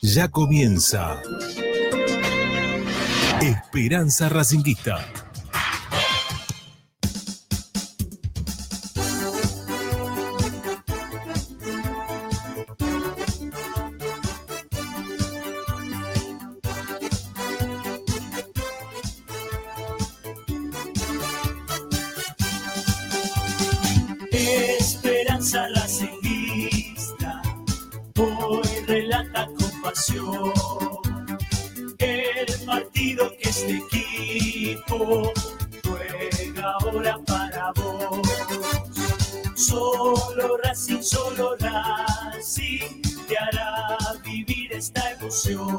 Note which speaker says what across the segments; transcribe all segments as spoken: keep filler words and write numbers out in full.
Speaker 1: Ya comienza Esperanza Racinguista.
Speaker 2: Esperanza Racinguista, hoy relata con pasión el partido que este equipo juega ahora para vos. Solo Racing, solo Racing te hará vivir esta emoción.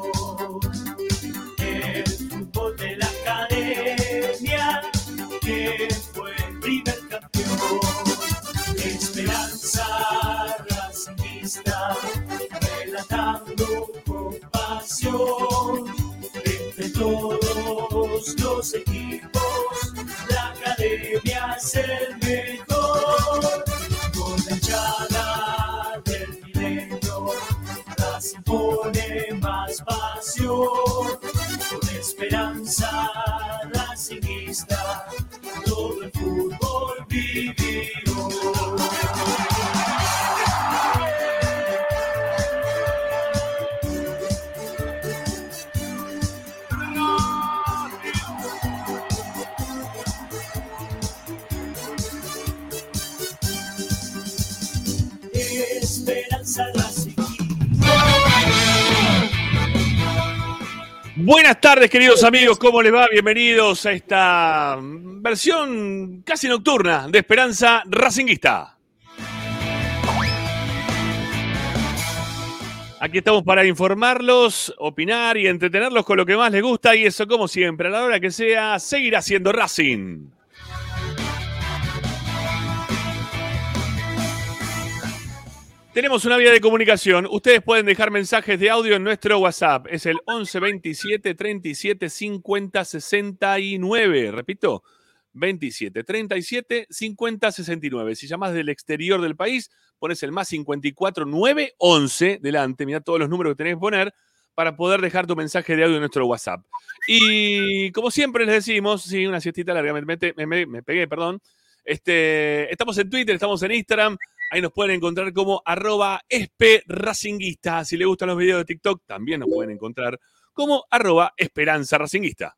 Speaker 2: El fútbol de la academia que fue el primer campeón. Esperanza Racinguista, relatando con pasión, entre todos los equipos, la academia es el mejor. Con la hinchada del milenio, Racing pone más pasión. Con Esperanza Racinguista, todo el fútbol vivió. Esperanza Racinguista.
Speaker 3: Buenas tardes, queridos amigos, ¿cómo les va? Bienvenidos a esta versión casi nocturna de Esperanza Racinguista. Aquí estamos para informarlos, opinar y entretenerlos con lo que más les gusta, y eso, como siempre, a la hora que sea, seguirá siendo Racing. Tenemos una vía de comunicación. Ustedes pueden dejar mensajes de audio en nuestro WhatsApp. Es el once veintisiete treinta y siete cincuenta sesenta y nueve. Repito, veintisiete treinta y siete cincuenta sesenta y nueve. Si llamas del exterior del país, pones el más cincuenta y cuatro nueve once delante. Mirá todos los números que tenés que poner para poder dejar tu mensaje de audio en nuestro WhatsApp. Y como siempre les decimos, sí, una siestita larga, me, me, me, me pegué, perdón. Este, estamos en Twitter, estamos en Instagram. Ahí nos pueden encontrar como arroba esperracinguista. Si les gustan los videos de TikTok, también nos pueden encontrar como arroba esperanza racinguista.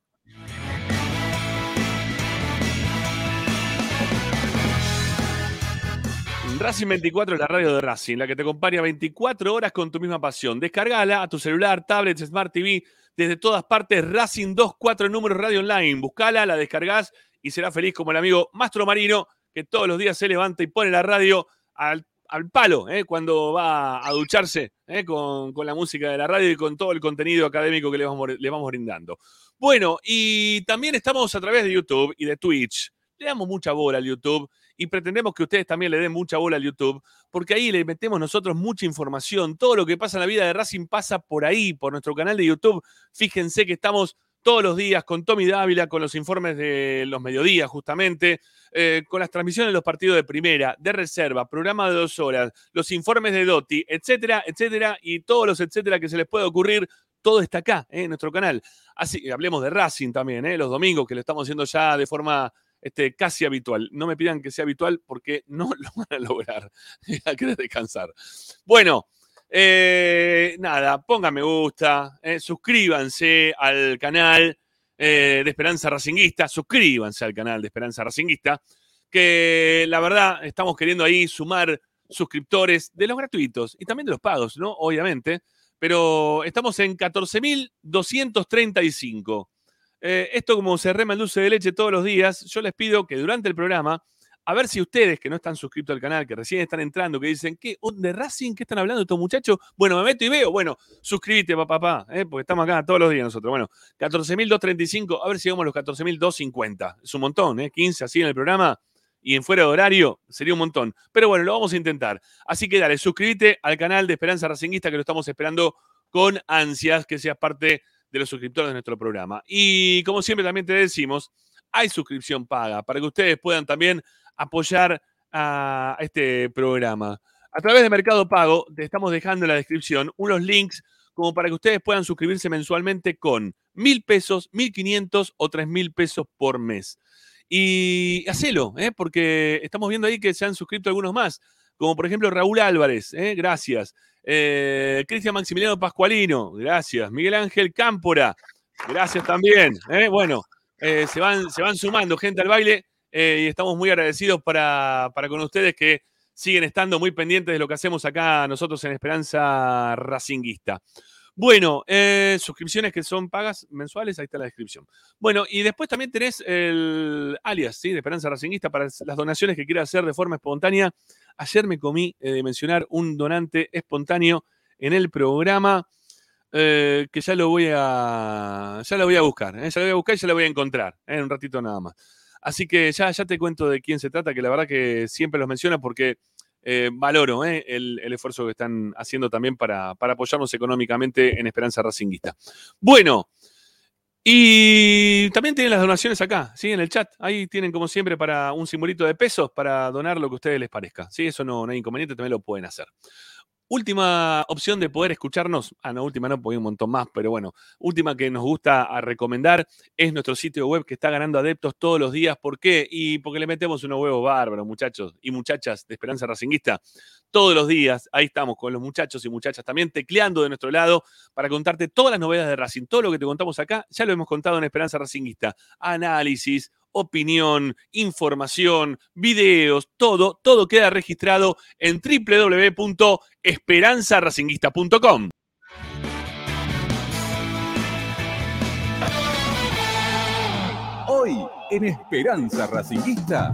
Speaker 3: Racing veinticuatro es la radio de Racing, la que te acompaña veinticuatro horas con tu misma pasión. Descargala a tu celular, tablet, Smart T V, desde todas partes. Racing veinticuatro números radio online. Buscala, la descargás y serás feliz como el amigo Mastro Marino, que todos los días se levanta y pone la radio Al, al palo, ¿eh? Cuando va a ducharse, ¿eh? con, con la música de la radio y con todo el contenido académico que le vamos, le vamos brindando. Bueno, y también estamos a través de YouTube y de Twitch. Le damos mucha bola al YouTube y pretendemos que ustedes también le den mucha bola al YouTube, porque ahí le metemos nosotros mucha información. Todo lo que pasa en la vida de Racing pasa por ahí, por nuestro canal de YouTube. Fíjense que estamos todos los días con Tommy Dávila, con los informes de los mediodías justamente, eh, con las transmisiones de los partidos de primera, de reserva, programa de dos horas, los informes de Dotti, etcétera, etcétera, y todos los etcétera que se les puede ocurrir, todo está acá, eh, en nuestro canal. Así, hablemos de Racing también, eh, los domingos, que lo estamos haciendo ya de forma este, casi habitual. No me pidan que sea habitual porque no lo van a lograr. Hay que descansar. Bueno, Eh, nada, pongan me gusta, eh, suscríbanse al canal eh, de Esperanza Racinguista, suscríbanse al canal de Esperanza Racinguista, que la verdad estamos queriendo ahí sumar suscriptores de los gratuitos y también de los pagos, ¿no? Obviamente, pero estamos en catorce mil doscientos treinta y cinco. Eh, esto como se rema el dulce de leche todos los días, yo les pido que durante el programa, a ver si ustedes que no están suscritos al canal, que recién están entrando, que dicen, ¿qué? ¿De Racing? ¿Qué están hablando estos muchachos? Bueno, me meto y veo. Bueno, suscríbete, papá, papá, ¿eh? Porque estamos acá todos los días nosotros. Bueno, catorce mil doscientos treinta y cinco, a ver si llegamos a los catorce mil doscientos cincuenta. Es un montón, ¿eh? quince así en el programa y en fuera de horario sería un montón. Pero bueno, lo vamos a intentar. Así que dale, suscríbete al canal de Esperanza Racinguista, que lo estamos esperando con ansias, que seas parte de los suscriptores de nuestro programa. Y como siempre también te decimos, hay suscripción paga para que ustedes puedan también apoyar a este programa. A través de Mercado Pago te estamos dejando en la descripción unos links como para que ustedes puedan suscribirse mensualmente con mil pesos, mil quinientos o tres mil pesos por mes. Y hacelo, ¿eh? Porque estamos viendo ahí que se han suscrito algunos más, como por ejemplo Raúl Álvarez, ¿eh? Gracias. Eh, Cristian Maximiliano Pascualino, gracias. Miguel Ángel Cámpora, gracias también. ¿eh? Bueno, eh, se, van, se van sumando gente al baile eh, y estamos muy agradecidos para, para con ustedes que siguen estando muy pendientes de lo que hacemos acá nosotros en Esperanza Racinguista. Bueno, eh, suscripciones que son pagas mensuales, ahí está la descripción. Bueno, y después también tenés el alias, ¿sí? De Esperanza Racinguista para las donaciones que quieras hacer de forma espontánea. Ayer me comí eh, de mencionar un donante espontáneo en el programa eh, que ya lo voy a ya lo voy a buscar, ¿eh? ya lo voy a buscar y ya lo voy a encontrar ¿eh? en un ratito nada más. Así que ya, ya te cuento de quién se trata, que la verdad que siempre los menciona porque Eh, valoro eh, el, el esfuerzo que están haciendo también para, para apoyarnos económicamente en Esperanza Racinguista. Bueno, y también tienen las donaciones acá, ¿sí? En el chat. Ahí tienen, como siempre, para un simbolito de pesos para donar lo que a ustedes les parezca. ¿Sí? Eso no, no hay inconveniente, también lo pueden hacer. Última opción de poder escucharnos, ah, no, última no, porque hay un montón más, pero bueno, última que nos gusta a recomendar es nuestro sitio web que está ganando adeptos todos los días. ¿Por qué? Y porque le metemos unos huevos bárbaros, muchachos y muchachas de Esperanza Racinguista. Todos los días, ahí estamos con los muchachos y muchachas también tecleando de nuestro lado para contarte todas las novedades de Racing. Todo lo que te contamos acá, ya lo hemos contado en Esperanza Racinguista. Análisis, opinión, información, videos, todo, todo queda registrado en doble u doble u doble u punto esperanza racinguista punto com.
Speaker 1: Hoy en Esperanza Racinguista.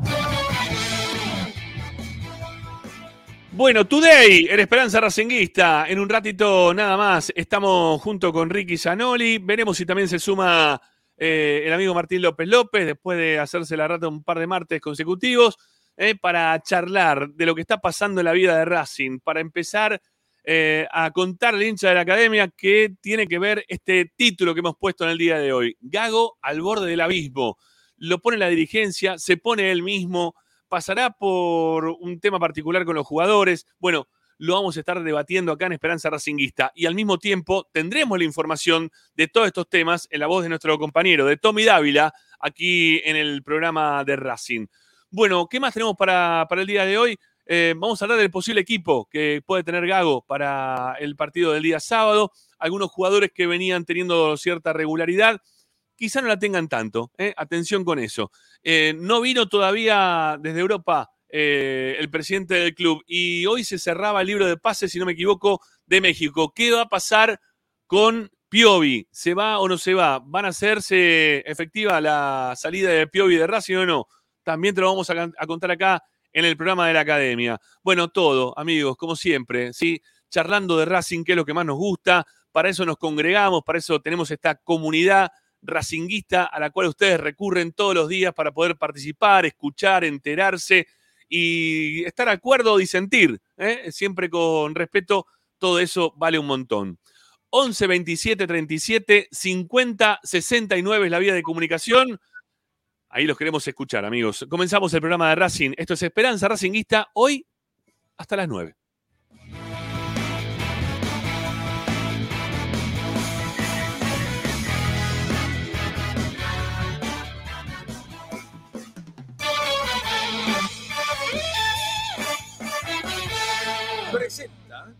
Speaker 3: Bueno, today en Esperanza Racinguista, en un ratito nada más, estamos junto con Ricky Zanoli. Veremos si también se suma eh, el amigo Martín López López, después de hacerse la rata un par de martes consecutivos, eh, para charlar de lo que está pasando en la vida de Racing, para empezar eh, a contarle al hincha de la academia qué tiene que ver este título que hemos puesto en el día de hoy. Gago al borde del abismo. Lo pone la dirigencia, se pone él mismo. Pasará por un tema particular con los jugadores. Bueno, lo vamos a estar debatiendo acá en Esperanza Racinguista. Y al mismo tiempo tendremos la información de todos estos temas en la voz de nuestro compañero, de Tommy Dávila, aquí en el programa de Racing. Bueno, ¿qué más tenemos para, para el día de hoy? Eh, vamos a hablar del posible equipo que puede tener Gago para el partido del día sábado. Algunos jugadores que venían teniendo cierta regularidad, quizá no la tengan tanto. ¿eh? Atención con eso. Eh, no vino todavía desde Europa eh, el presidente del club y hoy se cerraba el libro de pases, si no me equivoco, de México. ¿Qué va a pasar con Piovi? ¿Se va o no se va? ¿Van a hacerse efectiva la salida de Piovi de Racing o no? También te lo vamos a, a contar acá en el programa de la academia. Bueno, todo, amigos, como siempre, ¿sí? Charlando de Racing, que es lo que más nos gusta. Para eso nos congregamos, para eso tenemos esta comunidad racinguista a la cual ustedes recurren todos los días para poder participar, escuchar, enterarse y estar de acuerdo o disentir, ¿eh? Siempre con respeto, todo eso vale un montón. once, veintisiete, treinta y siete, cincuenta, sesenta y nueve es la vía de comunicación. Ahí los queremos escuchar, amigos. Comenzamos el programa de Racing. Esto es Esperanza Racinguista, hoy hasta las nueve.
Speaker 1: Presenta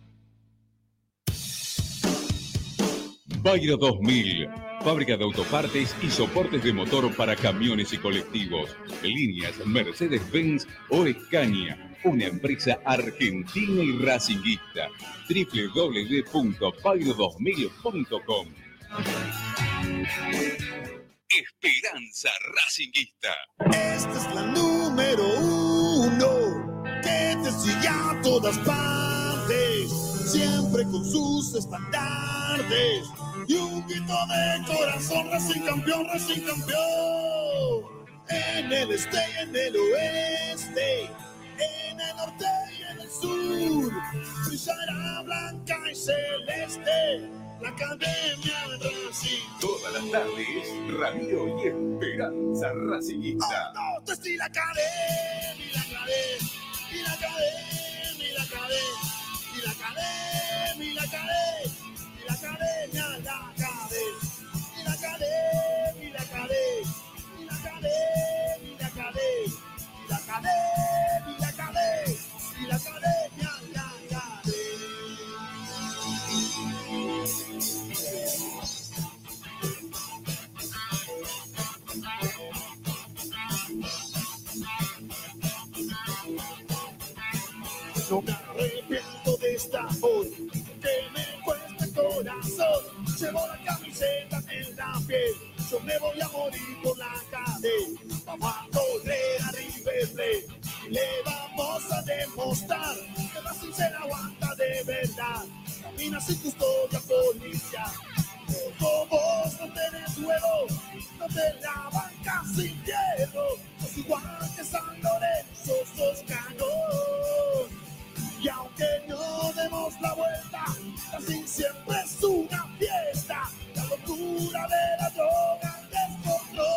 Speaker 1: Bayro dos mil, fábrica de autopartes y soportes de motor para camiones y colectivos. Líneas Mercedes-Benz o Escaña, una empresa argentina y racinguista. doble u doble u doble u punto bayro dos mil punto com. Esperanza Racinguista.
Speaker 4: Esta es la número uno, que te sigue a todas partes, siempre con sus estandartes y un grito de corazón. Racing campeón, Racing campeón. En el este y en el oeste, en el norte y en el sur, brillará blanca y celeste la academia de Racing.
Speaker 1: Todas las tardes, Ramiro y Esperanza Racinguista.
Speaker 4: Oh, no, te la academia, la academia, y la academia, y la academia, y la academia, y la academia, y la academia. academia, la academia, y la academia, y la academia, y la academia, y la academia, y la academia, y la academia, y la academia, la academia. No me arrepiento de esta amor que me cuesta el corazón. Llevo la camiseta en la piel, yo me voy a morir por la cadena. Vamos a correr a River Plate y le vamos a demostrar que Racing se la aguanta de verdad. Camina sin custodia policial, como vos no tenés huevo, no te la bancas sin hierro. Sos igual que San Lorenzo, sos canón. Y aunque no demos la vuelta, Racing siempre es una fiesta. La locura de la droga descontrol.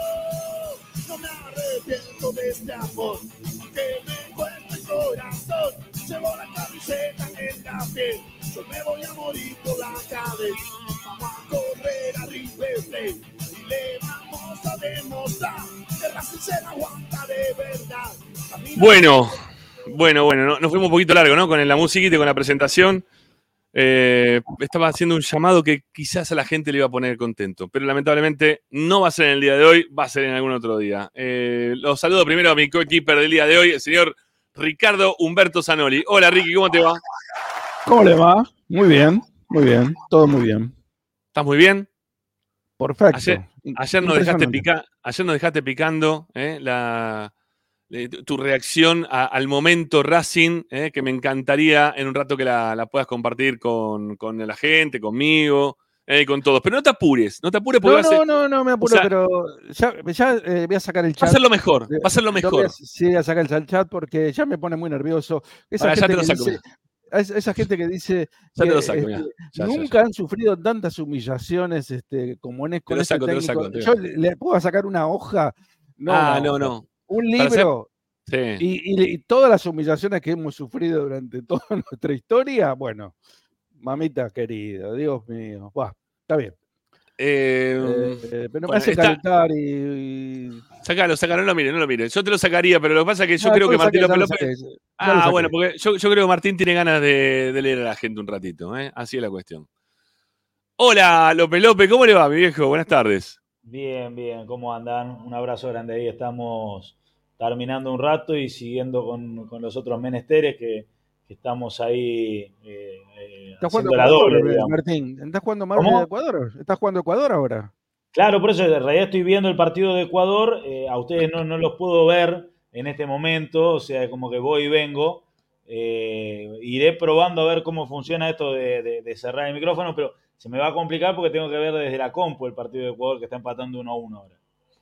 Speaker 4: No me arrepiento de este amor, aunque me cueste el corazón. Llevo la camiseta en la piel, yo me voy a morir por la cadena. Vamos a correr a River Plate y le vamos a demostrar que Racing se la aguanta de verdad. Camina.
Speaker 3: Bueno. Bueno, bueno, no, nos fuimos un poquito largo, ¿no? Con la musiquita y con la presentación. Eh, estaba haciendo un llamado que quizás a la gente le iba a poner contento, pero lamentablemente no va a ser en el día de hoy, va a ser en algún otro día. Eh, los saludo primero a mi coequiper del día de hoy, el señor Ricardo Humberto Zanoli. Hola, Ricky, ¿cómo te va?
Speaker 5: ¿Cómo le va? Muy bien, muy bien, todo muy bien.
Speaker 3: ¿Estás muy bien?
Speaker 5: Perfecto.
Speaker 3: Ayer, ayer, nos, dejaste pica, ayer nos dejaste picando ¿eh? la... tu reacción a, al momento Racing, eh, que me encantaría en un rato que la, la puedas compartir con, con la gente, conmigo, eh, con todos. Pero no te apures, no te apures porque
Speaker 5: no,
Speaker 3: va a ser,
Speaker 5: no, no, no me apuro, o sea, pero ya, ya eh, voy a sacar el chat.
Speaker 3: Va a ser lo mejor, va a ser lo mejor.
Speaker 5: Voy a, sí, voy a sacar el chat porque ya me pone muy nervioso. Esa,
Speaker 3: Ahora,
Speaker 5: gente,
Speaker 3: ya te
Speaker 5: que
Speaker 3: lo saco,
Speaker 5: dice, esa gente que dice
Speaker 3: ya
Speaker 5: que
Speaker 3: te lo saco,
Speaker 5: este,
Speaker 3: ya,
Speaker 5: nunca
Speaker 3: ya, ya.
Speaker 5: han sufrido tantas humillaciones este, como en este, con este
Speaker 3: saco,
Speaker 5: técnico.
Speaker 3: Saco,
Speaker 5: Yo le, le puedo sacar una hoja. No,
Speaker 3: ah,
Speaker 5: una
Speaker 3: no,
Speaker 5: hoja,
Speaker 3: no.
Speaker 5: un libro.
Speaker 3: Sí.
Speaker 5: Y, y, y todas las humillaciones que hemos sufrido durante toda nuestra historia, bueno, mamita querida, Dios mío, bah, está bien.
Speaker 3: Eh,
Speaker 5: eh, pero
Speaker 3: bueno,
Speaker 5: me hace
Speaker 3: está...
Speaker 5: calentar y, y...
Speaker 3: Sacalo, sacalo, no lo mire, no lo mire. Yo te lo sacaría, pero lo que pasa es que yo
Speaker 5: no,
Speaker 3: creo que
Speaker 5: saqué,
Speaker 3: Martín López
Speaker 5: López...
Speaker 3: López... Ah, bueno, porque yo, yo creo que Martín tiene ganas de, de leer a la gente un ratito, ¿eh? Así es la cuestión. Hola, López López, ¿cómo le va, mi viejo? Buenas tardes.
Speaker 6: Bien, bien, ¿cómo andan? Un abrazo grande ahí, estamos terminando un rato y siguiendo con, con los otros menesteres que, que estamos ahí eh, eh,
Speaker 5: ¿Estás
Speaker 6: haciendo
Speaker 5: jugando
Speaker 6: la
Speaker 5: Ecuador,
Speaker 6: doble, digamos.
Speaker 5: Martín? ¿Estás jugando más
Speaker 6: ¿Cómo?
Speaker 5: de Ecuador? ¿Estás jugando Ecuador ahora?
Speaker 6: Claro, por eso en realidad estoy viendo el partido de Ecuador, eh, a ustedes no, no los puedo ver en este momento, o sea, como que voy y vengo, eh, iré probando a ver cómo funciona esto de, de, de cerrar el micrófono, pero se me va a complicar porque tengo que ver desde la compu el partido de Ecuador que está empatando uno a uno ahora.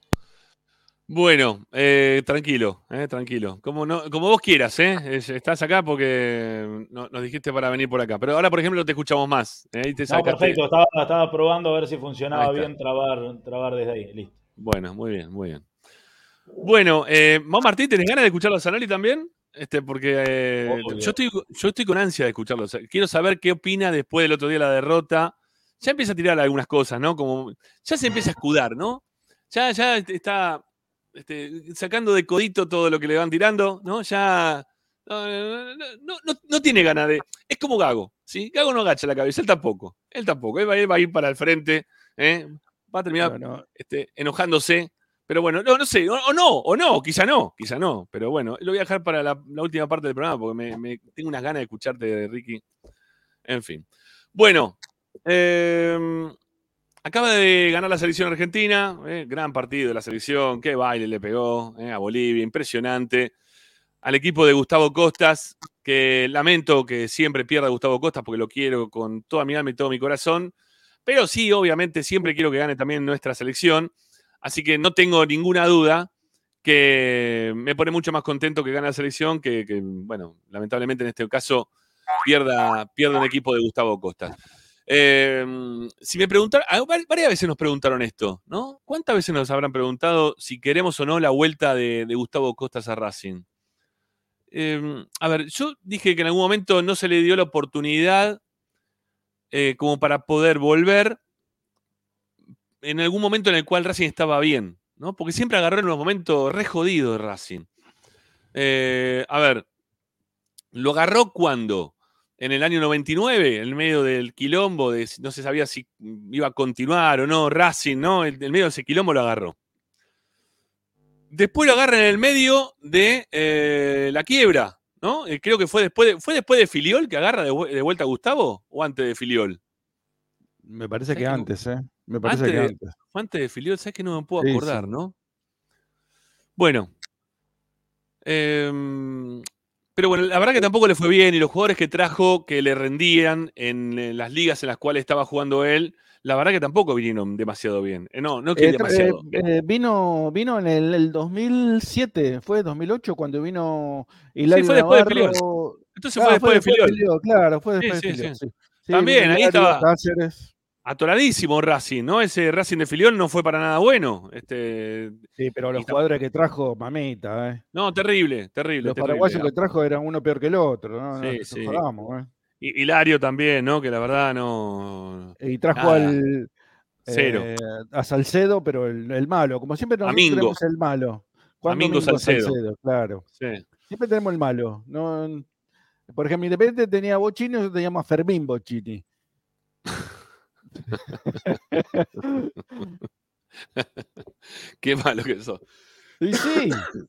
Speaker 3: Bueno, eh, tranquilo, eh, tranquilo. Como, no, como vos quieras, ¿eh? Estás acá porque no, nos dijiste para venir por acá. Pero ahora, por ejemplo, te escuchamos más. ¿eh? Te
Speaker 6: no, perfecto. Estaba, estaba probando a ver si funcionaba bien trabar, trabar desde ahí. Listo.
Speaker 3: Bueno, muy bien, muy bien. Bueno, eh, ¿vos, Martín, tenés ganas de escucharlo a Zanoli también? Este, porque eh, yo, estoy, yo estoy con ansia de escucharlo. Quiero saber qué opina después del otro día de la derrota. Ya empieza a tirar algunas cosas, ¿no? Como ya se empieza a escudar, ¿no? Ya, ya está... Este, sacando de codito todo lo que le van tirando, ¿no? Ya no, no, no, no tiene ganas de... Es como Gago, ¿sí? Gago no agacha la cabeza, él tampoco. Él tampoco, él va, él va a ir para el frente, ¿eh? Va a terminar bueno. este, enojándose, pero bueno, no, no sé, o, o no, o no, quizá no, quizá no, pero bueno, lo voy a dejar para la, la última parte del programa porque me, me tengo unas ganas de escucharte, Ricky. En fin. Bueno, eh... acaba de ganar la selección argentina, eh, gran partido de la selección, qué baile le pegó eh, a Bolivia, impresionante. Al equipo de Gustavo Costas, que lamento que siempre pierda Gustavo Costas porque lo quiero con toda mi alma y todo mi corazón, pero sí, obviamente, siempre quiero que gane también nuestra selección, así que no tengo ninguna duda que me pone mucho más contento que gane la selección que, que bueno, lamentablemente en este caso pierda, pierda un equipo de Gustavo Costas. Eh, si me preguntaron, varias veces nos preguntaron esto, ¿no? ¿Cuántas veces nos habrán preguntado si queremos o no la vuelta de, de Gustavo Costas a Racing? Eh, a ver, yo dije que en algún momento no se le dio la oportunidad eh, como para poder volver en algún momento en el cual Racing estaba bien, ¿no? Porque siempre agarró en los momentos re jodidos de Racing. Eh, a ver, ¿lo agarró cuándo? En el año noventa y nueve, en medio del quilombo, de no se sabía si iba a continuar o no, Racing, ¿no? En medio de ese quilombo lo agarró. Después lo agarra en el medio de eh, la quiebra, ¿no? Eh, creo que fue después de, ¿fue después de Filiol que agarra de, de vuelta a Gustavo o antes de Filiol?
Speaker 5: Me parece que antes, ¿eh? Me parece
Speaker 3: Antes
Speaker 5: que
Speaker 3: de,
Speaker 5: antes.
Speaker 3: fue antes de Filiol, ¿sabes que no me puedo
Speaker 5: Sí,
Speaker 3: acordar,
Speaker 5: sí.
Speaker 3: ¿no? Bueno. Eh, pero bueno, la verdad que tampoco le fue bien y los jugadores que trajo que le rendían en, en las ligas en las cuales estaba jugando él, la verdad que tampoco vinieron demasiado bien. Eh, no, no que
Speaker 5: Eh,
Speaker 3: demasiado.
Speaker 5: eh, eh, vino, vino en el, el dos mil siete, fue dos mil ocho cuando vino Hilario
Speaker 3: Sí, fue después de
Speaker 5: Navarro.
Speaker 3: Filiol. Entonces
Speaker 5: Ah,
Speaker 3: fue después de Filiol.
Speaker 5: Filiol, claro, fue
Speaker 3: Sí,
Speaker 5: después de
Speaker 3: sí,
Speaker 5: Filiol,
Speaker 3: sí.
Speaker 5: sí. Sí,
Speaker 3: También,
Speaker 5: vino
Speaker 3: ahí
Speaker 5: Hilario,
Speaker 3: estaba
Speaker 5: Cáceres.
Speaker 3: atoradísimo Racing, ¿no? Ese Racing de Filiol no fue para nada bueno. Este,
Speaker 5: Sí, pero los
Speaker 3: y tam-
Speaker 5: jugadores que trajo, mamita, ¿eh?
Speaker 3: no, terrible, terrible,
Speaker 5: Los
Speaker 3: terrible.
Speaker 5: paraguayos que trajo eran uno peor que el otro, no, no,
Speaker 3: Sí,
Speaker 5: no
Speaker 3: sí.
Speaker 5: jodamos, ¿eh?
Speaker 3: Y Hilario también, ¿no? Que la verdad no.
Speaker 5: Y trajo
Speaker 3: Nada,
Speaker 5: al
Speaker 3: cero.
Speaker 5: eh, a Salcedo, pero el, el malo. Como siempre
Speaker 3: A
Speaker 5: nosotros
Speaker 3: Mingo.
Speaker 5: tenemos el malo. Juan
Speaker 3: A Mingo
Speaker 5: Domingo
Speaker 3: Salcedo.
Speaker 5: Salcedo, claro.
Speaker 3: Sí.
Speaker 5: Siempre tenemos el malo. No, por ejemplo, Independiente tenía a Bocchini, nosotros teníamos a Fermín Bocchini.
Speaker 3: Qué malo que sos.
Speaker 5: Y sí,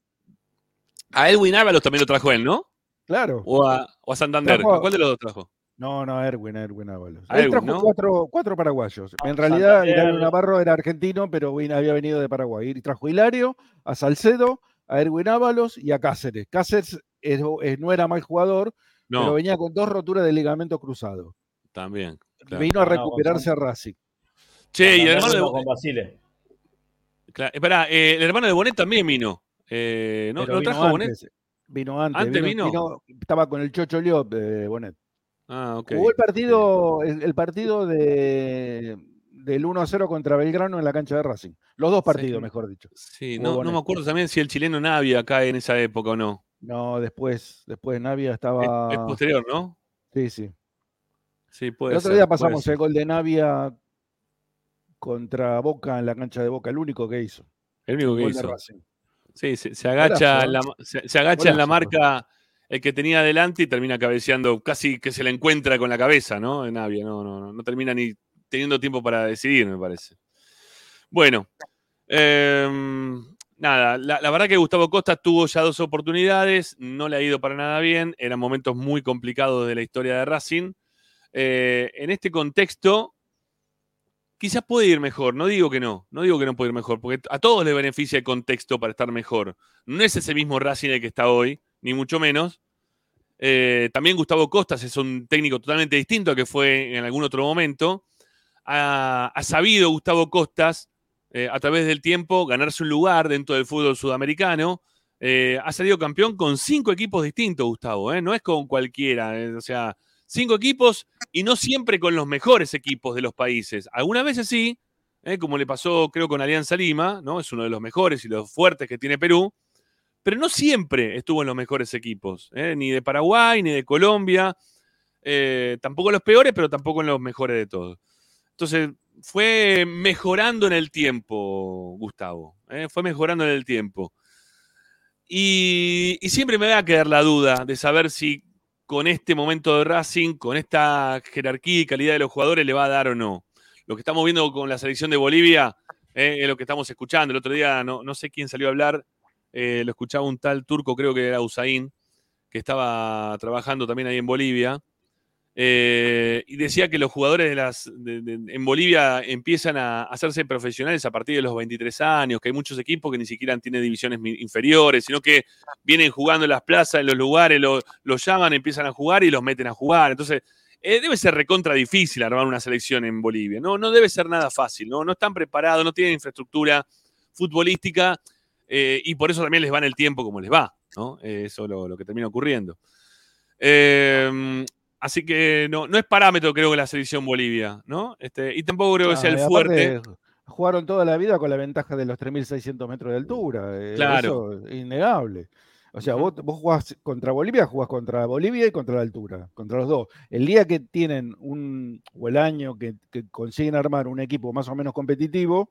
Speaker 3: A Edwin Ábalos también lo trajo él, ¿no?
Speaker 5: claro.
Speaker 3: O a, o a Santander.
Speaker 5: Trajo
Speaker 3: ¿A
Speaker 5: a-
Speaker 3: cuál de los dos trajo?
Speaker 5: No, no, Erwin, Erwin Ábalos.
Speaker 3: A
Speaker 5: Él
Speaker 3: Erwin,
Speaker 5: trajo
Speaker 3: ¿no?
Speaker 5: cuatro, cuatro paraguayos. En realidad,
Speaker 6: Santander.
Speaker 5: Hilario Navarro era argentino, pero vin- había venido de Paraguay. Y trajo a Hilario, a Salcedo, a Erwin Ábalos y a Cáceres. Cáceres es- es- no era mal jugador, pero
Speaker 3: No,
Speaker 5: venía con dos roturas de ligamento cruzado.
Speaker 3: también. Claro.
Speaker 5: Vino a
Speaker 6: No, no,
Speaker 5: recuperarse a Racing.
Speaker 3: Che, y el hermano
Speaker 6: Santander
Speaker 3: de.
Speaker 6: vino con Basile.
Speaker 3: Claro, esperá, eh, el hermano de Bonet también vino. Eh, ¿no,
Speaker 5: Pero
Speaker 3: ¿no
Speaker 5: vino
Speaker 3: trajo Bonet?
Speaker 5: antes. Vino antes.
Speaker 3: ¿Antes
Speaker 5: vino,
Speaker 3: vino?
Speaker 5: vino- estaba con el Chocho Liop de Bonet.
Speaker 3: Ah, ok.
Speaker 5: Jugó el partido, el, el partido de, del uno a cero contra Belgrano en la cancha de Racing. Los dos
Speaker 3: ¿Sabés
Speaker 5: partidos,
Speaker 3: que-
Speaker 5: mejor dicho.
Speaker 3: Sí,
Speaker 5: Jugó
Speaker 3: no, no
Speaker 5: Bonet.
Speaker 3: me acuerdo también si el chileno Navia acá en esa época o no.
Speaker 5: No, después, después Navia
Speaker 3: Es,
Speaker 5: estaba.
Speaker 3: es posterior, ¿no?
Speaker 5: Sí, sí.
Speaker 3: Sí, puede
Speaker 5: El otro
Speaker 3: ser.
Speaker 5: día
Speaker 3: puede
Speaker 5: pasamos
Speaker 3: ser.
Speaker 5: el gol de Navia contra Boca en la cancha de Boca, el único que hizo.
Speaker 3: El único
Speaker 5: Un
Speaker 3: que
Speaker 5: gol de
Speaker 3: hizo.
Speaker 5: Racing.
Speaker 3: Sí, se, se agacha,
Speaker 5: Golazo,
Speaker 3: en
Speaker 5: ¿eh?
Speaker 3: la, se, se agacha en la
Speaker 5: Golazo,
Speaker 3: marca el que tenía adelante y termina cabeceando, casi que se la encuentra con la cabeza, ¿no? En Navia, no, no, no, no termina ni teniendo tiempo para decidir, me parece. Bueno, eh, nada, la, la verdad que Gustavo Costa tuvo ya dos oportunidades, no le ha ido para nada bien, eran momentos muy complicados de la historia de Racing. Eh, en este contexto, quizás puede ir mejor, no digo que no, no digo que no puede ir mejor, porque a todos les beneficia el contexto para estar mejor. No es ese mismo Racing el que está hoy, ni mucho menos. Eh, también Gustavo Costas es un técnico totalmente distinto al que fue en algún otro momento. Ha, ha sabido Gustavo Costas, eh, a través del tiempo, ganarse un lugar dentro del fútbol sudamericano. Eh, ha salido campeón con cinco equipos distintos, Gustavo, ¿eh? No es con cualquiera, eh, o sea, cinco equipos y no siempre con los mejores equipos de los países. Algunas veces sí, ¿eh? Como le pasó creo con Alianza Lima, ¿no? Es uno de los mejores y los fuertes que tiene Perú, pero no siempre estuvo en los mejores equipos, ¿eh? Ni de Paraguay, ni de Colombia, eh, tampoco los peores, pero tampoco en los mejores de todos. Entonces, fue mejorando en el tiempo, Gustavo, ¿eh? Fue mejorando en el tiempo. Y, y siempre me va a quedar la duda de saber si con este momento de Racing, con esta jerarquía y calidad de los jugadores, le va a dar o no. Lo que estamos viendo con la selección de Bolivia eh, es lo que estamos escuchando. El otro día no, no sé quién salió a hablar, eh, lo escuchaba un tal turco, creo que era Usain, que estaba trabajando también ahí en Bolivia. Eh, y decía que los jugadores de las, de, de, en Bolivia empiezan a hacerse profesionales a partir de los veintitrés años, que hay muchos equipos que ni siquiera tienen divisiones inferiores, sino que vienen jugando en las plazas, en los lugares, los lo llaman, empiezan a jugar y los meten a jugar. Entonces, eh, debe ser recontra difícil armar una selección en Bolivia. No, no debe ser nada fácil, ¿no? No están preparados, no tienen infraestructura futbolística eh, y por eso también les va en el tiempo como les va, ¿no? Eh, eso es lo, lo que termina ocurriendo. Eh, Así que no, no es parámetro, creo que la selección Bolivia, ¿no? Este, y tampoco creo que
Speaker 5: Ah,
Speaker 3: sea el
Speaker 5: y
Speaker 3: fuerte.
Speaker 5: aparte, jugaron toda la vida con la ventaja de los tres mil seiscientos metros de altura. eh,
Speaker 3: Claro.
Speaker 5: Eso es innegable. O sea,
Speaker 3: Ujú.
Speaker 5: vos, vos jugás contra Bolivia, jugás contra Bolivia y contra la altura, contra los dos. El día que tienen un, o el año que, que consiguen armar un equipo más o menos competitivo,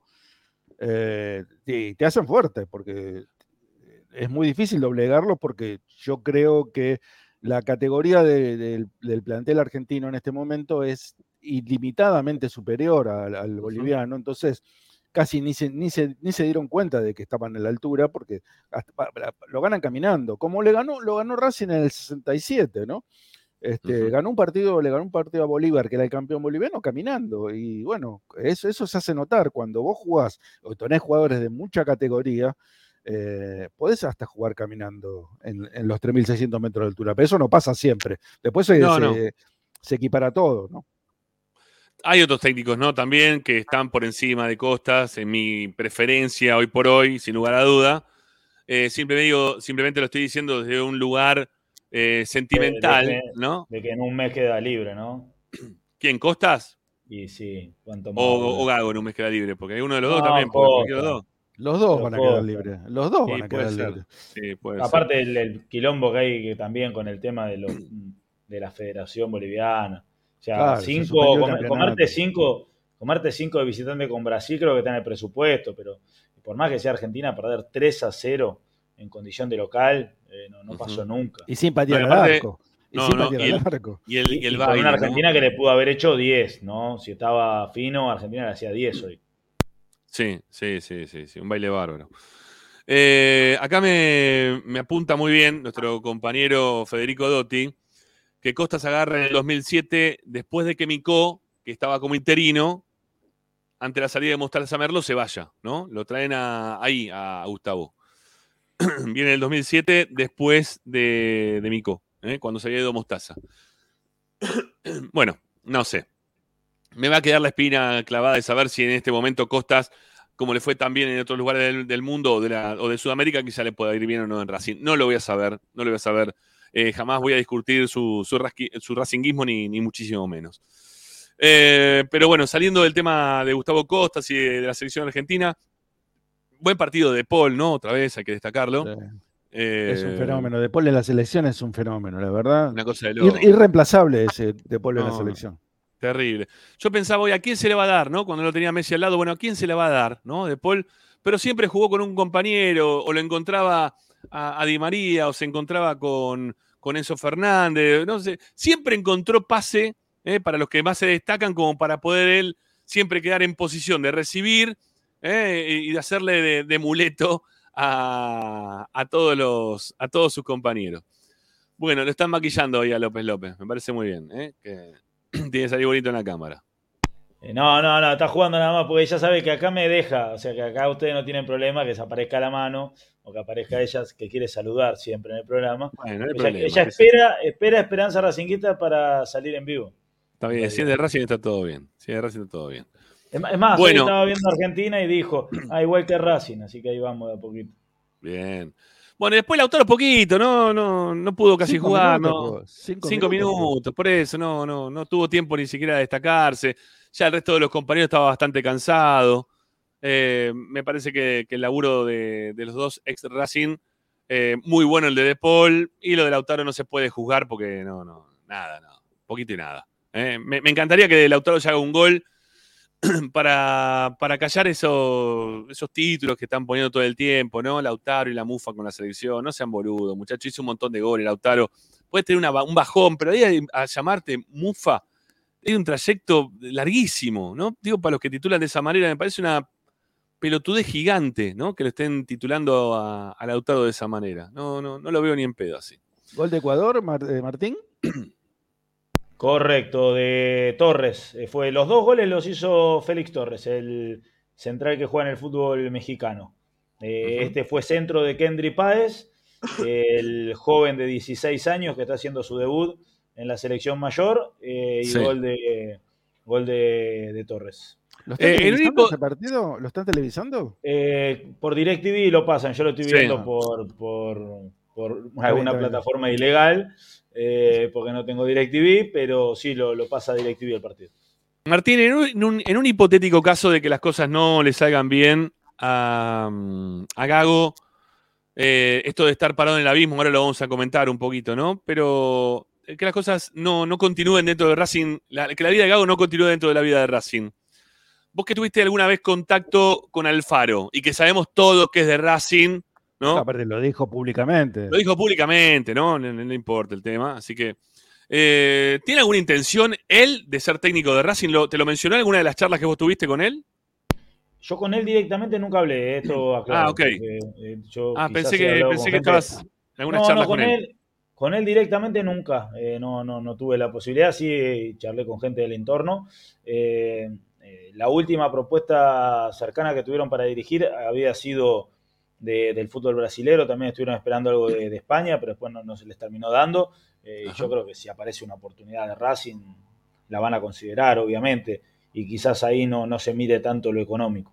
Speaker 5: eh, te, te hacen fuerte, porque es muy difícil doblegarlos, porque yo creo que la categoría de, de, del plantel argentino en este momento es ilimitadamente superior al, al boliviano, entonces casi ni se, ni, se, ni se dieron cuenta de que estaban en la altura, porque hasta, lo ganan caminando, como le ganó, lo ganó Racing en el sesenta y siete, ¿no? Este, uh-huh. ganó un partido, le ganó un partido a Bolívar, que era el campeón boliviano, caminando. Y bueno, eso, eso se hace notar. Cuando vos jugás o tenés jugadores de mucha categoría, eh, podés hasta jugar caminando en, en los tres mil seiscientos metros de altura. Pero eso no pasa siempre. Después se,
Speaker 3: no,
Speaker 5: se,
Speaker 3: no.
Speaker 5: se equipara todo, ¿no?
Speaker 3: Hay otros técnicos, ¿no? También que están por encima de Costas, en mi preferencia hoy por hoy, sin lugar a duda. Eh, simplemente, digo, simplemente lo estoy diciendo desde un lugar eh, sentimental,
Speaker 6: de, de que,
Speaker 3: ¿no?
Speaker 6: De que en un mes queda libre, ¿no?
Speaker 3: ¿Quién, Costas?
Speaker 6: Y sí, cuánto más.
Speaker 3: O, o Gago en un mes queda libre, porque hay uno de los
Speaker 6: no,
Speaker 3: dos también, porque cualquiera de los dos.
Speaker 5: Los dos van a quedar libres. Los dos van a quedar libres.
Speaker 3: Sí, puede
Speaker 6: Aparte
Speaker 3: ser.
Speaker 6: el, el quilombo que hay que también con el tema de, los, de la Federación Boliviana. O sea,
Speaker 5: claro,
Speaker 6: cinco, com, comerte cinco, comerte cinco de visitante con Brasil creo que está en el presupuesto, pero por más que sea Argentina, perder tres a cero en condición de local eh, no, no pasó uh-huh. nunca.
Speaker 5: Y sin patear no, al arco. Y
Speaker 3: no,
Speaker 5: sin
Speaker 3: no,
Speaker 5: patear
Speaker 3: y el,
Speaker 5: al arco.
Speaker 3: Y, el, y, el
Speaker 6: y
Speaker 3: baile,
Speaker 6: con una Argentina
Speaker 3: ¿no?
Speaker 6: que le pudo haber hecho diez, ¿no? Si estaba fino, Argentina le hacía diez hoy.
Speaker 3: Sí, sí, sí, sí, sí, un baile bárbaro. Eh, acá me, me apunta muy bien nuestro compañero Federico Dotti, que Costas agarra en el dos mil siete, después de que Micó, que estaba como interino, ante la salida de Mostaza Merlo, se vaya, ¿no? Lo traen a, ahí, a Gustavo. Viene el dos mil siete, después de, de Micó, ¿eh? Cuando se había ido Mostaza. Bueno, no sé. Me va a quedar la espina clavada de saber si en este momento Costas, como le fue también en otros lugares del, del mundo o de, la, o de Sudamérica, quizá le pueda ir bien o no en Racing. No lo voy a saber, no lo voy a saber. Eh, jamás voy a discutir su, su, rasqui, su racinguismo, ni, ni muchísimo menos. Eh, pero bueno, saliendo del tema de Gustavo Costas y de, de la selección argentina, buen partido de Paul, ¿no? Otra vez hay que destacarlo.
Speaker 5: Sí.
Speaker 3: Eh,
Speaker 5: es un fenómeno. De Paul en la selección es un fenómeno, la verdad.
Speaker 3: Una cosa de loco.
Speaker 5: Ir, irreemplazable ese De Paul no, en la selección.
Speaker 3: Terrible. Yo pensaba, hoy, ¿a quién se le va a dar, no? Cuando lo tenía Messi al lado, bueno, ¿a quién se le va a dar, no? De Paul, pero siempre jugó con un compañero, o lo encontraba a, a Di María, o se encontraba con, con Enzo Fernández, no sé. Siempre encontró pase, eh, para los que más se destacan, como para poder él siempre quedar en posición de recibir eh, y de hacerle de, de muleto a, a, todos los, a todos sus compañeros. Bueno, lo están maquillando hoy a López López, me parece muy bien, ¿eh? Que tiene que salir bonito en la cámara.
Speaker 6: No, no, no, está jugando nada más porque ella sabe que acá me deja, o sea que acá ustedes no tienen problema que se aparezca la mano o que aparezca ella que quiere saludar siempre en el programa.
Speaker 3: Bueno, no hay
Speaker 6: ella
Speaker 3: problema,
Speaker 6: ella espera, espera Esperanza Racinguista para salir en vivo.
Speaker 3: Está bien, si es de Racing está todo bien. Si es de Racing está todo bien.
Speaker 6: Es más, bueno, hoy estaba viendo Argentina y dijo, ah, igual que Racing, así que ahí vamos de a poquito.
Speaker 3: Bien. Bueno, y después Lautaro poquito, no, no, no pudo casi
Speaker 5: cinco
Speaker 3: jugar,
Speaker 5: minutos,
Speaker 3: ¿no?
Speaker 5: Cinco,
Speaker 3: cinco minutos, minutos, por eso, no, no, no tuvo tiempo ni siquiera de destacarse. Ya el resto de los compañeros estaba bastante cansado. Eh, me parece que, que el laburo de, de los dos ex Racing, eh, muy bueno el de De Paul, y lo de Lautaro no se puede juzgar porque no, no, nada, no, poquito y nada. Eh, me, me encantaría que Lautaro se haga un gol para, para callar esos, esos títulos que están poniendo todo el tiempo, ¿no? Lautaro y la mufa con la selección, no sean boludos, muchachos, hizo un montón de goles, Lautaro. Puede tener una, un bajón, pero ahí a llamarte mufa, hay un trayecto larguísimo, ¿no? Digo, para los que titulan de esa manera, me parece una pelotudez gigante, ¿no? Que lo estén titulando a, a Lautaro de esa manera. No, no, no lo veo ni en pedo así.
Speaker 5: ¿Gol de Ecuador, Mar, eh, Martín?
Speaker 6: Correcto, de Torres. Fue, los dos goles los hizo Félix Torres, el central que juega en el fútbol mexicano. Eh, uh-huh. Este fue centro de Kendry Páez, el joven de dieciséis años que está haciendo su debut en la selección mayor, eh, y sí. gol de gol de, de Torres.
Speaker 5: ¿Lo están eh, televisando único... ese partido? ¿Lo están televisando?
Speaker 6: Eh, por DirecTV lo pasan, yo lo estoy viendo sí. por, por, por alguna bien, plataforma bien. ilegal. Eh, porque no tengo DirecTV, pero sí lo, lo pasa DirecTV el partido.
Speaker 3: Martín, en un, en, un, en un hipotético caso de que las cosas no le salgan bien a, a Gago, Eh, esto de estar parado en el abismo, ahora lo vamos a comentar un poquito, ¿no? Pero que las cosas no, no continúen dentro de Racing, la, que la vida de Gago no continúe dentro de la vida de Racing. Vos que tuviste alguna vez contacto con Alfaro y que sabemos todo que es de Racing, ¿no?
Speaker 5: Aparte lo dijo públicamente.
Speaker 3: Lo dijo públicamente, ¿no? No, no, no importa el tema, así que... Eh, ¿Tiene alguna intención él de ser técnico de Racing? ¿Lo, ¿Te lo mencionó en alguna de las charlas que vos tuviste con él?
Speaker 6: Yo con él directamente nunca hablé, esto aclaro.
Speaker 3: Ah, ok.
Speaker 6: Porque, eh, yo
Speaker 3: Ah,
Speaker 6: quizás
Speaker 3: pensé
Speaker 6: he
Speaker 3: que,
Speaker 6: hablado
Speaker 3: pensé
Speaker 6: con
Speaker 3: que
Speaker 6: gente-
Speaker 3: estabas en algunas
Speaker 6: No,
Speaker 3: charlas
Speaker 6: no,
Speaker 3: con,
Speaker 6: con
Speaker 3: él.
Speaker 6: él. Con él directamente nunca, eh, no, no, no tuve la posibilidad, sí eh, charlé con gente del entorno. Eh, eh, la última propuesta cercana que tuvieron para dirigir había sido de- del fútbol brasilero, también estuvieron esperando algo de, de España, pero después no, no se les terminó dando. Eh,
Speaker 3: Ajá.
Speaker 6: yo creo que si aparece una oportunidad de Racing, la van a considerar, obviamente, y quizás ahí no, no se mide tanto lo económico.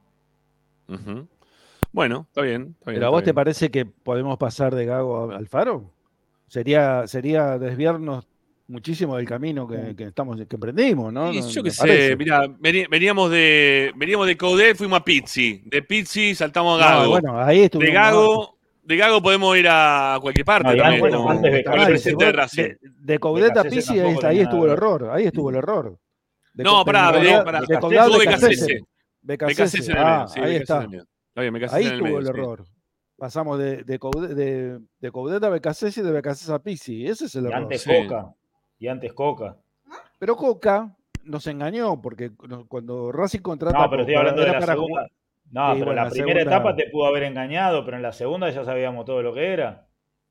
Speaker 3: Ujú. Bueno, está bien. Está bien
Speaker 5: ¿Pero a
Speaker 3: está
Speaker 5: vos te
Speaker 3: bien.
Speaker 5: parece que podemos pasar de Gago a Alfaro? Sería, sería desviarnos muchísimo del camino que, que estamos, que emprendimos, ¿no?
Speaker 3: Y
Speaker 5: No-
Speaker 3: yo qué
Speaker 5: me
Speaker 3: sé,
Speaker 5: parece.
Speaker 3: mirá, veni- veníamos de veníamos de Coudet, fuimos a Pizzi. De Pizzi saltamos a
Speaker 5: No,
Speaker 3: Gago.
Speaker 5: bueno, ahí
Speaker 3: de
Speaker 5: estuvimos.
Speaker 3: Gago, de Gago podemos ir a cualquier parte
Speaker 6: No, y
Speaker 5: No,
Speaker 3: también,
Speaker 6: antes-
Speaker 5: bueno,
Speaker 3: con,
Speaker 6: antes
Speaker 5: está
Speaker 3: con el
Speaker 5: mal. Si
Speaker 3: presidente de
Speaker 5: vos
Speaker 3: Racing.
Speaker 5: de, de Coudet a
Speaker 6: Becasese
Speaker 5: Pizzi, ahí,
Speaker 6: tampoco
Speaker 5: está, ahí
Speaker 6: tenía
Speaker 5: estuvo el
Speaker 6: nada que ver.
Speaker 5: error. Ahí estuvo el error. De,
Speaker 3: No,
Speaker 5: Co-
Speaker 3: pará,
Speaker 5: de
Speaker 3: de-
Speaker 5: Coudet-
Speaker 3: pará.
Speaker 5: de Coudet a
Speaker 3: Jugó
Speaker 5: Becasese.
Speaker 3: Becasese.
Speaker 5: Becasese.
Speaker 3: Becasese en el
Speaker 5: Ah,
Speaker 3: medio, sí,
Speaker 5: ahí
Speaker 3: Becasese en
Speaker 5: está.
Speaker 3: el medio. Está bien, Becasese
Speaker 5: Ahí
Speaker 3: en el
Speaker 5: estuvo
Speaker 3: medio,
Speaker 5: el
Speaker 3: sí.
Speaker 5: error. Pasamos de, de, Coudet, de, de Coudet a Becasese y de Becasese a Pizzi. Ese es el
Speaker 6: Y
Speaker 5: error.
Speaker 6: antes
Speaker 3: Sí.
Speaker 6: Coca. Y antes Coca.
Speaker 5: Pero Coca nos engañó porque no- cuando Racing contrata
Speaker 6: No, pero estoy
Speaker 5: Coca,
Speaker 6: hablando de
Speaker 5: era
Speaker 6: la
Speaker 5: para
Speaker 6: segunda.
Speaker 5: jugar.
Speaker 6: No,
Speaker 5: Sí,
Speaker 6: pero
Speaker 5: bueno,
Speaker 6: la
Speaker 5: la
Speaker 6: primera
Speaker 5: segunda-
Speaker 6: etapa te pudo haber engañado, pero en la segunda ya sabíamos todo lo que era.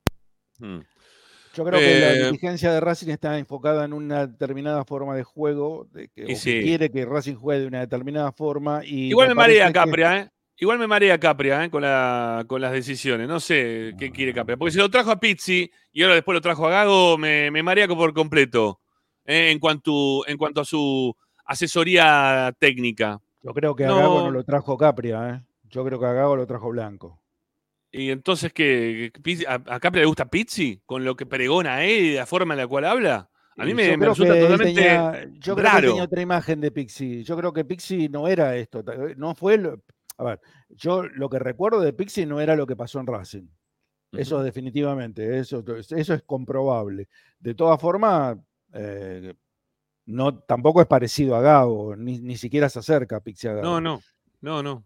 Speaker 3: Mm.
Speaker 5: Yo creo que la
Speaker 3: Eh,
Speaker 5: dirigencia de Racing está enfocada en una determinada forma de juego, de que,
Speaker 3: Y
Speaker 5: o que
Speaker 3: sí.
Speaker 5: quiere que Racing juegue de una determinada forma. Y
Speaker 3: Igual me
Speaker 5: parece
Speaker 3: marea
Speaker 5: que-
Speaker 3: Capria, ¿eh? Igual me marea Capria, ¿eh? Con, la, con las decisiones. No sé qué quiere Capria. Porque si lo trajo a Pizzi y ahora después lo trajo a Gago, me, me marea por completo. ¿eh? En, cuanto, en cuanto a su asesoría técnica.
Speaker 5: Yo creo que a
Speaker 3: No.
Speaker 5: Gago no lo trajo Capria, ¿eh? Yo creo que a Gago lo trajo Blanco.
Speaker 3: Y entonces, ¿qué? ¿Pizzi- ¿A, a Capria le gusta Pizzi? ¿Con lo que pregona él y la forma en la cual habla? A mí
Speaker 5: Y
Speaker 3: me,
Speaker 5: yo
Speaker 3: me
Speaker 5: creo
Speaker 3: resulta
Speaker 5: que él
Speaker 3: totalmente
Speaker 5: tenía- yo creo que él
Speaker 3: raro.
Speaker 5: tenía otra imagen de Pixie. Yo creo que Pixie no era esto. No fue. Lo, a ver, yo lo que recuerdo de Pixie no era lo que pasó en Racing. Eso
Speaker 3: Ujú.
Speaker 5: definitivamente, eso, eso es comprobable. De todas formas, eh, no, tampoco es parecido a Gago, ni, ni siquiera se acerca a Pixie a Gago.
Speaker 3: No, no, no, no.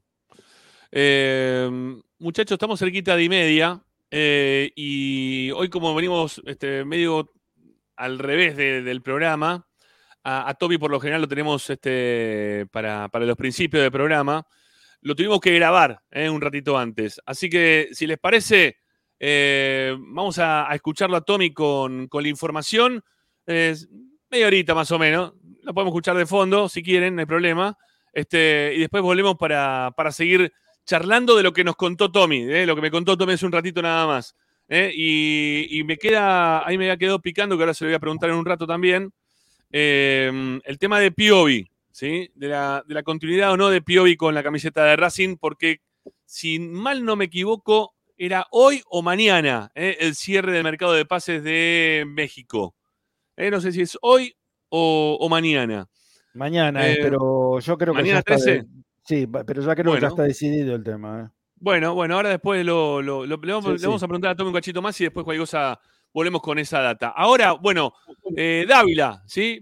Speaker 3: Eh, muchachos, estamos cerquita de y media. eh, y hoy, como venimos este, medio al revés de- del programa, a, a Toby por lo general lo tenemos este, para, para los principios del programa. Lo tuvimos que grabar eh, un ratito antes. Así que, si les parece, eh, vamos a, a escucharlo a Tommy con, con la información. Eh, media horita más o menos. Lo podemos escuchar de fondo, si quieren, no hay problema. Este, y después volvemos para, para seguir charlando de lo que nos contó Tommy, ¿eh? Lo que me contó Tommy hace un ratito nada más. ¿eh? Y, y me queda, ahí me ha quedado picando, que ahora se lo voy a preguntar en un rato también, eh, el tema de Piovi, ¿sí? De la, de la continuidad o no de Piovi con la camiseta de Racing, porque si mal no me equivoco, era hoy o mañana ¿eh? el cierre del mercado de pases de México. ¿eh? No sé si es hoy o, o mañana.
Speaker 5: Mañana,
Speaker 3: Eh,
Speaker 5: es, pero yo creo que
Speaker 3: ¿mañana
Speaker 5: ya está.
Speaker 3: trece?
Speaker 5: de- sí, pero ya creo que
Speaker 3: Bueno.
Speaker 5: ya está decidido el tema. ¿eh?
Speaker 3: Bueno, bueno, ahora después lo, lo- lo- le, vamos,
Speaker 5: Sí,
Speaker 3: le
Speaker 5: sí.
Speaker 3: vamos a preguntar a Tommy un cachito más y después cualquier cosa volvemos con esa data. Ahora, bueno, eh, Dávila, ¿sí?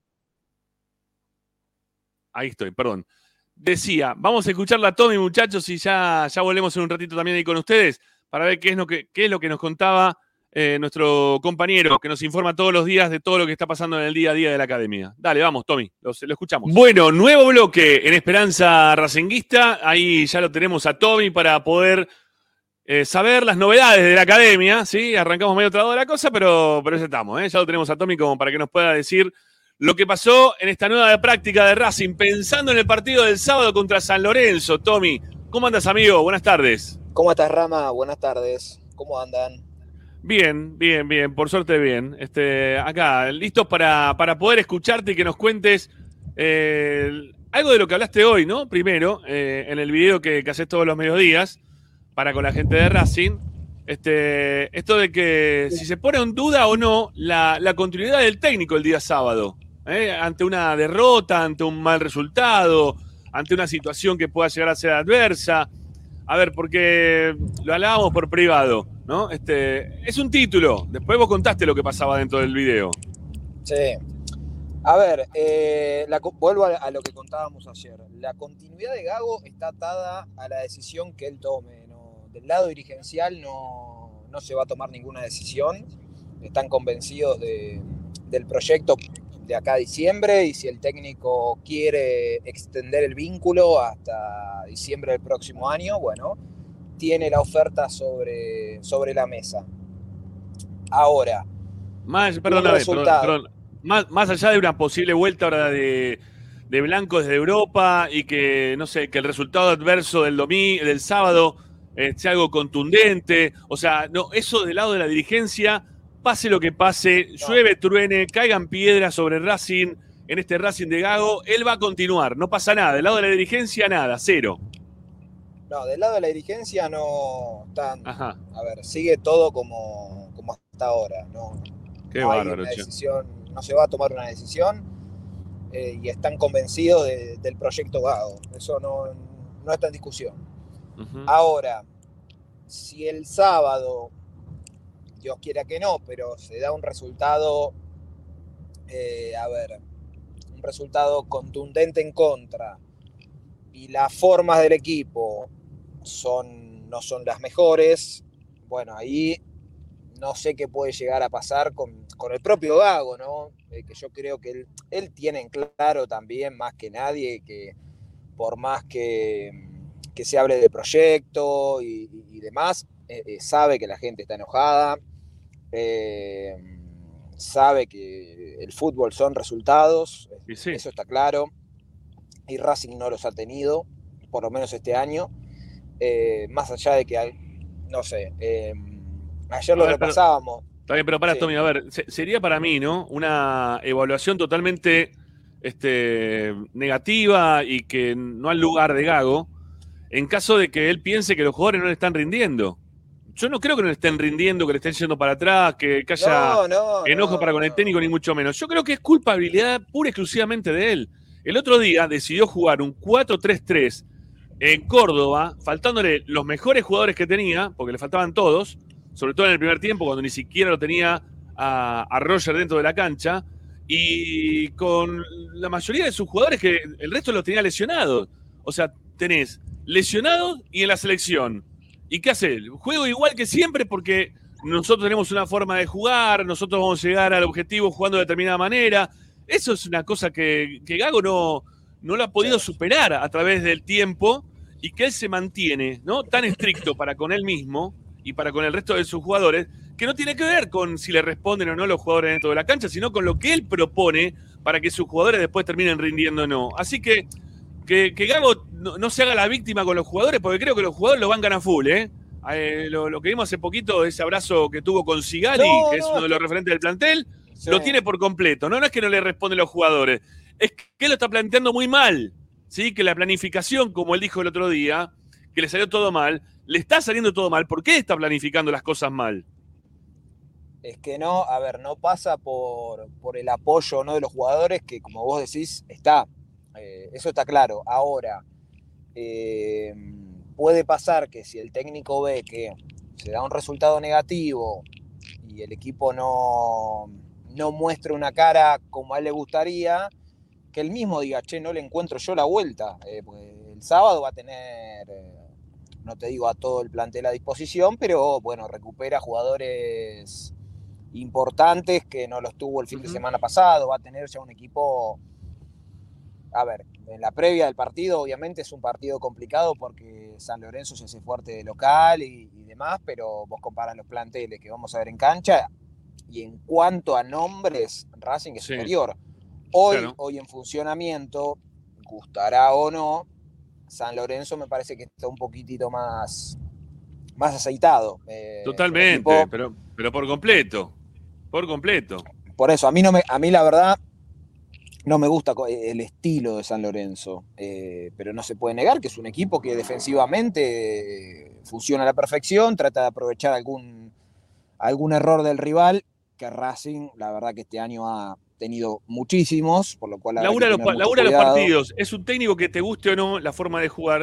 Speaker 3: Ahí estoy, perdón. Decía, vamos a escucharla a Tommy, muchachos, y ya, ya volvemos en un ratito también ahí con ustedes para ver qué es lo que, qué es lo que nos contaba eh, nuestro compañero, que nos informa todos los días de todo lo que está pasando en el día a día de la academia. Dale, vamos, Tommy, los- lo escuchamos. Bueno, nuevo bloque en Esperanza Racinguista. Ahí ya lo tenemos a Tommy para poder eh, saber las novedades de la academia, ¿sí? Arrancamos medio trabado de la cosa, pero, pero ya estamos, ¿eh? Ya lo tenemos a Tommy como para que nos pueda decir lo que pasó en esta nueva práctica de Racing, pensando en el partido del sábado contra San Lorenzo. Tommy, ¿cómo andas, amigo? Buenas tardes.
Speaker 7: ¿Cómo estás, Rama? Buenas tardes. ¿Cómo andan?
Speaker 3: Bien, bien, bien, por suerte bien. Este, acá, listos para, para poder escucharte y que nos cuentes eh, algo de lo que hablaste hoy, ¿no? Primero, eh, en el video que, que haces todos los mediodías, para con la gente de Racing. Este, esto de que si se pone en duda o no la, la continuidad del técnico el día sábado, ¿eh? Ante una derrota, ante un mal resultado, ante una situación que pueda llegar a ser adversa. A ver, porque lo hablábamos por privado, ¿no? Este, es un título. Después vos contaste lo que pasaba dentro del video.
Speaker 7: Sí. A ver, eh, la, vuelvo a, a lo que contábamos ayer. La continuidad de Gago está atada a la decisión que él tome. ¿No? Del lado dirigencial no, no se va a tomar ninguna decisión. Están convencidos de, del proyecto de acá a diciembre y si el técnico quiere extender el vínculo hasta diciembre del próximo año, bueno, tiene la oferta sobre, sobre la mesa. Ahora,
Speaker 3: más, perdóname,
Speaker 7: resultado...
Speaker 3: perdón, perdón. Más, más allá de una posible vuelta ahora de, de Blanco desde Europa y que, no sé, que el resultado adverso del domingo, del sábado eh, sea algo contundente, o sea, no, eso del lado de la dirigencia, pase lo que pase, no. llueve, truene, caigan piedras sobre Racing, en este Racing de Gago, él va a continuar, no pasa nada, del lado de la dirigencia nada, cero.
Speaker 7: No, del lado de la dirigencia no están,
Speaker 3: Ajá.
Speaker 7: A ver, sigue todo como, como hasta ahora, no,
Speaker 3: Qué
Speaker 7: no hay
Speaker 3: bárbaro,
Speaker 7: una decisión. No se va a tomar una decisión eh, y están convencidos de, del proyecto Gago. Eso no, no está en discusión. Uh-huh. Ahora, si el sábado, Dios quiera que no, pero se da un resultado, eh, a ver, un resultado contundente en contra y las formas del equipo son, no son las mejores, bueno, ahí no sé qué puede llegar a pasar con, con el propio Gago, ¿no? Eh, que yo creo que él, él tiene en claro también, más que nadie, que por más que, que se hable de proyecto y, y, y demás, eh, eh, sabe que la gente está enojada, eh, sabe que el fútbol son resultados, sí, sí. Eso está claro, y Racing no los ha tenido, por lo menos este año, eh, más allá de que, no sé... Eh, Ayer lo ver, repasábamos.
Speaker 3: Pero, está bien, pero para, sí. Tommy, a ver, sería para mí, ¿no? Una evaluación totalmente este, negativa y que no al lugar de Gago, en caso de que él piense que los jugadores no le están rindiendo. Yo no creo que no le estén rindiendo, que le estén yendo para atrás, que, que haya
Speaker 7: no, no,
Speaker 3: enojo
Speaker 7: no,
Speaker 3: para con el técnico, ni mucho menos. Yo creo que es culpabilidad pura y exclusivamente de él. El otro día decidió jugar un cuatro tres tres en Córdoba, faltándole los mejores jugadores que tenía, porque le faltaban todos, sobre todo en el primer tiempo, cuando ni siquiera lo tenía a, a Roger dentro de la cancha, y con la mayoría de sus jugadores que el resto los tenía lesionados. O sea, tenés lesionados y en la selección. ¿Y qué hace? Juego igual que siempre porque nosotros tenemos una forma de jugar, nosotros vamos a llegar al objetivo jugando de determinada manera. Eso es una cosa que, que Gago no, no lo ha podido superar a través del tiempo y que él se mantiene, ¿no? Tan estricto para con él mismo y para con el resto de sus jugadores, que no tiene que ver con si le responden o no los jugadores dentro de la cancha, sino con lo que él propone para que sus jugadores después terminen rindiendo o no. Así que que, que Gago no, no se haga la víctima con los jugadores, porque creo que los jugadores lo bancan a full, ¿eh? eh lo, lo que vimos hace poquito, ese abrazo que tuvo con Sigali, no, que es no, uno de los referentes del plantel, sí. Lo tiene por completo. No, no es que no le responden los jugadores, es que él lo está planteando muy mal, ¿sí? Que la planificación, como él dijo el otro día, que le salió todo mal, le está saliendo todo mal. ¿Por qué está planificando las cosas mal?
Speaker 7: Es que no, a ver, no pasa por, por el apoyo, ¿no?, de los jugadores, que como vos decís, está. Eh, eso está claro. Ahora, eh, puede pasar que si el técnico ve que se da un resultado negativo y el equipo no, no muestra una cara como a él le gustaría, que él mismo diga, che, no le encuentro yo la vuelta. Eh, porque el sábado va a tener... Eh, no te digo a todo el plantel a disposición, pero bueno, recupera jugadores importantes que no los tuvo el fin uh-huh. de semana pasado, va a tener ya un equipo, a ver, en la previa del partido obviamente es un partido complicado porque San Lorenzo se hace fuerte de local y, y demás, pero vos comparás los planteles que vamos a ver en cancha y en cuanto a nombres, Racing es sí. superior. Hoy, claro. hoy en funcionamiento, gustará o no, San Lorenzo me parece que está un poquitito más, más aceitado.
Speaker 3: Eh, Totalmente, equipo, pero, pero por completo, por completo.
Speaker 7: Por eso, a mí, no me, a mí la verdad no me gusta el estilo de San Lorenzo, eh, pero no se puede negar que es un equipo que defensivamente funciona a la perfección, trata de aprovechar algún, algún error del rival, que Racing, la verdad que este año ha tenido muchísimos, por lo cual...
Speaker 3: Labura los, labura los partidos. Es un técnico que te guste o no la forma de jugar,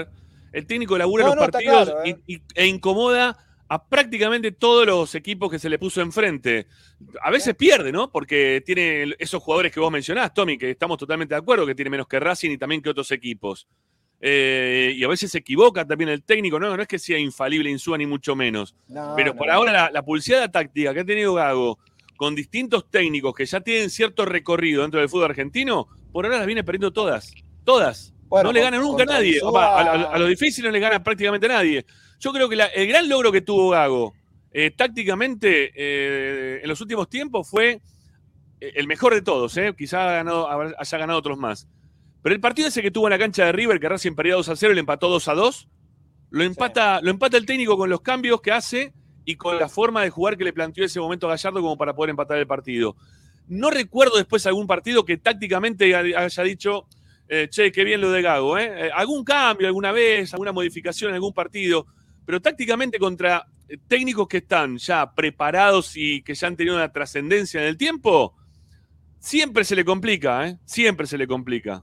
Speaker 3: El técnico labura
Speaker 7: No,
Speaker 3: los
Speaker 7: no, está
Speaker 3: partidos
Speaker 7: claro, ¿eh?
Speaker 3: y, y- e incomoda a prácticamente todos los equipos que se le puso enfrente. A veces pierde, ¿no? Porque tiene esos jugadores que vos mencionás, Tommy, que estamos totalmente de acuerdo, que tiene menos que Racing y también que otros equipos. Eh, y a veces se equivoca también el técnico, no, no es que sea infalible Insúa ni mucho menos.
Speaker 7: No,
Speaker 3: Pero
Speaker 7: no,
Speaker 3: por
Speaker 7: no.
Speaker 3: ahora la, la pulseada táctica que ha tenido Gago con distintos técnicos que ya tienen cierto recorrido dentro del fútbol argentino, por ahora las viene perdiendo todas. Todas.
Speaker 7: Bueno,
Speaker 3: no le
Speaker 7: con-
Speaker 3: gana nunca a
Speaker 7: contra
Speaker 3: nadie.
Speaker 7: Insúa-
Speaker 3: Opa, a, a- a lo difícil no le gana prácticamente a nadie. Yo creo que la- el gran logro que tuvo Gago eh, tácticamente eh, en los últimos tiempos fue eh, el mejor de todos. Eh. Quizá ha ganado- habrá- haya ganado otros más. Pero el partido ese que tuvo en la cancha de River, que Racing perdía dos a cero y le empató dos a dos, lo empata, lo empata el técnico con los cambios que hace y con la forma de jugar que le planteó ese momento a Gallardo como para poder empatar el partido. No recuerdo después algún partido que tácticamente haya dicho, eh, che, qué bien lo de Gago, ¿eh? Eh, algún cambio alguna vez, alguna modificación en algún partido, pero tácticamente contra eh, técnicos que están ya preparados y que ya han tenido una trascendencia en el tiempo, siempre se le complica, ¿eh? Siempre se le complica.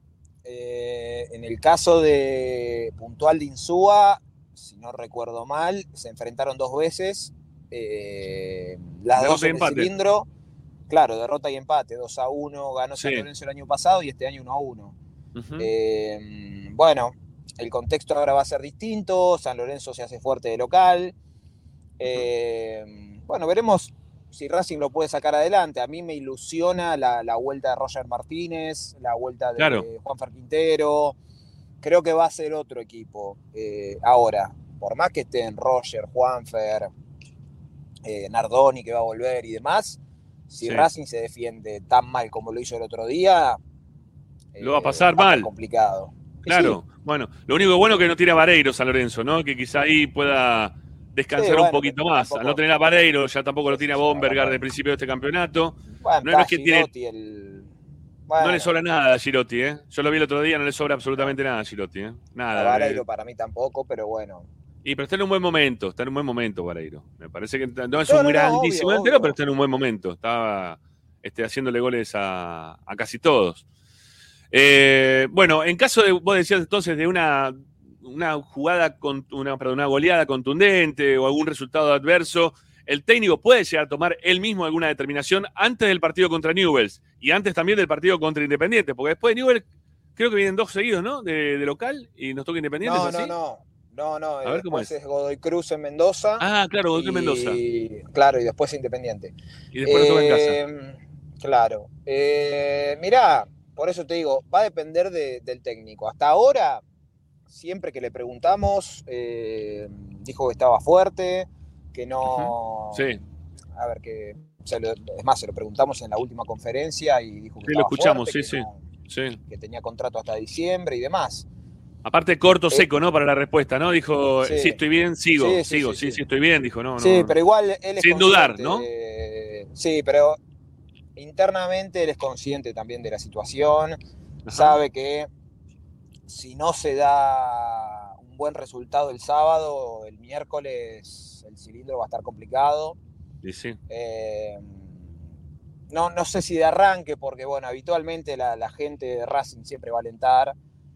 Speaker 7: Eh, en el caso de puntual de Insúa, si no recuerdo mal, se enfrentaron dos veces. eh, las
Speaker 3: Derrota
Speaker 7: dos
Speaker 3: y
Speaker 7: en el
Speaker 3: empate.
Speaker 7: cilindro. Claro, derrota y empate. dos a uno ganó San
Speaker 3: Sí.
Speaker 7: Lorenzo el año pasado y este año uno a uno.
Speaker 3: Ujú.
Speaker 7: Eh, bueno, el contexto ahora va a ser distinto. San Lorenzo se hace fuerte de local. Eh, bueno, veremos si Racing lo puede sacar adelante. A mí me ilusiona la, la vuelta de Roger Martínez, la vuelta de
Speaker 3: Claro.
Speaker 7: Juanfer Quintero. Creo que va a ser otro equipo. Eh, ahora, por más que estén Roger, Juanfer, eh, Nardoni que va a volver y demás, si
Speaker 3: Sí.
Speaker 7: Racing se defiende tan mal como lo hizo el otro día,
Speaker 3: Lo va a
Speaker 7: eh,
Speaker 3: pasar
Speaker 7: va a estar
Speaker 3: mal.
Speaker 7: complicado. Y
Speaker 3: Claro,
Speaker 7: sí,
Speaker 3: bueno, lo único bueno es que no tiene a Vareiro San Lorenzo, ¿no? Que quizá ahí pueda descansar
Speaker 7: Sí, bueno,
Speaker 3: un poquito
Speaker 7: pero
Speaker 3: más.
Speaker 7: tampoco-
Speaker 3: Al no tener a Vareiro, ya tampoco lo tiene a
Speaker 7: Sí, sí,
Speaker 3: Bombergar
Speaker 7: tampoco.
Speaker 3: del principio de este campeonato.
Speaker 7: bueno,
Speaker 3: No, no
Speaker 7: está
Speaker 3: es que tiene-
Speaker 7: Girotti, el...
Speaker 3: No
Speaker 7: bueno,
Speaker 3: le sobra nada a Girotti, ¿eh? Yo lo vi el otro día, no le sobra absolutamente nada a Girotti, ¿eh?
Speaker 7: a
Speaker 3: Nada.
Speaker 7: Vareiro
Speaker 3: eh.
Speaker 7: para mí tampoco, pero bueno.
Speaker 3: Y pero está en un buen momento, está en un buen momento Vareiro. Me parece que no es
Speaker 7: No,
Speaker 3: un
Speaker 7: no, no,
Speaker 3: grandísimo
Speaker 7: obvio,
Speaker 3: delantero,
Speaker 7: obvio.
Speaker 3: pero está en un buen momento. Estaba este, haciéndole goles a, a casi todos. Eh, bueno, en caso de, vos decías entonces, de una, una jugada, con, una, perdón, una goleada contundente o algún resultado adverso, el técnico puede llegar a tomar él mismo alguna determinación antes del partido contra Newell's y antes también del partido contra Independiente, porque después de Newell's creo que vienen dos seguidos, ¿no? De, de local y nos toca Independiente.
Speaker 7: No,
Speaker 3: ¿es así?
Speaker 7: no, no. No, no,
Speaker 3: A
Speaker 7: eh,
Speaker 3: ver cómo
Speaker 7: después
Speaker 3: es.
Speaker 7: es Godoy Cruz en Mendoza.
Speaker 3: Ah, claro, Godoy Cruz
Speaker 7: y,
Speaker 3: Mendoza.
Speaker 7: Claro, y después Independiente.
Speaker 3: Y después nos toca en casa.
Speaker 7: Eh, Claro. Eh, mirá, por eso te digo, va a depender de- del técnico. Hasta ahora, siempre que le preguntamos, eh, dijo que estaba fuerte, que no...
Speaker 3: Sí.
Speaker 7: A ver, que... se lo- es más, se lo preguntamos en la última conferencia y dijo que
Speaker 3: Sí, lo
Speaker 7: estaba
Speaker 3: escuchamos,
Speaker 7: fuerte,
Speaker 3: sí,
Speaker 7: que
Speaker 3: sí.
Speaker 7: no-
Speaker 3: Sí.
Speaker 7: que tenía contrato hasta diciembre y demás.
Speaker 3: Aparte, corto,
Speaker 7: Eh,
Speaker 3: seco, ¿no? Para la respuesta, ¿no? Dijo, sí,
Speaker 7: Sí.
Speaker 3: estoy bien, sigo,
Speaker 7: Sí, sí,
Speaker 3: sigo,
Speaker 7: sí,
Speaker 3: sí, sí,
Speaker 7: sí.
Speaker 3: estoy bien, dijo, no,
Speaker 7: Sí,
Speaker 3: no.
Speaker 7: pero igual él es
Speaker 3: Sin dudar,
Speaker 7: consciente
Speaker 3: ¿no?
Speaker 7: de- Sí, pero internamente él es consciente también de la situación,
Speaker 3: Ajá.
Speaker 7: sabe que si no se da un buen resultado el sábado, el miércoles el cilindro va a estar complicado.
Speaker 3: Y sí.
Speaker 7: Eh, no, no sé si de arranque, porque bueno, habitualmente la, la gente de Racing siempre va a alentar,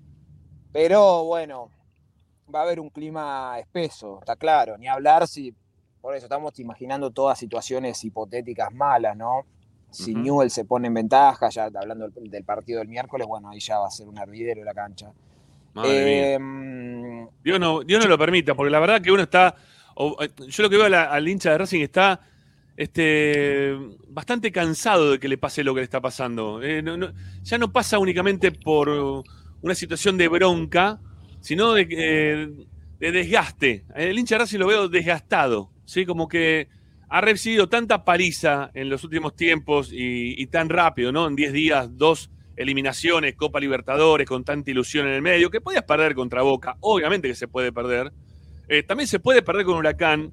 Speaker 7: pero bueno, va a haber un clima espeso, está claro, ni hablar si, por eso estamos imaginando todas situaciones hipotéticas malas, ¿no? Si
Speaker 3: Ujú.
Speaker 7: Newell se pone en ventaja, ya hablando del, del partido del miércoles, bueno, ahí ya va a ser un hervidero la cancha.
Speaker 3: Madre
Speaker 7: Eh,
Speaker 3: mía. Dios no, Dios no lo permita, porque la verdad que uno está. o- yo lo que veo a la- al hincha de Racing está este, bastante cansado de que le pase lo que le está pasando. Eh, no- no- ya no pasa únicamente por una situación de bronca, sino de, eh, de desgaste. El hincha de Racing lo veo desgastado, ¿sí? Como que ha recibido tanta paliza en los últimos tiempos y, y tan rápido, ¿no? En diez días, dos eliminaciones, Copa Libertadores, con tanta ilusión en el medio, que podías perder contra Boca, obviamente que se puede perder. Eh, también se puede perder con Huracán.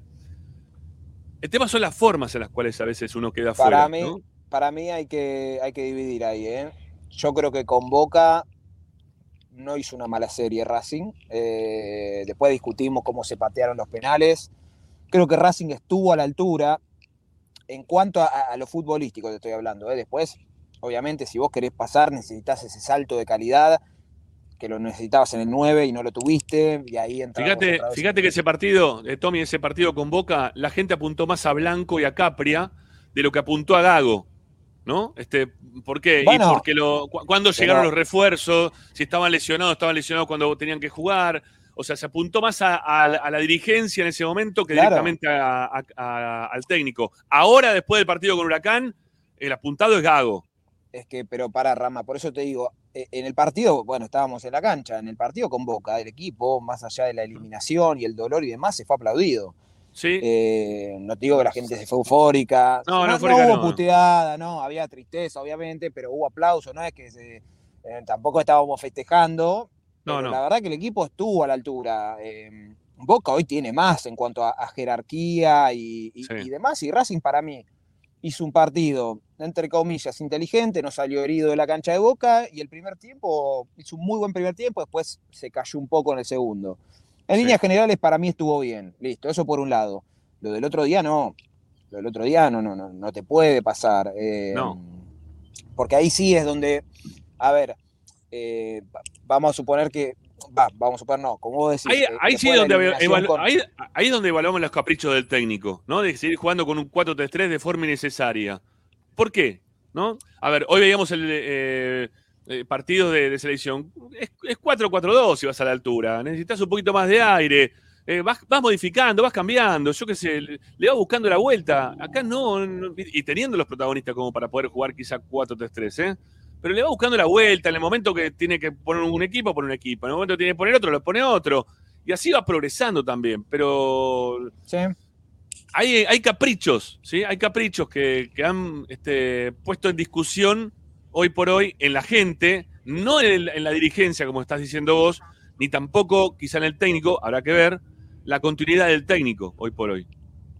Speaker 3: El tema son las formas en las cuales a veces uno queda fuera,
Speaker 7: para mí,
Speaker 3: ¿no?
Speaker 7: para mí hay que, hay que dividir ahí, ¿eh? Yo creo que con Boca no hizo una mala serie Racing. Eh, después discutimos cómo se patearon los penales. Creo que Racing estuvo a la altura en cuanto a, a lo futbolístico, te estoy hablando, ¿eh? Después, obviamente, si vos querés pasar, necesitas ese salto de calidad que lo necesitabas en el nueve y no lo tuviste, y ahí entramos
Speaker 3: Fíjate,
Speaker 7: otra vez
Speaker 3: fíjate
Speaker 7: en-
Speaker 3: que ese partido, eh, Tommy, ese partido con Boca, la gente apuntó más a Blanco y a Capria de lo que apuntó a Gago, ¿no? Este, ¿por qué?
Speaker 7: Bueno,
Speaker 3: y porque lo, cu- cuando
Speaker 7: pero-
Speaker 3: llegaron los refuerzos, si estaban lesionados, estaban lesionados cuando tenían que jugar. O sea, se apuntó más a, a- a la dirigencia en ese momento que
Speaker 7: Claro.
Speaker 3: directamente a- a- a- al técnico. Ahora, después del partido con Huracán, el apuntado es Gago.
Speaker 7: Es que, pero para Rama, por eso te digo, eh, en el partido, bueno, estábamos en la cancha, en el partido con Boca, el equipo, más allá de la eliminación y el dolor y demás, se fue aplaudido.
Speaker 3: ¿Sí?
Speaker 7: Eh, no te digo que la gente se fue eufórica.
Speaker 3: No, no, eufórica
Speaker 7: hubo
Speaker 3: no.
Speaker 7: puteada, no, había tristeza, obviamente, pero hubo aplauso, no es que se, eh, tampoco estábamos festejando.
Speaker 3: No,
Speaker 7: pero
Speaker 3: no.
Speaker 7: La verdad que el equipo estuvo a la altura. Eh, Boca hoy tiene más en cuanto a, a jerarquía y, y-
Speaker 3: Sí.
Speaker 7: y demás, y Racing para mí hizo un partido, entre comillas, inteligente, no salió herido de la cancha de Boca, y el primer tiempo hizo un muy buen primer tiempo, después se cayó un poco en el segundo. En
Speaker 3: Sí.
Speaker 7: líneas generales para mí estuvo bien, listo, eso por un lado. Lo del otro día no, lo del otro día no, no, no, no te puede pasar. eh,
Speaker 3: No.
Speaker 7: Porque ahí sí es donde, a ver, eh, va- vamos a suponer que, va, vamos a suponer no, como vos decís.
Speaker 3: Ahí,
Speaker 7: eh,
Speaker 3: ahí
Speaker 7: después
Speaker 3: sí
Speaker 7: de la
Speaker 3: donde
Speaker 7: eliminación
Speaker 3: evalu-
Speaker 7: con-
Speaker 3: ahí, ahí es donde evaluamos los caprichos del técnico, ¿no? De seguir jugando con un cuatro tres tres de forma innecesaria. ¿Por qué? ¿No? A ver, hoy veíamos el eh, eh, partido de, de selección. Es, es cuatro cuatro dos si vas a la altura. Necesitas un poquito más de aire. Eh, vas, vas modificando, vas cambiando. Yo qué sé, le, le vas buscando la vuelta. Acá no, no- y teniendo los protagonistas como para poder jugar quizá cuatro tres tres, ¿eh? Pero le va buscando la vuelta. En el momento que tiene que poner un equipo, pone un equipo. En el momento que tiene que poner otro, lo pone otro. Y así va progresando también. Pero
Speaker 7: Sí.
Speaker 3: hay, hay caprichos, ¿sí? Hay caprichos que, que han este, puesto en discusión hoy por hoy en la gente, no en, el- en la dirigencia, como estás diciendo vos, ni tampoco quizá en el técnico, habrá que ver, la continuidad del técnico hoy por hoy.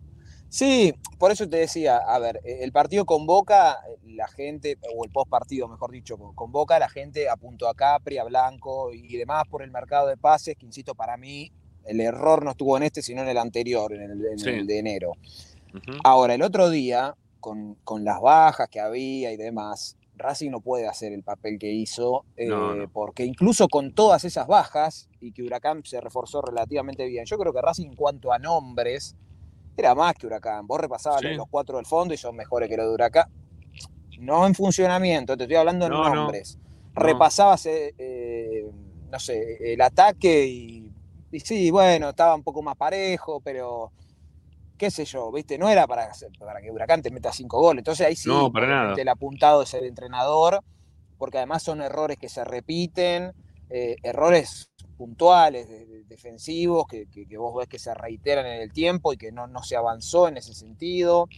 Speaker 7: Sí, por eso te decía, a ver, el partido con Boca, la gente, o el post partido, mejor dicho, con, con Boca, la gente apuntó a Capri, a Blanco y demás por el mercado de pases, que insisto, para mí el error no estuvo en este, sino en el anterior, en el, en
Speaker 3: Sí.
Speaker 7: el de enero.
Speaker 3: Ujú.
Speaker 7: Ahora, el otro día, con, con las bajas que había y demás, Racing no puede hacer el papel que hizo, eh,
Speaker 3: No, no.
Speaker 7: porque incluso con todas esas bajas y que Huracán se reforzó relativamente bien, yo creo que Racing en cuanto a nombres era más que Huracán. Vos repasabas
Speaker 3: Sí.
Speaker 7: los cuatro del fondo y son mejores que los de Huracán. No en funcionamiento, te estoy hablando en
Speaker 3: No, no.
Speaker 7: nombres.
Speaker 3: No.
Speaker 7: Repasabas, eh, eh, no sé, el ataque y, y sí, bueno, estaba un poco más parejo, pero qué sé yo, ¿viste? No era para, para que Huracán te meta cinco goles. Entonces ahí sí,
Speaker 3: No, para
Speaker 7: obviamente
Speaker 3: nada.
Speaker 7: el apuntado es el entrenador, porque además son errores que se repiten, eh, errores puntuales, de- de- defensivos, que, que- que vos ves que se reiteran en el tiempo y que no, no se avanzó en ese sentido.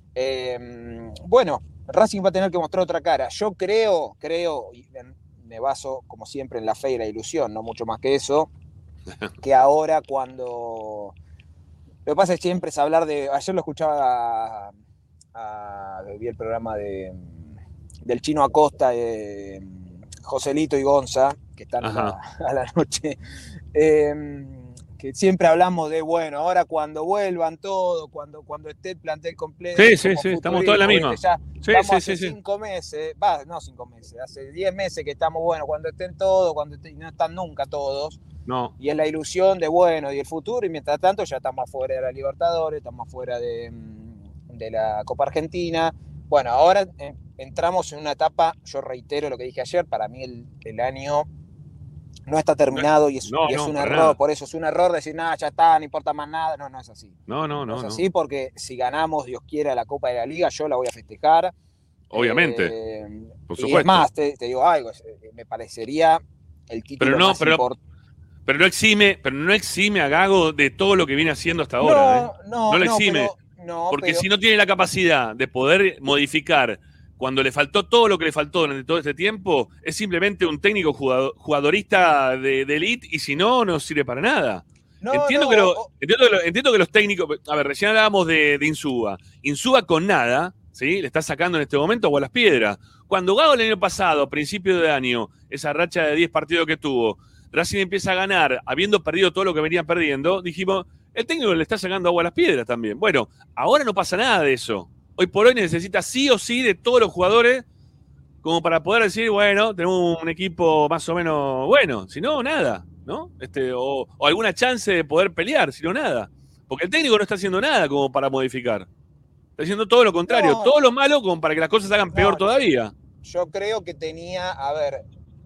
Speaker 7: Eh, bueno, Racing va a tener que mostrar otra cara. Yo creo, creo, y me- me baso como siempre en la fe y la ilusión, no mucho más que eso, que ahora cuando... Lo que pasa es que siempre es hablar de... Ayer lo escuchaba, a, a- vi el programa de, del Chino Acosta, de Joselito y Gonza, que están a la, a la noche, eh, que siempre hablamos de, bueno, ahora cuando vuelvan todo, cuando, cuando esté el plantel completo.
Speaker 3: Sí, sí,
Speaker 7: como
Speaker 3: sí, estamos todos en la
Speaker 7: futurismo,
Speaker 3: misma.
Speaker 7: ¿viste? Ya
Speaker 3: Sí,
Speaker 7: estamos
Speaker 3: sí,
Speaker 7: hace
Speaker 3: sí, sí.
Speaker 7: cinco meses, va, no cinco meses, hace diez meses que estamos, bueno, cuando estén todos, cuando estén, y no están nunca todos.
Speaker 3: No.
Speaker 7: Y es la ilusión de, bueno, y el futuro, y mientras tanto ya estamos afuera de la Libertadores, estamos afuera de, de la Copa Argentina. Bueno, ahora eh, entramos en una etapa, yo reitero lo que dije ayer, para mí el, el año no está terminado y es,
Speaker 3: No,
Speaker 7: y es
Speaker 3: no,
Speaker 7: un
Speaker 3: para
Speaker 7: error,
Speaker 3: nada.
Speaker 7: por eso es un error decir, nada, ya está, no importa más nada. No, no es así.
Speaker 3: No, no,
Speaker 7: No,
Speaker 3: no.
Speaker 7: es
Speaker 3: no.
Speaker 7: así porque si ganamos, Dios quiera, la Copa de la Liga, yo la voy a festejar.
Speaker 3: Obviamente.
Speaker 7: Eh,
Speaker 3: Por
Speaker 7: y
Speaker 3: supuesto.
Speaker 7: es más, te, te digo algo, es- eh, me parecería el título
Speaker 3: Pero no,
Speaker 7: más
Speaker 3: pero-
Speaker 7: importante.
Speaker 3: Pero no exime, pero no exime a Gago de todo lo que viene haciendo hasta ahora. ¿eh?
Speaker 7: no,
Speaker 3: No lo exime,
Speaker 7: pero- no,
Speaker 3: Porque
Speaker 7: pero-
Speaker 3: si no tiene la capacidad de poder modificar cuando le faltó todo lo que le faltó durante todo este tiempo, es simplemente un técnico jugador- jugadorista de, de elite y si no, no sirve para nada.
Speaker 7: no,
Speaker 3: entiendo,
Speaker 7: no,
Speaker 3: que lo-
Speaker 7: o-
Speaker 3: entiendo, que lo- entiendo que los técnicos. A ver, recién hablábamos de, de Insúa. Insúa con nada, ¿sí? Le está sacando en este momento agua a las piedras. Cuando Gago el año pasado, a principio de año, esa racha de diez partidos que tuvo, Racing empieza a ganar, habiendo perdido todo lo que venían perdiendo, dijimos, el técnico le está sacando agua a las piedras también. Bueno, ahora no pasa nada de eso. Hoy por hoy necesita sí o sí de todos los jugadores como para poder decir, bueno, tenemos un equipo más o menos bueno. Si no, nada, ¿no? Este, o, o alguna chance de poder pelear, si no, nada. Porque el técnico no está haciendo nada como para modificar. Está haciendo todo lo contrario,
Speaker 7: No.
Speaker 3: todo lo malo como para que las cosas se hagan peor
Speaker 7: No,
Speaker 3: todavía.
Speaker 7: Yo creo que tenía, a ver,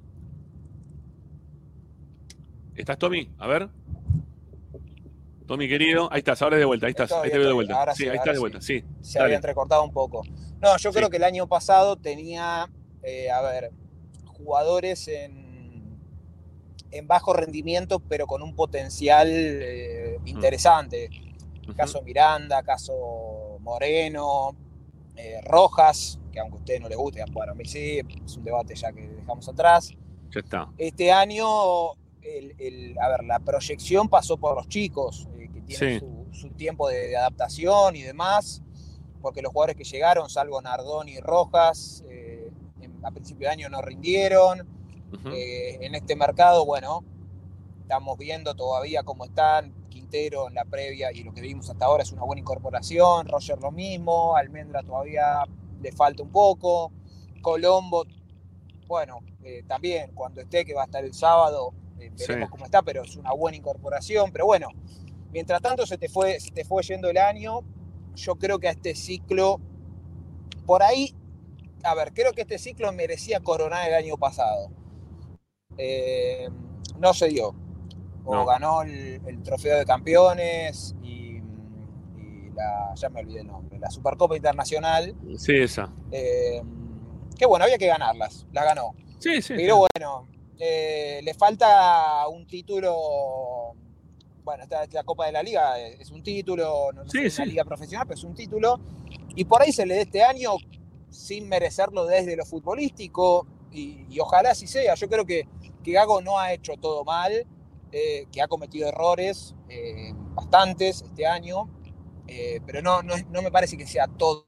Speaker 3: ¿Estás, Tommy? A ver. Tommy, querido. Ahí estás, ahora de vuelta, ahí estás.
Speaker 7: Estoy,
Speaker 3: Ahí te veo de
Speaker 7: estoy.
Speaker 3: vuelta.
Speaker 7: Ahora
Speaker 3: Sí,
Speaker 7: sí,
Speaker 3: ahí
Speaker 7: ahora
Speaker 3: estás de
Speaker 7: sí.
Speaker 3: vuelta, sí.
Speaker 7: se
Speaker 3: Dale.
Speaker 7: había entrecortado un poco. No, yo
Speaker 3: Sí.
Speaker 7: creo que el año pasado tenía, eh, a ver, jugadores en, en bajo rendimiento, pero con un potencial eh, interesante.
Speaker 3: Ujú.
Speaker 7: Caso Miranda, caso Moreno, eh, Rojas, que aunque a ustedes no les guste, bueno, a mí sí, es un debate ya que dejamos atrás.
Speaker 3: Ya está.
Speaker 7: Este año, el, el- a ver, la proyección pasó por los chicos, eh, que tienen
Speaker 3: Sí.
Speaker 7: su, su tiempo de, de adaptación y demás, porque los jugadores que llegaron, salvo Nardoni y Rojas, eh, en- a principio de año no rindieron.
Speaker 3: Ujú.
Speaker 7: Eh, en este mercado, bueno, estamos viendo todavía cómo están. Quintero en la previa y lo que vimos hasta ahora es una buena incorporación. Roger lo mismo, Almendra todavía le falta un poco. Colombo, bueno, eh, también cuando esté, que va a estar el sábado, eh, veremos
Speaker 3: Sí.
Speaker 7: cómo está, pero es una buena incorporación. Pero bueno, mientras tanto se te fue, se te fue yendo el año. Yo creo que a este ciclo, por ahí, a ver, creo que este ciclo merecía coronar el año pasado. Eh, no se dio. O
Speaker 3: No.
Speaker 7: ganó el, el trofeo de campeones y, y la, ya me olvidé el nombre, la Supercopa Internacional.
Speaker 3: Sí, esa.
Speaker 7: Eh, que bueno, había que ganarlas, la ganó.
Speaker 3: Sí, sí.
Speaker 7: Pero
Speaker 3: sí.
Speaker 7: bueno, eh, le falta un título. Bueno, esta, la Copa de la Liga es un título, no, no
Speaker 3: Sí,
Speaker 7: sé,
Speaker 3: sí.
Speaker 7: una liga profesional, pero es un título. Y por ahí se le dé este año sin merecerlo desde lo futbolístico. Y, y ojalá así sea. Yo creo que, que Gago no ha hecho todo mal, eh, que ha cometido errores, eh, bastantes este año. Eh, pero no, no, es- no me parece que sea todo.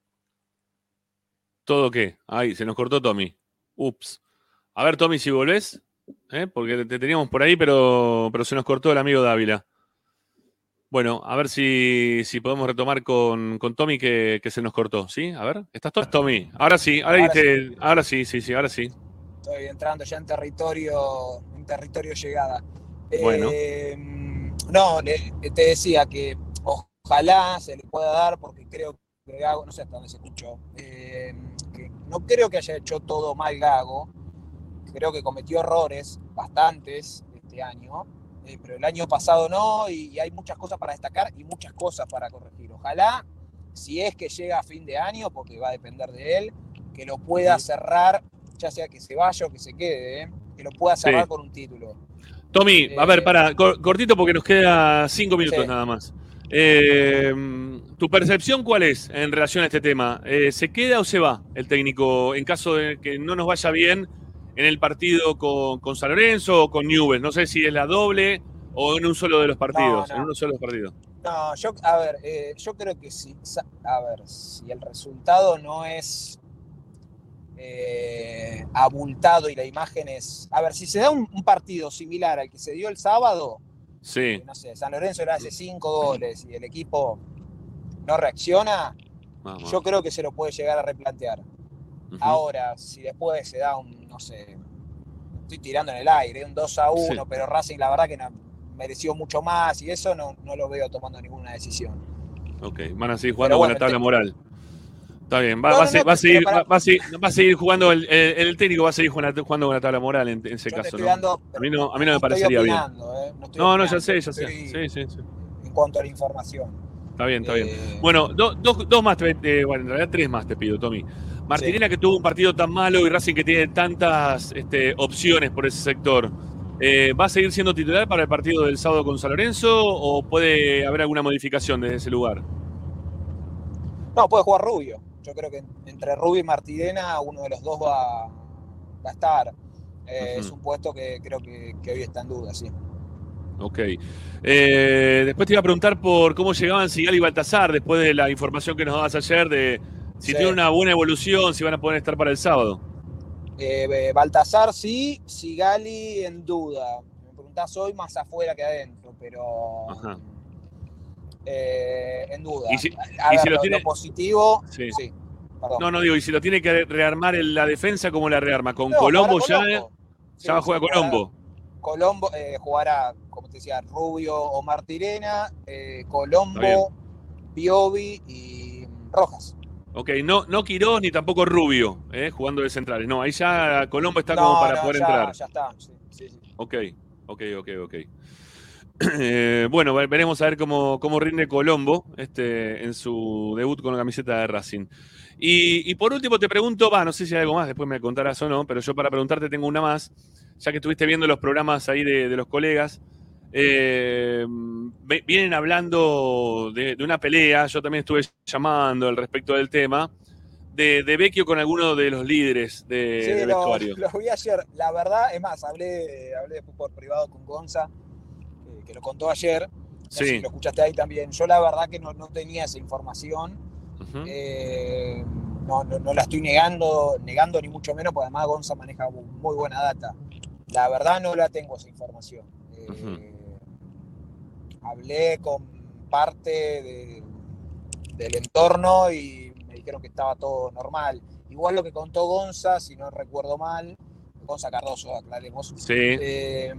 Speaker 3: ¿Todo qué? Ahí, se nos cortó Tommy. Ups. A ver, Tommy, si volvés. ¿eh? Porque te, te teníamos por ahí, pero, pero se nos cortó el amigo Dávila. Bueno, a ver si, si podemos retomar con, con Tommy que, que se nos cortó, ¿sí? A ver, ¿estás todo? Tommy, ahora sí, ahora,
Speaker 7: Ahora
Speaker 3: te- ahora sí, sí, sí, ahora sí.
Speaker 7: Estoy entrando ya en territorio, en territorio llegada.
Speaker 3: Bueno.
Speaker 7: Eh, no, le- te decía que ojalá se le pueda dar, porque creo que Gago, no sé hasta dónde se escuchó, eh, que no creo que haya hecho todo mal Gago, creo que cometió errores, bastantes, este año, eh, pero el año pasado no, y, y hay muchas cosas para destacar y muchas cosas para corregir. Ojalá, si es que llega a fin de año, porque va a depender de él, que lo pueda
Speaker 3: Ujú.
Speaker 7: cerrar, ya sea que se vaya o que se quede, ¿eh? Que lo pueda cerrar
Speaker 3: Sí.
Speaker 7: con un título.
Speaker 3: Tommy, a ver,
Speaker 7: Eh,
Speaker 3: para, cor- cortito porque nos queda cinco minutos
Speaker 7: Sí.
Speaker 3: nada más. Eh, ¿Tu percepción cuál es en relación a este tema? Eh, ¿Se queda o se va el técnico en caso de que no nos vaya bien en el partido con, con San Lorenzo o con Newell's? No sé si es la doble o en un solo de los partidos.
Speaker 7: no.
Speaker 3: En uno solo de los partidos.
Speaker 7: No, yo, a ver, eh, yo creo que si, sa- a ver, si el resultado no es eh, abultado y la imagen es, a ver, si se da un, un partido similar al que se dio el sábado,
Speaker 3: Sí.
Speaker 7: eh, no sé, San Lorenzo le hace cinco goles y el equipo no reacciona,
Speaker 3: Vamos.
Speaker 7: yo creo que se lo puede llegar a replantear.
Speaker 3: Ujú.
Speaker 7: Ahora, si después se da un, no sé, estoy tirando en el aire, un dos a uno,
Speaker 3: Sí.
Speaker 7: pero Racing la verdad que no, mereció mucho más y eso no, no lo veo tomando ninguna decisión.
Speaker 3: Ok, van a seguir jugando
Speaker 7: Pero
Speaker 3: con
Speaker 7: bueno,
Speaker 3: la tabla
Speaker 7: te-
Speaker 3: moral. Está bien, va,
Speaker 7: No,
Speaker 3: va a
Speaker 7: no,
Speaker 3: se-
Speaker 7: no,
Speaker 3: va a
Speaker 7: pero
Speaker 3: seguir,
Speaker 7: para-
Speaker 3: va, va a seguir, va a seguir jugando, el, el- el técnico va a seguir jugando, jugando con la tabla moral en, en ese
Speaker 7: Yo te
Speaker 3: caso,
Speaker 7: estoy
Speaker 3: ¿no?
Speaker 7: dando,
Speaker 3: A mí no, a mí no me
Speaker 7: estoy
Speaker 3: parecería bien.
Speaker 7: opinando, ¿eh? No, estoy
Speaker 3: No, no, ya
Speaker 7: opinando,
Speaker 3: sé, ya sé.
Speaker 7: estoy
Speaker 3: Sí, sí, sí.
Speaker 7: en cuanto a la información.
Speaker 3: Está bien, está bien.
Speaker 7: Eh,
Speaker 3: Bueno, do- dos, dos más, te- eh, bueno, en realidad tres más te pido, Tommy. Martinena, que tuvo un partido tan malo y Racing que tiene tantas este, opciones por ese sector, eh, ¿va a seguir siendo titular para el partido del sábado con San Lorenzo o puede haber alguna modificación desde ese lugar?
Speaker 7: No, puede jugar Rubio. Yo creo que entre Rubio y Martirena uno de los dos va, va a estar. Eh,
Speaker 3: Ujú.
Speaker 7: Es un puesto que creo que, que hoy está en duda, sí.
Speaker 3: Ok. Eh, después te iba a preguntar por cómo llegaban Sigal y Baltasar después de la información que nos dabas ayer de si
Speaker 7: Sí.
Speaker 3: tienen una buena evolución, si van a poder estar para el sábado.
Speaker 7: Eh, Baltasar sí, Sigali en duda. Me preguntás hoy más afuera que adentro, pero
Speaker 3: Ajá.
Speaker 7: eh, en duda.
Speaker 3: Y si-
Speaker 7: a
Speaker 3: y
Speaker 7: ver,
Speaker 3: si lo
Speaker 7: lo,
Speaker 3: tiene-
Speaker 7: lo positivo,
Speaker 3: Sí.
Speaker 7: sí. Perdón.
Speaker 3: No, no digo, y si lo tiene que rearmar en la defensa, ¿cómo la rearma? ¿Con
Speaker 7: No,
Speaker 3: Colombo
Speaker 7: para
Speaker 3: ya?
Speaker 7: Colombo. Sí,
Speaker 3: Ya va a jugar
Speaker 7: sí,
Speaker 3: Colombo.
Speaker 7: Colombo eh, jugará, como te decía, Rubio o Martirena, eh,
Speaker 3: Está
Speaker 7: Colombo, Piovi y Rojas.
Speaker 3: Ok, no, no Quirós ni tampoco Rubio, eh, jugando de centrales. No, ahí ya Colombo está
Speaker 7: no,
Speaker 3: como para
Speaker 7: no,
Speaker 3: poder
Speaker 7: ya,
Speaker 3: entrar.
Speaker 7: Ya está, sí, sí, sí.
Speaker 3: Ok, ok, ok, ok. Eh, bueno, veremos a ver cómo, cómo rinde Colombo este, en su debut con la camiseta de Racing. Y, y por último te pregunto, va, no sé si hay algo más, después me contarás o no, pero yo para preguntarte tengo una más, ya que estuviste viendo los programas ahí de, de los colegas. Eh, vienen hablando de, de una pelea, yo también estuve llamando al respecto del tema, de, de Vecchio con alguno de los líderes de,
Speaker 7: Sí,
Speaker 3: de
Speaker 7: lo,
Speaker 3: vestuario.
Speaker 7: lo vi ayer. La verdad, es más, hablé, hablé después por privado con Gonza, que, que lo contó ayer. No
Speaker 3: Sí.
Speaker 7: sé si lo escuchaste ahí también. Yo la verdad que no, no tenía esa información.
Speaker 3: Uh-huh.
Speaker 7: Eh, no, no, no la estoy negando, negando ni mucho menos, porque además Gonza maneja muy buena data. La verdad no la tengo esa información. Eh,
Speaker 3: Uh-huh.
Speaker 7: Hablé con parte de, del entorno y me dijeron que estaba todo normal. Igual lo que contó Gonza, si no recuerdo mal, Gonza Cardoso, aclaremos.
Speaker 3: Sí.
Speaker 7: Eh,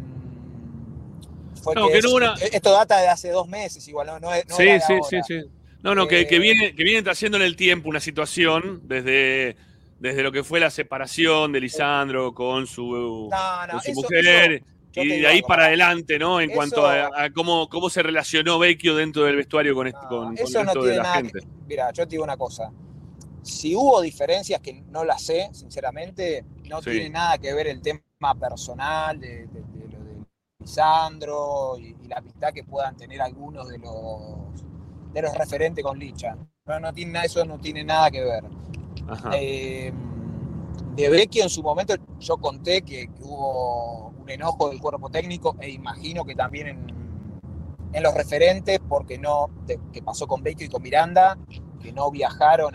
Speaker 7: fue
Speaker 3: No,
Speaker 7: que,
Speaker 3: que
Speaker 7: es,
Speaker 3: no una-
Speaker 7: esto data de hace dos meses, igual, no, no, es- no
Speaker 3: Sí,
Speaker 7: era de
Speaker 3: sí,
Speaker 7: ahora.
Speaker 3: sí, sí. No, no, que,
Speaker 7: Eh,
Speaker 3: que viene, que viene trayendo en el tiempo una situación desde, desde lo que fue la separación de Lisandro con su,
Speaker 7: No, no,
Speaker 3: con su
Speaker 7: eso-
Speaker 3: mujer,
Speaker 7: eso, yo
Speaker 3: y
Speaker 7: te
Speaker 3: de
Speaker 7: digo
Speaker 3: ahí
Speaker 7: algo,
Speaker 3: para
Speaker 7: pará.
Speaker 3: adelante, ¿no? En
Speaker 7: Eso-
Speaker 3: cuanto a, a cómo, cómo se relacionó Vecchio dentro del vestuario con, este,
Speaker 7: No,
Speaker 3: con, con
Speaker 7: eso
Speaker 3: el
Speaker 7: no
Speaker 3: resto de
Speaker 7: tiene
Speaker 3: la
Speaker 7: nada
Speaker 3: gente.
Speaker 7: que... Mira, yo te digo una cosa. Si hubo diferencias, que no las sé, sinceramente, no
Speaker 3: Sí.
Speaker 7: tiene nada que ver el tema personal de, de- de lo de Lisandro y, y la amistad que puedan tener algunos de los, de los referentes con Licha. No, no tiene nada, eso no tiene nada que ver.
Speaker 3: Ajá.
Speaker 7: Eh, de Vecchio en su momento yo conté que, que hubo un enojo del cuerpo técnico e imagino que también en, en los referentes, porque no, de, que pasó con Vecchio y con Miranda, que no viajaron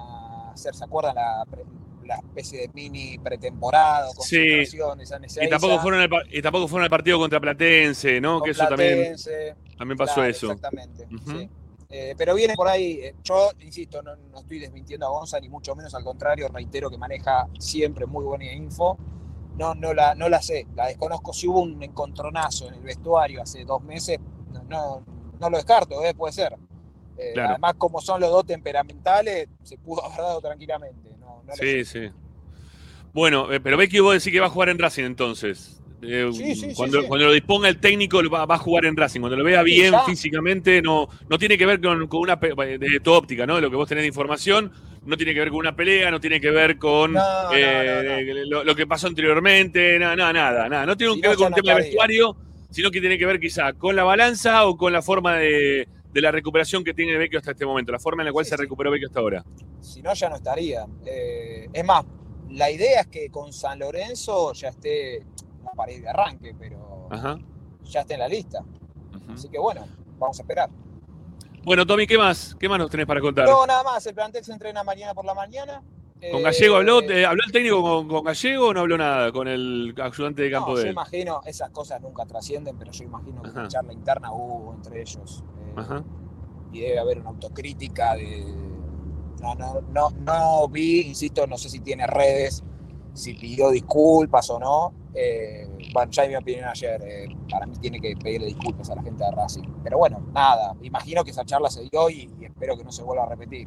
Speaker 7: a hacer, ¿se acuerdan? La, pre- la especie de mini pretemporada, o
Speaker 3: Sí.
Speaker 7: concentración de San
Speaker 3: Y tampoco, fueron al, par- y tampoco fueron al partido contra Platense, ¿no? Que eso también, también pasó
Speaker 7: Claro,
Speaker 3: eso.
Speaker 7: Exactamente,
Speaker 3: Ujú.
Speaker 7: sí. Eh, pero viene por ahí, eh, yo insisto, no, no estoy desmintiendo a Gonza, ni mucho menos, al contrario, reitero que maneja siempre muy buena info. No, no, la, no la sé, la desconozco. Si hubo un encontronazo en el vestuario hace dos meses, no, no, no lo descarto, eh, puede ser. Eh,
Speaker 3: Claro.
Speaker 7: Además, como son los dos temperamentales, se pudo haber dado tranquilamente. No, no lo
Speaker 3: Sí,
Speaker 7: sé.
Speaker 3: sí. Bueno, eh, pero Vecchio vos decís que va a jugar en Racing entonces. Eh,
Speaker 7: Sí, sí, sí,
Speaker 3: cuando,
Speaker 7: sí.
Speaker 3: cuando lo disponga el técnico lo va, va a jugar en Racing. Cuando lo vea
Speaker 7: Sí,
Speaker 3: bien
Speaker 7: ya.
Speaker 3: físicamente, no, no tiene que ver con, con una pe- de tu óptica, ¿no? De lo que vos tenés de información, no tiene que ver con una pelea, no tiene que ver con
Speaker 7: No, no,
Speaker 3: eh,
Speaker 7: no,
Speaker 3: Lo, lo que pasó anteriormente, nada, nada, nada, nada. No tiene
Speaker 7: Si
Speaker 3: que
Speaker 7: no,
Speaker 3: ver con
Speaker 7: ya
Speaker 3: un
Speaker 7: no
Speaker 3: tema de
Speaker 7: estaría.
Speaker 3: vestuario, sino que tiene que ver quizá con la balanza o con la forma de, de la recuperación que tiene Vecchio hasta este momento, la forma en la cual
Speaker 7: Sí,
Speaker 3: se
Speaker 7: sí.
Speaker 3: recuperó Vecchio hasta ahora.
Speaker 7: Si no, ya no estaría. Eh, es más, la idea es que con San Lorenzo ya esté, no para ir de arranque, pero
Speaker 3: Ajá.
Speaker 7: ya esté en la lista.
Speaker 3: Ujú.
Speaker 7: Así que bueno, vamos a esperar.
Speaker 3: Bueno, Tommy, ¿qué más? ¿Qué más nos tenés para contar?
Speaker 7: No, nada más, el plantel se entrena mañana por la mañana.
Speaker 3: ¿Con
Speaker 7: Eh,
Speaker 3: Gallego habló? eh, ¿Habló el técnico con, con Gallego o no habló nada con el ayudante de campo
Speaker 7: No,
Speaker 3: de
Speaker 7: yo
Speaker 3: él?
Speaker 7: imagino, esas cosas nunca trascienden, pero yo imagino que
Speaker 3: Ajá.
Speaker 7: una charla interna hubo entre ellos. eh,
Speaker 3: Ajá.
Speaker 7: Y debe haber una autocrítica de... No, no, no, no vi, insisto, no sé si tiene redes, si pidió disculpas o no. Eh, bueno, ya mi opinión ayer, eh, para mí tiene que pedirle disculpas a la gente de Racing. Pero bueno, nada, imagino que esa charla se dio y, y espero que no se vuelva a repetir.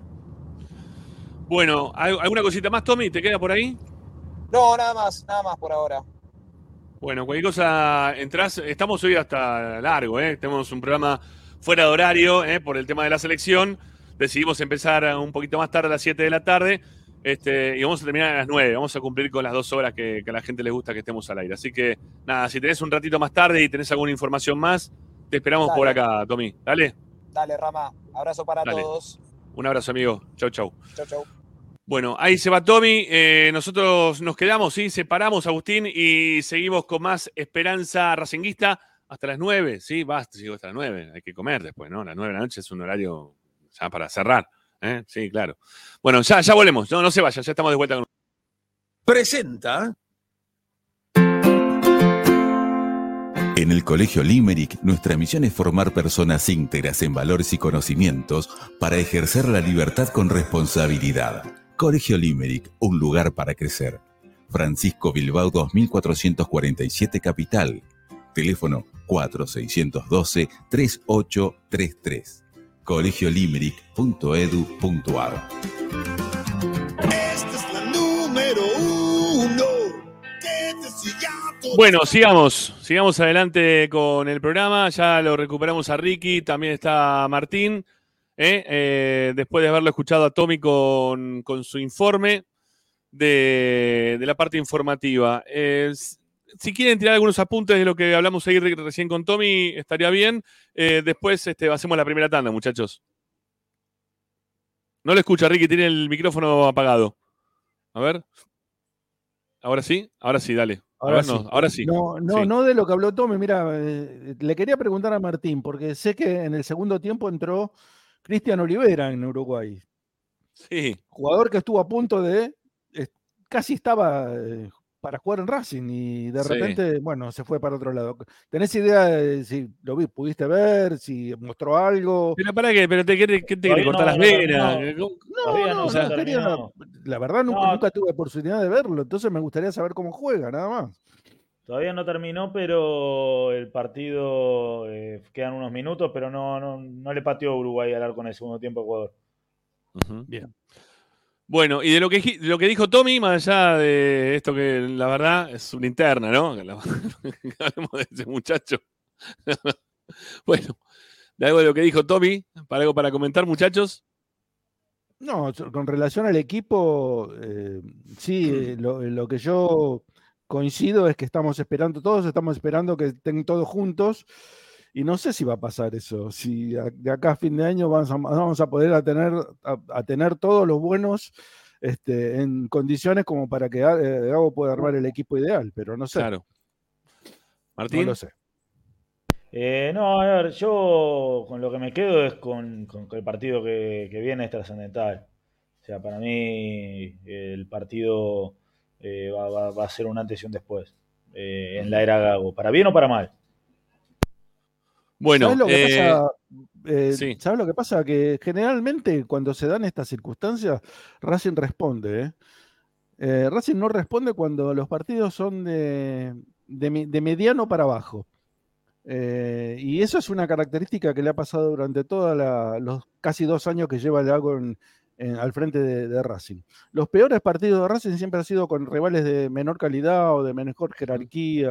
Speaker 3: Bueno, ¿al- ¿alguna cosita más, Tommy? ¿Te queda por ahí?
Speaker 7: No, nada más, nada más por ahora.
Speaker 3: Bueno, cualquier cosa, entrás, estamos hoy hasta largo, ¿eh? Tenemos un programa fuera de horario, ¿eh? Por el tema de la selección. Decidimos empezar un poquito más tarde, a las siete de la tarde, este, y vamos a terminar a las nueve. Vamos a cumplir con las dos horas que, que a la gente les gusta que estemos al aire. Así que, nada, si tenés un ratito más tarde y tenés alguna información más, te esperamos
Speaker 7: Dale.
Speaker 3: por acá, Tommy. Dale,
Speaker 7: Dale, Rama, abrazo para
Speaker 3: Dale.
Speaker 7: todos.
Speaker 3: un abrazo, amigo. Chau, chau.
Speaker 7: Chau, chau.
Speaker 3: Bueno, ahí se va Tommy. Eh, nosotros nos quedamos, sí, separamos, Agustín, y seguimos con más Esperanza Racinguista hasta las nueve. Sí, basta, sigo hasta las nueve. Hay que comer después, ¿no? Las nueve de la noche es un horario ya para cerrar. ¿eh? Sí, claro. Bueno, ya, ya volvemos. No, no se vayan, ya estamos de vuelta con
Speaker 8: Presenta.
Speaker 9: En el Colegio Limerick, nuestra misión es formar personas íntegras en valores y conocimientos para ejercer la libertad con responsabilidad. Colegio Limerick, un lugar para crecer. Francisco Bilbao dos mil cuatrocientos cuarenta y siete Capital. Teléfono cuatro seis uno dos, tres ocho tres tres. colegio limerick punto edu punto ar.
Speaker 4: Esta es la número uno. Que te siga todo.
Speaker 3: Bueno, sigamos, sigamos adelante con el programa. Ya lo recuperamos a Ricky, también está Martín. ¿eh? Eh, después de haberlo escuchado a Tommy con, con su informe de, de la parte informativa. Eh, si quieren tirar algunos apuntes de lo que hablamos ahí recién con Tommy, estaría bien. Eh, después este, hacemos la primera tanda, muchachos. No lo escucha, Ricky, tiene el micrófono apagado. A ver. ¿Ahora sí? Ahora sí, dale.
Speaker 5: Ahora,
Speaker 3: a ver,
Speaker 5: sí.
Speaker 3: No, ahora sí.
Speaker 5: No, no,
Speaker 3: Sí.
Speaker 5: no de lo que habló Tommy. Mira, eh, le quería preguntar a Martín, porque sé que en el segundo tiempo entró Cristian Olivera en Uruguay.
Speaker 3: Sí.
Speaker 5: Jugador que estuvo a punto de. Eh, casi estaba eh, para jugar en Racing y de
Speaker 3: Sí.
Speaker 5: repente, bueno, se fue para otro lado. ¿Tenés idea de si lo vi, pudiste ver, si mostró algo?
Speaker 3: Pero para qué, pero te quiere, ¿qué te quiere
Speaker 6: Todavía
Speaker 3: cortar
Speaker 6: no,
Speaker 3: las
Speaker 6: no
Speaker 3: venas.
Speaker 6: terminó.
Speaker 5: No,
Speaker 6: Todavía
Speaker 5: no,
Speaker 6: no,
Speaker 3: o sea,
Speaker 5: no quería.
Speaker 6: terminó.
Speaker 5: La verdad, nunca,
Speaker 6: No.
Speaker 5: nunca tuve oportunidad de verlo, entonces me gustaría saber cómo juega, nada más.
Speaker 6: Todavía no terminó, pero el partido eh, quedan unos minutos, pero no, no, no le pateó Uruguay al arco en el segundo tiempo a Ecuador.
Speaker 3: Ujú.
Speaker 5: Bien.
Speaker 3: Bueno, y de lo que, de lo que dijo Tommy, más allá de esto que la verdad es una interna, ¿no? Que la- que hablemos de ese muchacho. Bueno, de algo de lo que dijo Tommy, para algo para comentar, muchachos.
Speaker 5: No, so- con relación al equipo, eh, sí, eh, lo, lo que yo coincido es que estamos esperando, todos estamos esperando que estén todos juntos y no sé si va a pasar eso, si a- de acá a fin de año vamos a, vamos a poder a tener, a, a tener todos los buenos este, en condiciones como para que Ga- eh, Gago pueda armar el equipo ideal, pero no sé,
Speaker 3: Claro.
Speaker 5: no
Speaker 3: Martín.
Speaker 5: lo sé.
Speaker 6: Eh, no, a ver, yo con lo que me quedo es con, con que el partido que, que viene es trascendental. O sea, para mí el partido eh, va, va- va a ser un antes y un después eh, en la era Gago, para bien o para mal.
Speaker 3: Bueno,
Speaker 5: ¿Sabes lo que
Speaker 3: eh,
Speaker 5: pasa? Eh,
Speaker 3: sí.
Speaker 5: ¿Sabes lo que pasa? Que generalmente cuando se dan estas circunstancias, Racing responde, ¿eh? Eh, Racing no responde cuando los partidos son de, de mi- de mediano para abajo. Eh, y eso es una característica que le ha pasado durante todos los casi dos años que lleva Lago en- en- al frente de, de Racing. Los peores partidos de Racing siempre han sido con rivales de menor calidad o de menor jerarquía.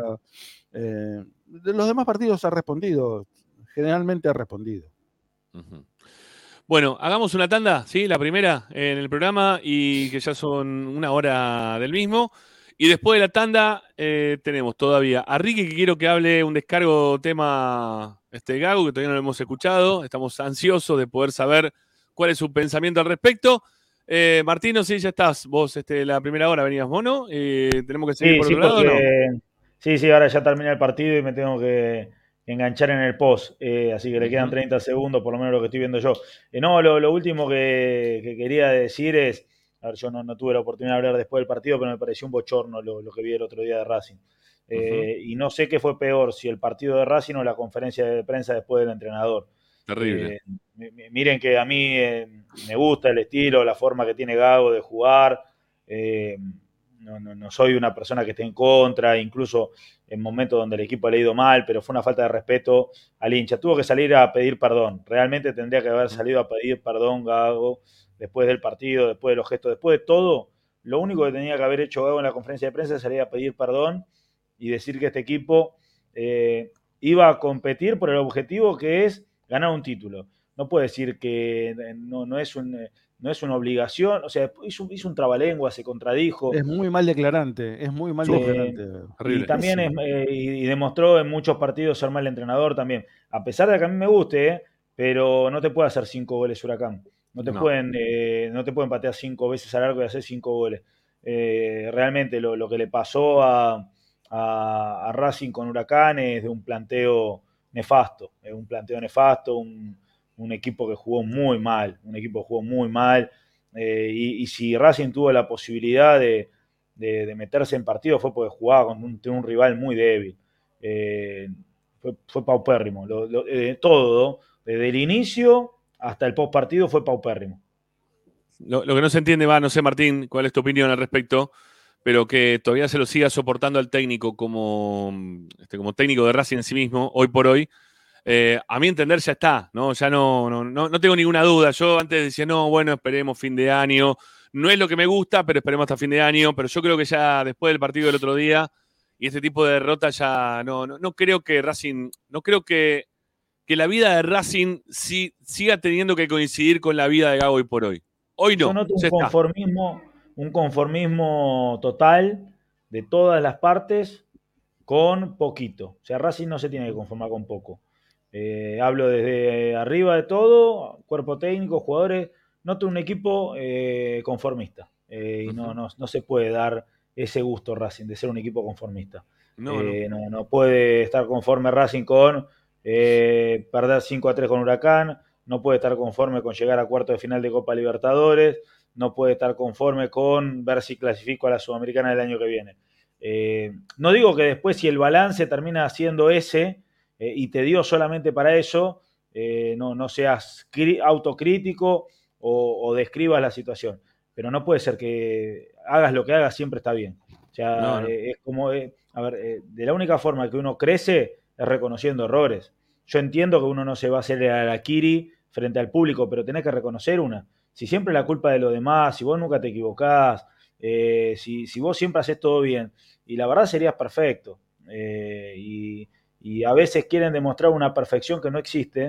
Speaker 5: Eh, de los demás partidos ha respondido, generalmente ha respondido.
Speaker 3: Ujú. Bueno, hagamos una tanda, ¿sí? La primera en el programa y que ya son una hora del mismo. Y después de la tanda eh, tenemos todavía a Ricky que quiero que hable un descargo tema este Gago, que todavía no lo hemos escuchado. Estamos ansiosos de poder saber cuál es su pensamiento al respecto. Eh, Martín, no sé si ya estás. Vos este, la primera hora venías mono. Eh, ¿Tenemos que seguir
Speaker 6: Sí,
Speaker 3: por
Speaker 6: sí,
Speaker 3: otro lado o no?
Speaker 6: porque sí, sí, ahora ya termina el partido y me tengo que enganchar en el post, eh, así que le quedan
Speaker 3: Ujú.
Speaker 6: treinta segundos, por lo menos lo que estoy viendo yo. Eh, no, lo, lo último que, que quería decir es, a ver, yo no, no tuve la oportunidad de hablar después del partido, pero me pareció un bochorno lo, lo que vi el otro día de Racing. Eh, y no sé qué fue peor, si el partido de Racing o la conferencia de prensa después del entrenador.
Speaker 3: Terrible.
Speaker 6: Eh, mi- mi- miren que a mí eh, me gusta el estilo, la forma que tiene Gago de jugar. eh, no, no, no soy una persona que esté en contra, incluso en momentos donde el equipo le ha ido mal, pero fue una falta de respeto al hincha. Tuvo que salir a pedir perdón. Realmente tendría que haber salido a pedir perdón Gago después del partido, después de los gestos, después de todo. Lo único que tenía que haber hecho Gago en la conferencia de prensa es salir a pedir perdón y decir que este equipo eh, iba a competir por el objetivo que es ganar un título. No puede decir que no, no es un... No es una obligación, o sea, hizo, hizo un trabalengua, se contradijo.
Speaker 5: Es muy mal declarante, es muy mal
Speaker 3: Sí.
Speaker 5: declarante.
Speaker 6: Eh, y
Speaker 3: Terrible.
Speaker 6: también es,
Speaker 5: Pésimo.
Speaker 6: eh, y, y demostró en muchos partidos ser mal entrenador también. A pesar de que a mí me guste, eh, pero no te puede hacer cinco goles Huracán. No te,
Speaker 3: No.
Speaker 6: pueden, eh, no te pueden patear cinco veces al arco y hacer cinco goles. Eh, realmente lo, lo que le pasó a, a, a Racing con Huracán es de un planteo nefasto. Es un planteo nefasto, un, un equipo que jugó muy mal. Un equipo que jugó muy mal. Eh, y, y si Racing tuvo la posibilidad de de, de meterse en partido fue porque jugaba con un, un rival muy débil. Eh, fue, fue paupérrimo. Lo, lo, eh, todo, desde el inicio hasta el post partido fue paupérrimo.
Speaker 3: Lo, lo que no se entiende, va, no sé, Martín, cuál es tu opinión al respecto, pero que todavía se lo siga soportando al técnico como, este, como técnico de Racing en sí mismo, hoy por hoy. Eh, a mi entender ya está, ¿no? Ya no, no, no, no tengo ninguna duda. Yo antes decía, no, bueno, esperemos fin de año. No es lo que me gusta, pero esperemos hasta fin de año. Pero yo creo que ya después del partido del otro día y este tipo de derrota ya no, no, no creo que Racing, no creo que, que la vida de Racing sí, siga teniendo que coincidir con la vida de Gago hoy por hoy. Hoy no.
Speaker 6: Yo noto un
Speaker 3: ya está.
Speaker 6: conformismo, un conformismo total de todas las partes con poquito. O sea, Racing no se tiene que conformar con poco. Eh, hablo desde arriba de todo, cuerpo técnico, jugadores. Noto un equipo eh, conformista. Eh, y no, no, no se puede dar ese gusto Racing de ser un equipo conformista.
Speaker 3: No,
Speaker 6: eh, no. No, no puede estar conforme Racing con eh, perder cinco a tres con Huracán. No puede estar conforme con llegar a cuarto de final de Copa Libertadores. No puede estar conforme con ver si clasifico a la Sudamericana del año que viene. Eh, no digo que después, si el balance termina siendo ese eh, y te dio solamente para eso, eh, no, no seas cri- autocrítico o, o describas la situación. Pero no puede ser que hagas lo que hagas, siempre está bien. O sea,
Speaker 3: No, no.
Speaker 6: eh, es como, eh, a ver, eh, de la única forma que uno crece es reconociendo errores. Yo entiendo que uno no se va a hacer el harakiri frente al público, pero tenés que reconocer una. Si siempre la culpa de los demás, si vos nunca te equivocás, eh, si, si vos siempre haces todo bien, y la verdad serías perfecto. Eh, y, y a veces quieren demostrar una perfección que no existe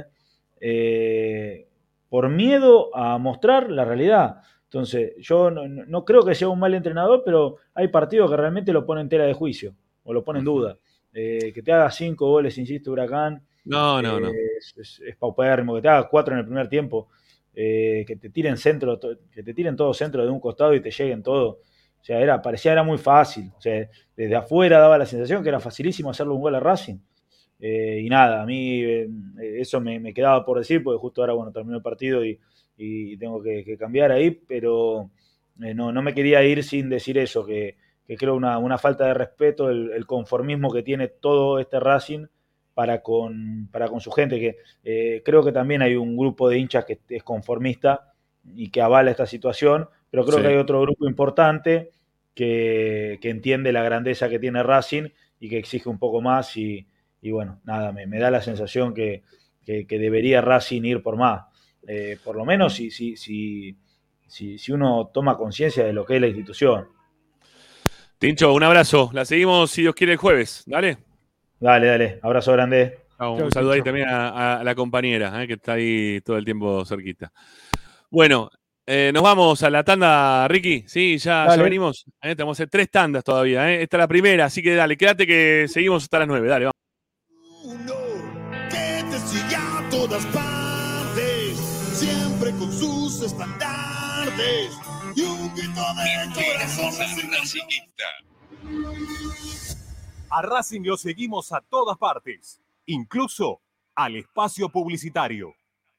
Speaker 6: eh, por miedo a mostrar la realidad. Entonces, yo no, no creo que sea un mal entrenador, pero hay partidos que realmente lo ponen en tela de juicio o lo ponen en duda. Eh, que te haga cinco goles, insisto, Huracán.
Speaker 3: No, no, no.
Speaker 6: Eh, es, es, es paupérrimo, que te haga cuatro en el primer tiempo, eh, que te tiren centro, to- que te tiren todo centro de un costado y te lleguen todo. O sea, era, parecía era muy fácil. O sea, desde afuera daba la sensación que era facilísimo hacerle un gol a Racing. Eh, y nada, a mí eh, eso me, me quedaba por decir, porque justo ahora, bueno, terminó el partido y, y tengo que, que cambiar ahí, pero eh, no, no me quería ir sin decir eso, que, que creo una, una falta de respeto, el, el conformismo que tiene todo este Racing para con, para con su gente, que eh, creo que también hay un grupo de hinchas que es conformista y que avala esta situación, pero creo
Speaker 3: Sí.
Speaker 6: que hay otro grupo importante que, que entiende la grandeza que tiene Racing y que exige un poco más y, y bueno, nada, me, me da la sensación que, que, que debería Racing ir por más. Eh, por lo menos si, si, si, si, si uno toma conciencia de lo que es la institución.
Speaker 3: Tincho, un abrazo. La seguimos, si Dios quiere, el jueves. Dale.
Speaker 6: Dale, dale. Abrazo grande.
Speaker 3: Ah, un
Speaker 5: Chau,
Speaker 3: saludo ahí
Speaker 5: Tincho.
Speaker 3: también a, a la compañera, eh, que está ahí todo el tiempo cerquita. Bueno, eh, nos vamos a la tanda, Ricky. Sí, ya, ya
Speaker 5: Dale.
Speaker 3: venimos. Eh, tenemos que hacer tres tandas todavía. Eh. Esta es la primera, así que dale, quédate que seguimos hasta las nueve. Dale, vamos.
Speaker 4: Uno que te siga a todas partes, siempre con sus estandartes y un grito de corazón.
Speaker 10: A Racing lo seguimos a todas partes, incluso al espacio publicitario.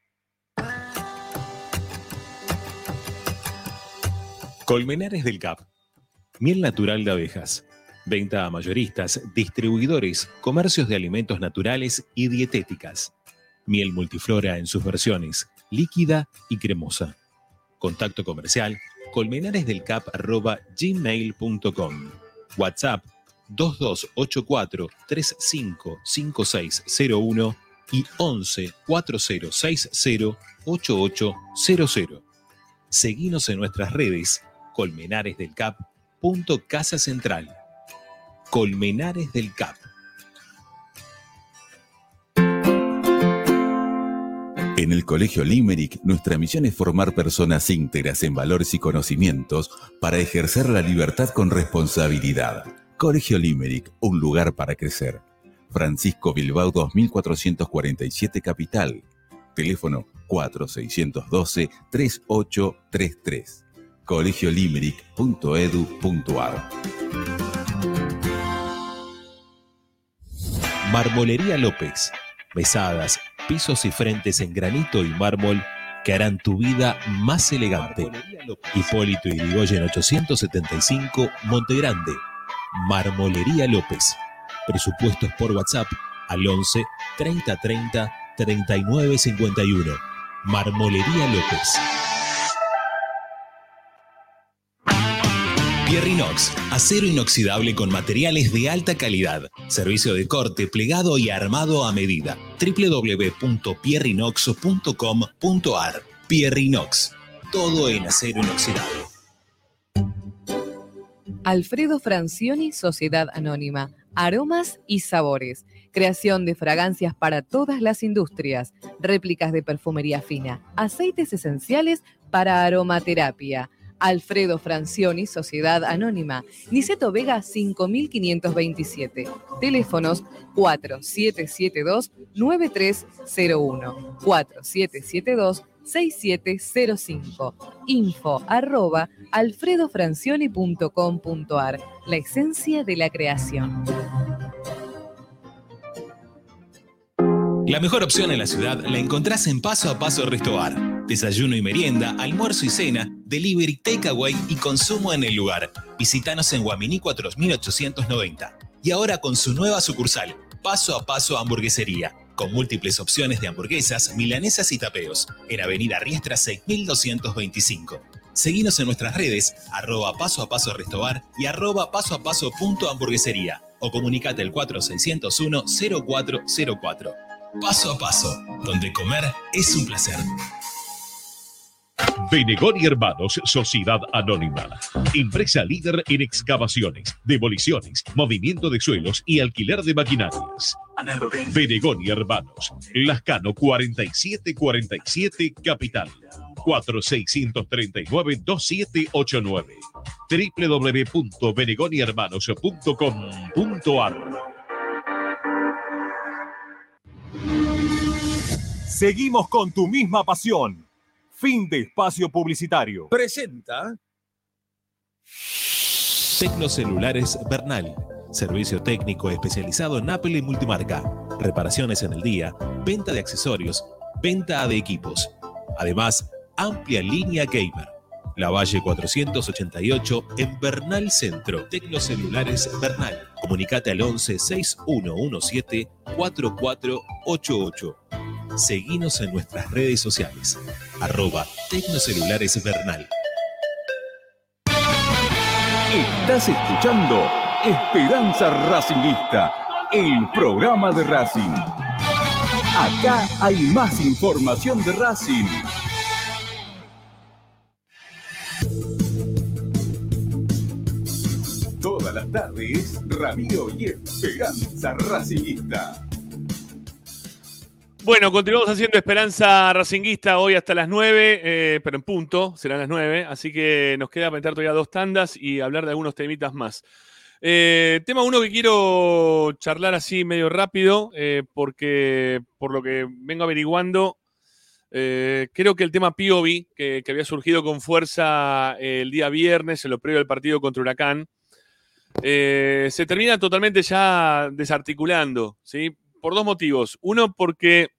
Speaker 11: Colmenares del Cap. Miel natural de abejas. Venta a mayoristas, distribuidores, comercios de alimentos naturales y dietéticas. Miel multiflora en sus versiones, líquida y cremosa. Contacto comercial colmenaresdelcap arroba gmail punto com. WhatsApp dos dos ocho cuatro tres cinco cinco seis cero uno y once cuatro cero seis cero ocho ocho cero cero. Seguinos en nuestras redes colmenaresdelcap.casa central. Colmenares del Cap.
Speaker 9: En el Colegio Limerick, nuestra misión es formar personas íntegras en valores y conocimientos para ejercer la libertad con responsabilidad. Colegio Limerick, un lugar para crecer. Francisco Bilbao dos mil cuatrocientos cuarenta y siete Capital. Teléfono cuatro seis uno dos tres ocho tres tres. colegio limerick punto edu punto ar.
Speaker 11: Marmolería López. Mesadas, pisos y frentes en granito y mármol que harán tu vida más elegante. Hipólito Yrigoyen ochocientos setenta y cinco, Montegrande. Marmolería López. Presupuestos por WhatsApp al once treinta treinta treinta y nueve cincuenta y uno. Marmolería López. Pierrinox, acero inoxidable con materiales de alta calidad. Servicio de corte, plegado y armado a medida. doble u doble u doble u punto pierrinox punto com punto a r. Pierrinox, todo en acero inoxidable.
Speaker 12: Alfredo Francioni, Sociedad Anónima. Aromas y sabores. Creación de fragancias para todas las industrias. Réplicas de perfumería fina. Aceites esenciales para aromaterapia. Alfredo Francioni, Sociedad Anónima. Niceto Vega cinco mil quinientos veintisiete. Teléfonos cuatro siete siete dos nueve tres cero uno, cuatro siete siete dos seis siete cero cinco. Info arroba alfredofrancioni punto com punto a r. La esencia de la creación.
Speaker 11: La mejor opción en la ciudad la encontrás en Paso a Paso Restobar. Desayuno y merienda, almuerzo y cena, delivery, takeaway y consumo en el lugar. Visítanos en Guaminí cuatro mil ochocientos noventa. Y ahora con su nueva sucursal, Paso a Paso Hamburguesería, con múltiples opciones de hamburguesas, milanesas y tapeos, en Avenida Riestra seis mil doscientos veinticinco. Seguinos en nuestras redes, arroba Paso a Paso Restobar y arroba paso a paso punto hamburguesería, o comunicate al cuatro seis cero uno cero cuatro cero cuatro. Paso a Paso, donde comer es un placer.
Speaker 13: Venegón y Hermanos, Sociedad Anónima. Empresa líder en excavaciones, demoliciones, movimiento de suelos y alquiler de maquinarias. Venegón y Hermanos, Lascano cuarenta y siete cuarenta y siete, Capital. cuatro seis tres nueve dos siete ocho nueve. doble u doble u doble u punto venegón y hermanos punto com punto a r.
Speaker 10: Seguimos con tu misma pasión. Fin de espacio publicitario.
Speaker 8: Presenta
Speaker 11: Tecnocelulares Bernal. Servicio técnico especializado en Apple y multimarca. Reparaciones en el día, venta de accesorios, venta de equipos. Además, amplia línea gamer. Lavalle cuatrocientos ochenta y ocho en Bernal Centro. Tecnocelulares Bernal. Comunicate al once seis uno uno siete cuatro cuatro ocho ocho. Seguinos en nuestras redes sociales. Arroba Tecnocelulares Bernal.
Speaker 1: Estás escuchando Esperanza Racingista, el programa de Racing. Acá hay más información de Racing. Todas las tardes, Ramiro y Esperanza Racingista.
Speaker 3: Bueno, continuamos haciendo Esperanza Racinguista hoy hasta las nueve, eh, pero en punto, serán las nueve, así que nos queda meter todavía dos tandas y hablar de algunos temitas más. Eh, tema uno que quiero charlar así medio rápido, eh, porque por lo que vengo averiguando, eh, creo que el tema Piovi, que, que había surgido con fuerza el día viernes, en lo previo al partido contra Huracán, eh, se termina totalmente ya desarticulando, ¿sí? Por dos motivos. Uno, porque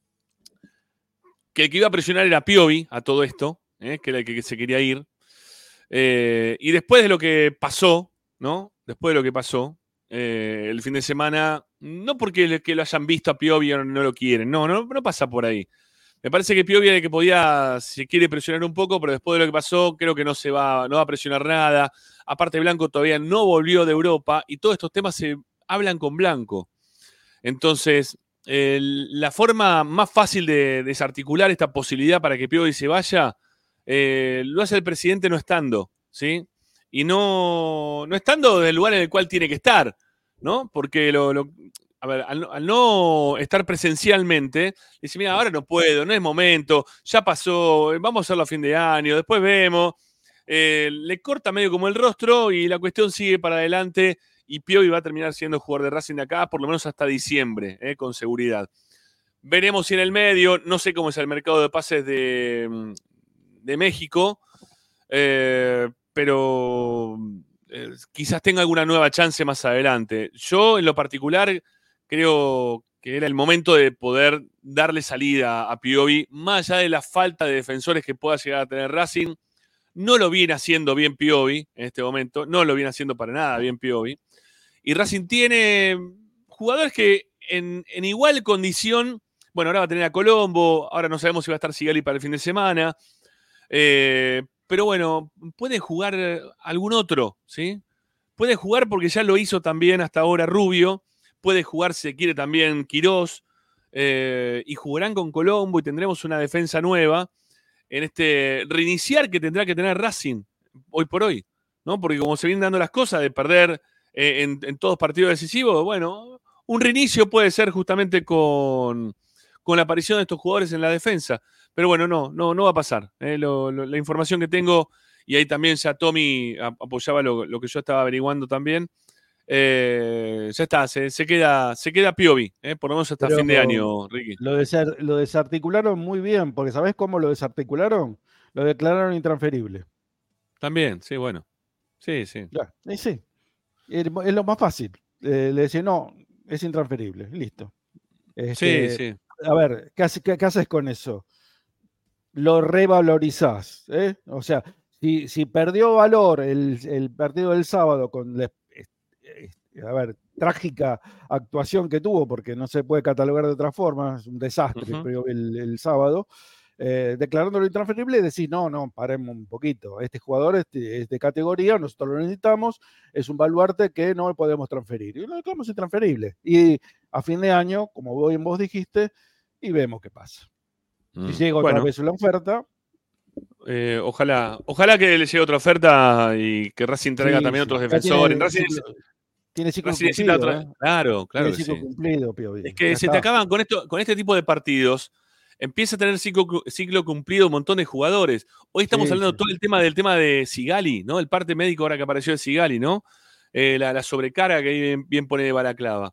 Speaker 3: que el que iba a presionar era Piovi a todo esto, ¿eh? Que era el que se quería ir. Eh, y después de lo que pasó, ¿no? Después de lo que pasó, eh, el fin de semana, no porque que lo hayan visto a Piovi o no lo quieren, no, no, no pasa por ahí. Me parece que Piovi era el que podía, si quiere, presionar un poco, pero después de lo que pasó, creo que no se va, no va a presionar nada. Aparte, Blanco todavía no volvió de Europa y todos estos temas se hablan con Blanco. Entonces, eh, la forma más fácil de desarticular esta posibilidad para que Piovi se vaya, eh, lo hace el presidente no estando, ¿sí? Y no, no estando del lugar en el cual tiene que estar, ¿no? Porque lo, lo, a ver, al, al no estar presencialmente, dice, mira, ahora no puedo, no es momento, ya pasó, vamos a hacerlo a fin de año, después vemos. Eh, le corta medio como el rostro y la cuestión sigue para adelante. Y Piovi va a terminar siendo jugador de Racing de acá, por lo menos hasta diciembre, eh, con seguridad. Veremos si en el medio, no sé cómo es el mercado de pases de, de México, eh, pero eh, quizás tenga alguna nueva chance más adelante. Yo, en lo particular, creo que era el momento de poder darle salida a Piovi, más allá de la falta de defensores que pueda llegar a tener Racing. No lo viene haciendo bien Piovi en este momento, no lo viene haciendo para nada bien Piovi. Y Racing tiene jugadores que en, en igual condición, bueno, ahora va a tener a Colombo, ahora no sabemos si va a estar Sigali para el fin de semana, eh, pero bueno, puede jugar algún otro, ¿sí? Puede jugar porque ya lo hizo también hasta ahora Rubio, puede jugar si quiere también Quirós, eh, y jugarán con Colombo y tendremos una defensa nueva en este reiniciar que tendrá que tener Racing hoy por hoy, ¿no? Porque como se vienen dando las cosas de perder eh, en, en todos partidos decisivos, bueno, un reinicio puede ser justamente con, con la aparición de estos jugadores en la defensa. Pero bueno, no, no, no va a pasar. Eh, lo, lo, la información que tengo, y ahí también ya Tommy apoyaba lo, lo que yo estaba averiguando también, eh, ya está, se, se, queda, se queda Piovi, eh, por lo menos hasta
Speaker 5: Pero
Speaker 3: fin de año, Ricky.
Speaker 5: Lo, desar, lo desarticularon muy bien, porque ¿sabés cómo lo desarticularon? Lo declararon intransferible.
Speaker 3: También, sí, bueno. Sí, sí.
Speaker 5: Ya, y sí. Es lo más fácil. Eh, le decía, no, es intransferible, listo. Este,
Speaker 3: sí, sí.
Speaker 5: A ver, ¿qué, hace, qué, qué haces con eso? Lo revalorizás, ¿eh? O sea, si, si perdió valor el, el partido del sábado con la, a ver, trágica actuación que tuvo, porque no se puede catalogar de otra forma, es un desastre
Speaker 3: Uh-huh.
Speaker 5: pero el, el sábado, eh, declarándolo intransferible, decís, no, no, paremos un poquito, este jugador es de, es de categoría, nosotros lo necesitamos, es un baluarte que no podemos transferir, y lo declaramos intransferible, y a fin de año, como vos, vos dijiste, y vemos qué pasa.
Speaker 3: Mm.
Speaker 5: Si llega otra
Speaker 3: Bueno.
Speaker 5: vez la oferta...
Speaker 3: Eh, ojalá, ojalá que le llegue otra oferta y que Racing traiga
Speaker 5: sí,
Speaker 3: también
Speaker 5: sí.
Speaker 3: otros
Speaker 5: Ya
Speaker 3: defensores.
Speaker 5: tiene
Speaker 3: Racing,
Speaker 5: ciclo, tiene ciclo
Speaker 3: Racing
Speaker 5: cumplido,
Speaker 3: otra...
Speaker 5: ¿eh?
Speaker 3: Claro, claro
Speaker 5: tiene
Speaker 3: que
Speaker 5: ciclo
Speaker 3: sí.
Speaker 5: cumplido, Piovi.
Speaker 3: Es que
Speaker 5: ya
Speaker 3: se
Speaker 5: está.
Speaker 3: te acaban con esto, con este tipo de partidos. Empieza a tener ciclo, ciclo cumplido un montón de jugadores. Hoy estamos
Speaker 5: Sí,
Speaker 3: hablando
Speaker 5: sí,
Speaker 3: todo
Speaker 5: sí.
Speaker 3: el tema del tema de Sigali, ¿no? El parte médico ahora que apareció de Sigali, ¿no? Eh, la, la sobrecarga que bien, bien pone de Balaclava.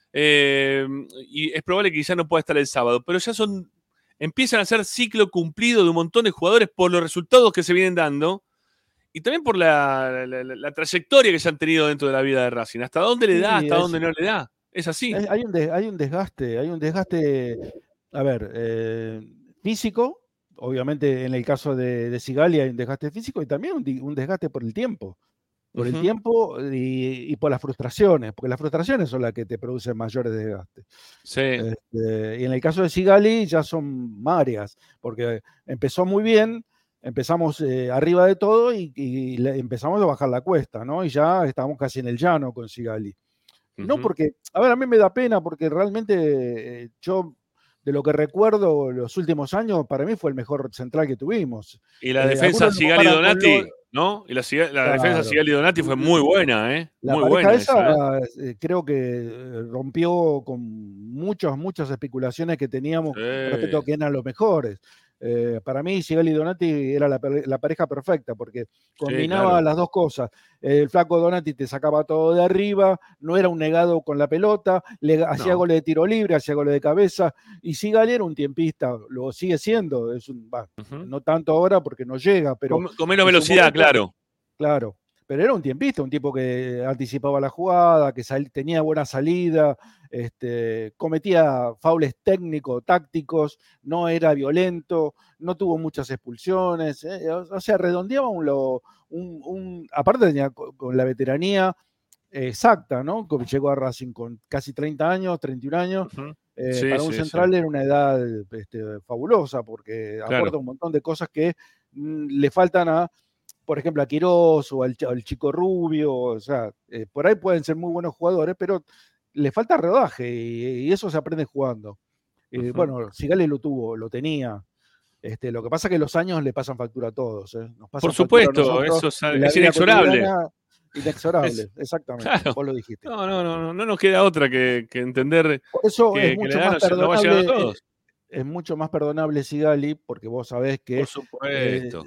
Speaker 3: Eh, y es probable que ya no pueda estar el sábado, pero ya son. Empiezan a ser ciclo cumplido de un montón de jugadores por los resultados que se vienen dando y también por la, la, la, la trayectoria que se han tenido dentro de la vida de Racing. ¿Hasta dónde le da?
Speaker 5: Sí,
Speaker 3: ¿Hasta
Speaker 5: es,
Speaker 3: dónde no le da? Es así.
Speaker 5: es- hay, un de- hay un desgaste, hay un desgaste, a ver, eh, físico, obviamente en el caso de, de Sigali hay un desgaste físico y también un, di- un desgaste por el tiempo, por el
Speaker 3: Ujú.
Speaker 5: tiempo y, y por las frustraciones, porque las frustraciones son las que te producen mayores desgastes.
Speaker 3: Sí.
Speaker 5: Este, y en el caso de Sigali ya son varias, porque empezó muy bien, empezamos eh, arriba de todo y, y le- empezamos a bajar la cuesta, ¿no? Y ya estamos casi en el llano con Sigali. No
Speaker 3: Ujú.
Speaker 5: porque, a ver, a mí me da pena porque realmente eh, yo, de lo que recuerdo los últimos años, para mí fue el mejor central que tuvimos.
Speaker 3: Y la
Speaker 5: Eh,
Speaker 3: defensa
Speaker 5: algunos lo
Speaker 3: Sigali
Speaker 5: comparan con
Speaker 3: Donati,
Speaker 5: lo-
Speaker 3: ¿no? Y la, Siga- la
Speaker 5: Claro.
Speaker 3: defensa Sigali Donati fue muy buena, ¿eh?
Speaker 5: La
Speaker 3: Muy
Speaker 5: pareja
Speaker 3: buena
Speaker 5: esa,
Speaker 3: esa, ¿eh?
Speaker 5: eh, creo que eh, rompió con muchas, muchas especulaciones que teníamos respecto a
Speaker 3: Sí.
Speaker 5: quién eran los mejores. Eh, para mí, Sigali y Donati era la, pare- la pareja perfecta porque combinaba
Speaker 3: claro.
Speaker 5: las dos cosas. El flaco Donati te sacaba todo de arriba, no era un negado con la pelota, le hacía
Speaker 3: No.
Speaker 5: goles de tiro libre, hacía goles de cabeza. Y Sigali era un tiempista, lo sigue siendo, es un, bah,
Speaker 3: Ujú.
Speaker 5: no tanto ahora porque no llega, pero
Speaker 3: Con, con menos
Speaker 5: en su
Speaker 3: velocidad,
Speaker 5: momento,
Speaker 3: claro.
Speaker 5: claro. Pero era un tiempista, un tipo que anticipaba la jugada, que sal- tenía buena salida, este, cometía faules técnicos, tácticos, no era violento, no tuvo muchas expulsiones, eh, o, o sea, redondeaba un, lo- un- un- aparte tenía co- con la veteranía exacta, ¿no? Como llegó a Racing con casi treinta años, treinta y un años.
Speaker 3: Ujú.
Speaker 5: eh,
Speaker 3: Sí,
Speaker 5: para un
Speaker 3: sí, sí.
Speaker 5: central era una edad este, fabulosa porque aporta
Speaker 3: Claro.
Speaker 5: un montón de cosas que mm, le faltan a, por ejemplo, a Quirós o al, ch- al Chico Rubio, o sea, eh, por ahí pueden ser muy buenos jugadores, pero le falta rodaje y, y eso se aprende jugando. Eh,
Speaker 3: Ujú.
Speaker 5: Bueno, Sigali lo tuvo, lo tenía. Este, lo que pasa es que los años le pasan factura a todos. ¿eh? Nos pasan
Speaker 3: Por
Speaker 5: factura a
Speaker 3: supuesto,
Speaker 5: nosotros
Speaker 3: eso es,
Speaker 5: en la
Speaker 3: es
Speaker 5: vida
Speaker 3: inexorable.
Speaker 5: cotidiana. Inexorable,
Speaker 3: Es-
Speaker 5: exactamente.
Speaker 3: claro.
Speaker 5: Vos lo dijiste.
Speaker 3: No, no, no, no, no nos queda otra que, que entender
Speaker 5: Por eso
Speaker 3: que,
Speaker 5: es
Speaker 3: que la
Speaker 5: mucho
Speaker 3: edad
Speaker 5: más
Speaker 3: nos, nos va llegando a
Speaker 5: perdonable, eh,
Speaker 3: todos.
Speaker 5: es mucho más perdonable Sigali, porque vos sabés que
Speaker 3: Por
Speaker 5: eh,
Speaker 3: supuesto.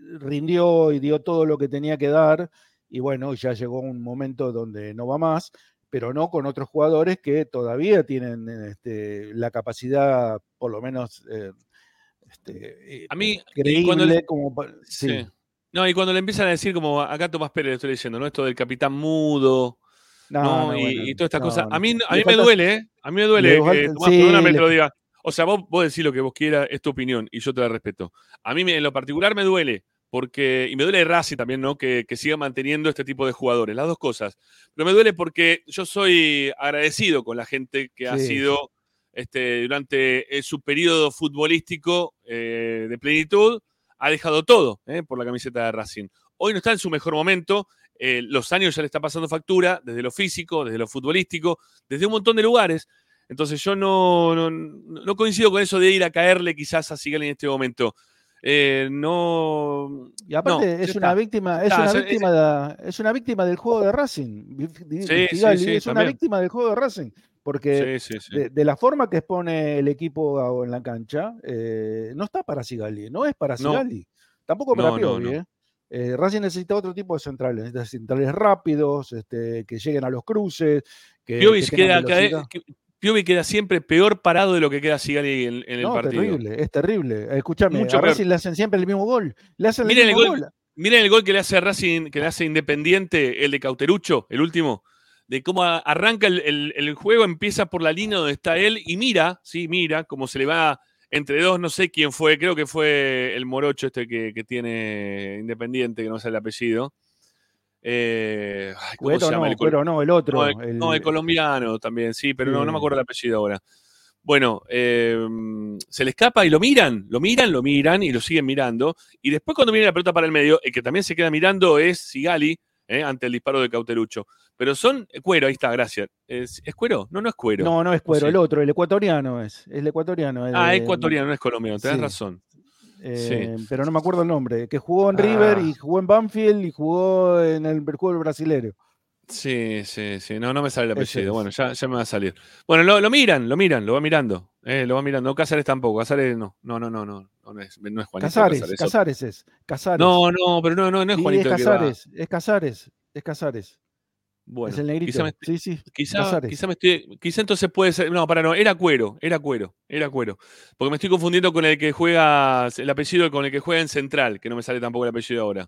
Speaker 5: rindió y dio todo lo que tenía que dar, y bueno, ya llegó un momento donde no va más, pero no con otros jugadores que todavía tienen este, la capacidad, por lo menos eh, este, eh,
Speaker 3: A mí, y cuando le,
Speaker 5: creíble, como pa- sí.
Speaker 3: sí. No, y cuando le empiezan a decir, como acá Tomás Pérez le estoy diciendo, ¿no? Esto del capitán mudo,
Speaker 5: No,
Speaker 3: ¿no?
Speaker 5: no,
Speaker 3: Y,
Speaker 5: bueno,
Speaker 3: y todas estas
Speaker 5: no,
Speaker 3: cosas. A
Speaker 5: no.
Speaker 3: mí, a
Speaker 5: Le
Speaker 3: mí me
Speaker 5: falta-
Speaker 3: duele, ¿eh? A mí me
Speaker 5: le
Speaker 3: duele,
Speaker 5: falta-
Speaker 3: eh, Tomás,
Speaker 5: sí,
Speaker 3: perdóname
Speaker 5: le
Speaker 3: que lo
Speaker 5: fa-
Speaker 3: diga. O sea, vos, vos decís lo que vos quieras, es tu opinión, y yo te la respeto. A mí me- en lo particular me duele, porque, y me duele Racing también, ¿no? Que, que siga manteniendo este tipo de jugadores, las dos cosas. Pero me duele porque yo soy agradecido con la gente que ha
Speaker 5: Sí,
Speaker 3: sido este, durante eh, su periodo futbolístico eh, de plenitud, ha dejado todo eh, por la camiseta de Racing. Hoy no está en su mejor momento, eh, los años ya le está pasando factura, desde lo físico, desde lo futbolístico, desde un montón de lugares. Entonces yo no, no, no coincido con eso de ir a caerle quizás a Sigali en este momento. Eh, no.
Speaker 5: Y aparte
Speaker 3: no,
Speaker 5: es una
Speaker 3: está.
Speaker 5: víctima, es
Speaker 3: Está,
Speaker 5: una
Speaker 3: ya-
Speaker 5: víctima de- es una víctima del juego de Racing.
Speaker 3: Sí,
Speaker 5: Figali
Speaker 3: sí, sí,
Speaker 5: es una
Speaker 3: también.
Speaker 5: víctima del juego de Racing. Porque
Speaker 3: Sí, sí, sí.
Speaker 5: de, de la forma que expone el equipo en la cancha, eh, no está para Sigali, no es para
Speaker 3: No.
Speaker 5: Sigali. Tampoco para
Speaker 3: No, no,
Speaker 5: Piovi,
Speaker 3: no.
Speaker 5: ¿eh? Eh, Racing necesita otro tipo de centrales, necesita centrales rápidos, este, que lleguen a los cruces, que,
Speaker 3: Piovi
Speaker 5: que
Speaker 3: se
Speaker 5: tengan
Speaker 3: queda, cada-
Speaker 5: velocidad.
Speaker 3: que- Piovi queda siempre peor parado de lo que queda Sigali en, en el
Speaker 5: No,
Speaker 3: partido.
Speaker 5: terrible, es terrible. Eh, Escúchame,
Speaker 3: Mucho
Speaker 5: a
Speaker 3: peor.
Speaker 5: Racing le hacen siempre el mismo gol. Le hacen el
Speaker 3: Miren el
Speaker 5: mismo
Speaker 3: gol,
Speaker 5: gol.
Speaker 3: miren el gol que le hace a Racing, que le hace Independiente, el de Cauterucho, el último, de cómo a- arranca el, el- el juego, empieza por la línea donde está él y mira, sí, mira, cómo se le va entre dos, no sé quién fue, creo que fue el morocho este que, que tiene Independiente, que no sé el apellido. Eh, ay, ¿cómo
Speaker 5: Cuero
Speaker 3: se llama?
Speaker 5: no,
Speaker 3: El col-
Speaker 5: Cuero no, el
Speaker 3: no,
Speaker 5: otro.
Speaker 3: el,
Speaker 5: el-
Speaker 3: no, el colombiano también, sí, pero no, no me
Speaker 5: sí.
Speaker 3: acuerdo el apellido ahora. Bueno, eh, se le escapa y lo miran, lo miran, lo miran y lo siguen mirando. Y después cuando viene la pelota para el medio, el que también se queda mirando es Sigali, eh, ante el disparo de Cauterucho. Pero son Cuero, ahí está, gracias. ¿Es, ¿es Cuero? No, no es Cuero.
Speaker 5: No, no es
Speaker 3: ¿O
Speaker 5: Cuero,
Speaker 3: sí?
Speaker 5: el otro, el ecuatoriano es. El ecuatoriano. el
Speaker 3: Ah,
Speaker 5: de-
Speaker 3: ecuatoriano, no es colombiano, tenés
Speaker 5: sí.
Speaker 3: razón.
Speaker 5: Eh,
Speaker 3: Sí.
Speaker 5: Pero no me acuerdo el nombre. Que jugó en River
Speaker 3: Ah.
Speaker 5: y jugó en Banfield y jugó en el juego brasileño.
Speaker 3: Sí, sí, sí. No, no me sale el
Speaker 5: Ese
Speaker 3: apellido.
Speaker 5: es.
Speaker 3: Bueno, ya, ya me va a salir. Bueno, lo, lo miran, lo miran, lo va mirando. Eh, lo va mirando. No, Cáceres tampoco. Cáceres no. No, no, no, no. No, no es, no es Juanito
Speaker 5: Casares,
Speaker 3: Cáceres.
Speaker 5: Casares es. Casares.
Speaker 3: No, no, pero no, no, no es
Speaker 5: Sí,
Speaker 3: Juanito
Speaker 5: es
Speaker 3: el que va.
Speaker 5: Casares, es Casares, es Casares.
Speaker 3: Bueno,
Speaker 5: es el negrito.
Speaker 3: quizá, me,
Speaker 5: sí, sí.
Speaker 3: quizá,
Speaker 5: Casares.
Speaker 3: quizá me estoy. Quizá entonces puede ser. No, para no, era Cuero, era Cuero, era Cuero. Porque me estoy confundiendo con el que juega. El apellido con el que juega en Central, que no me sale tampoco el apellido ahora.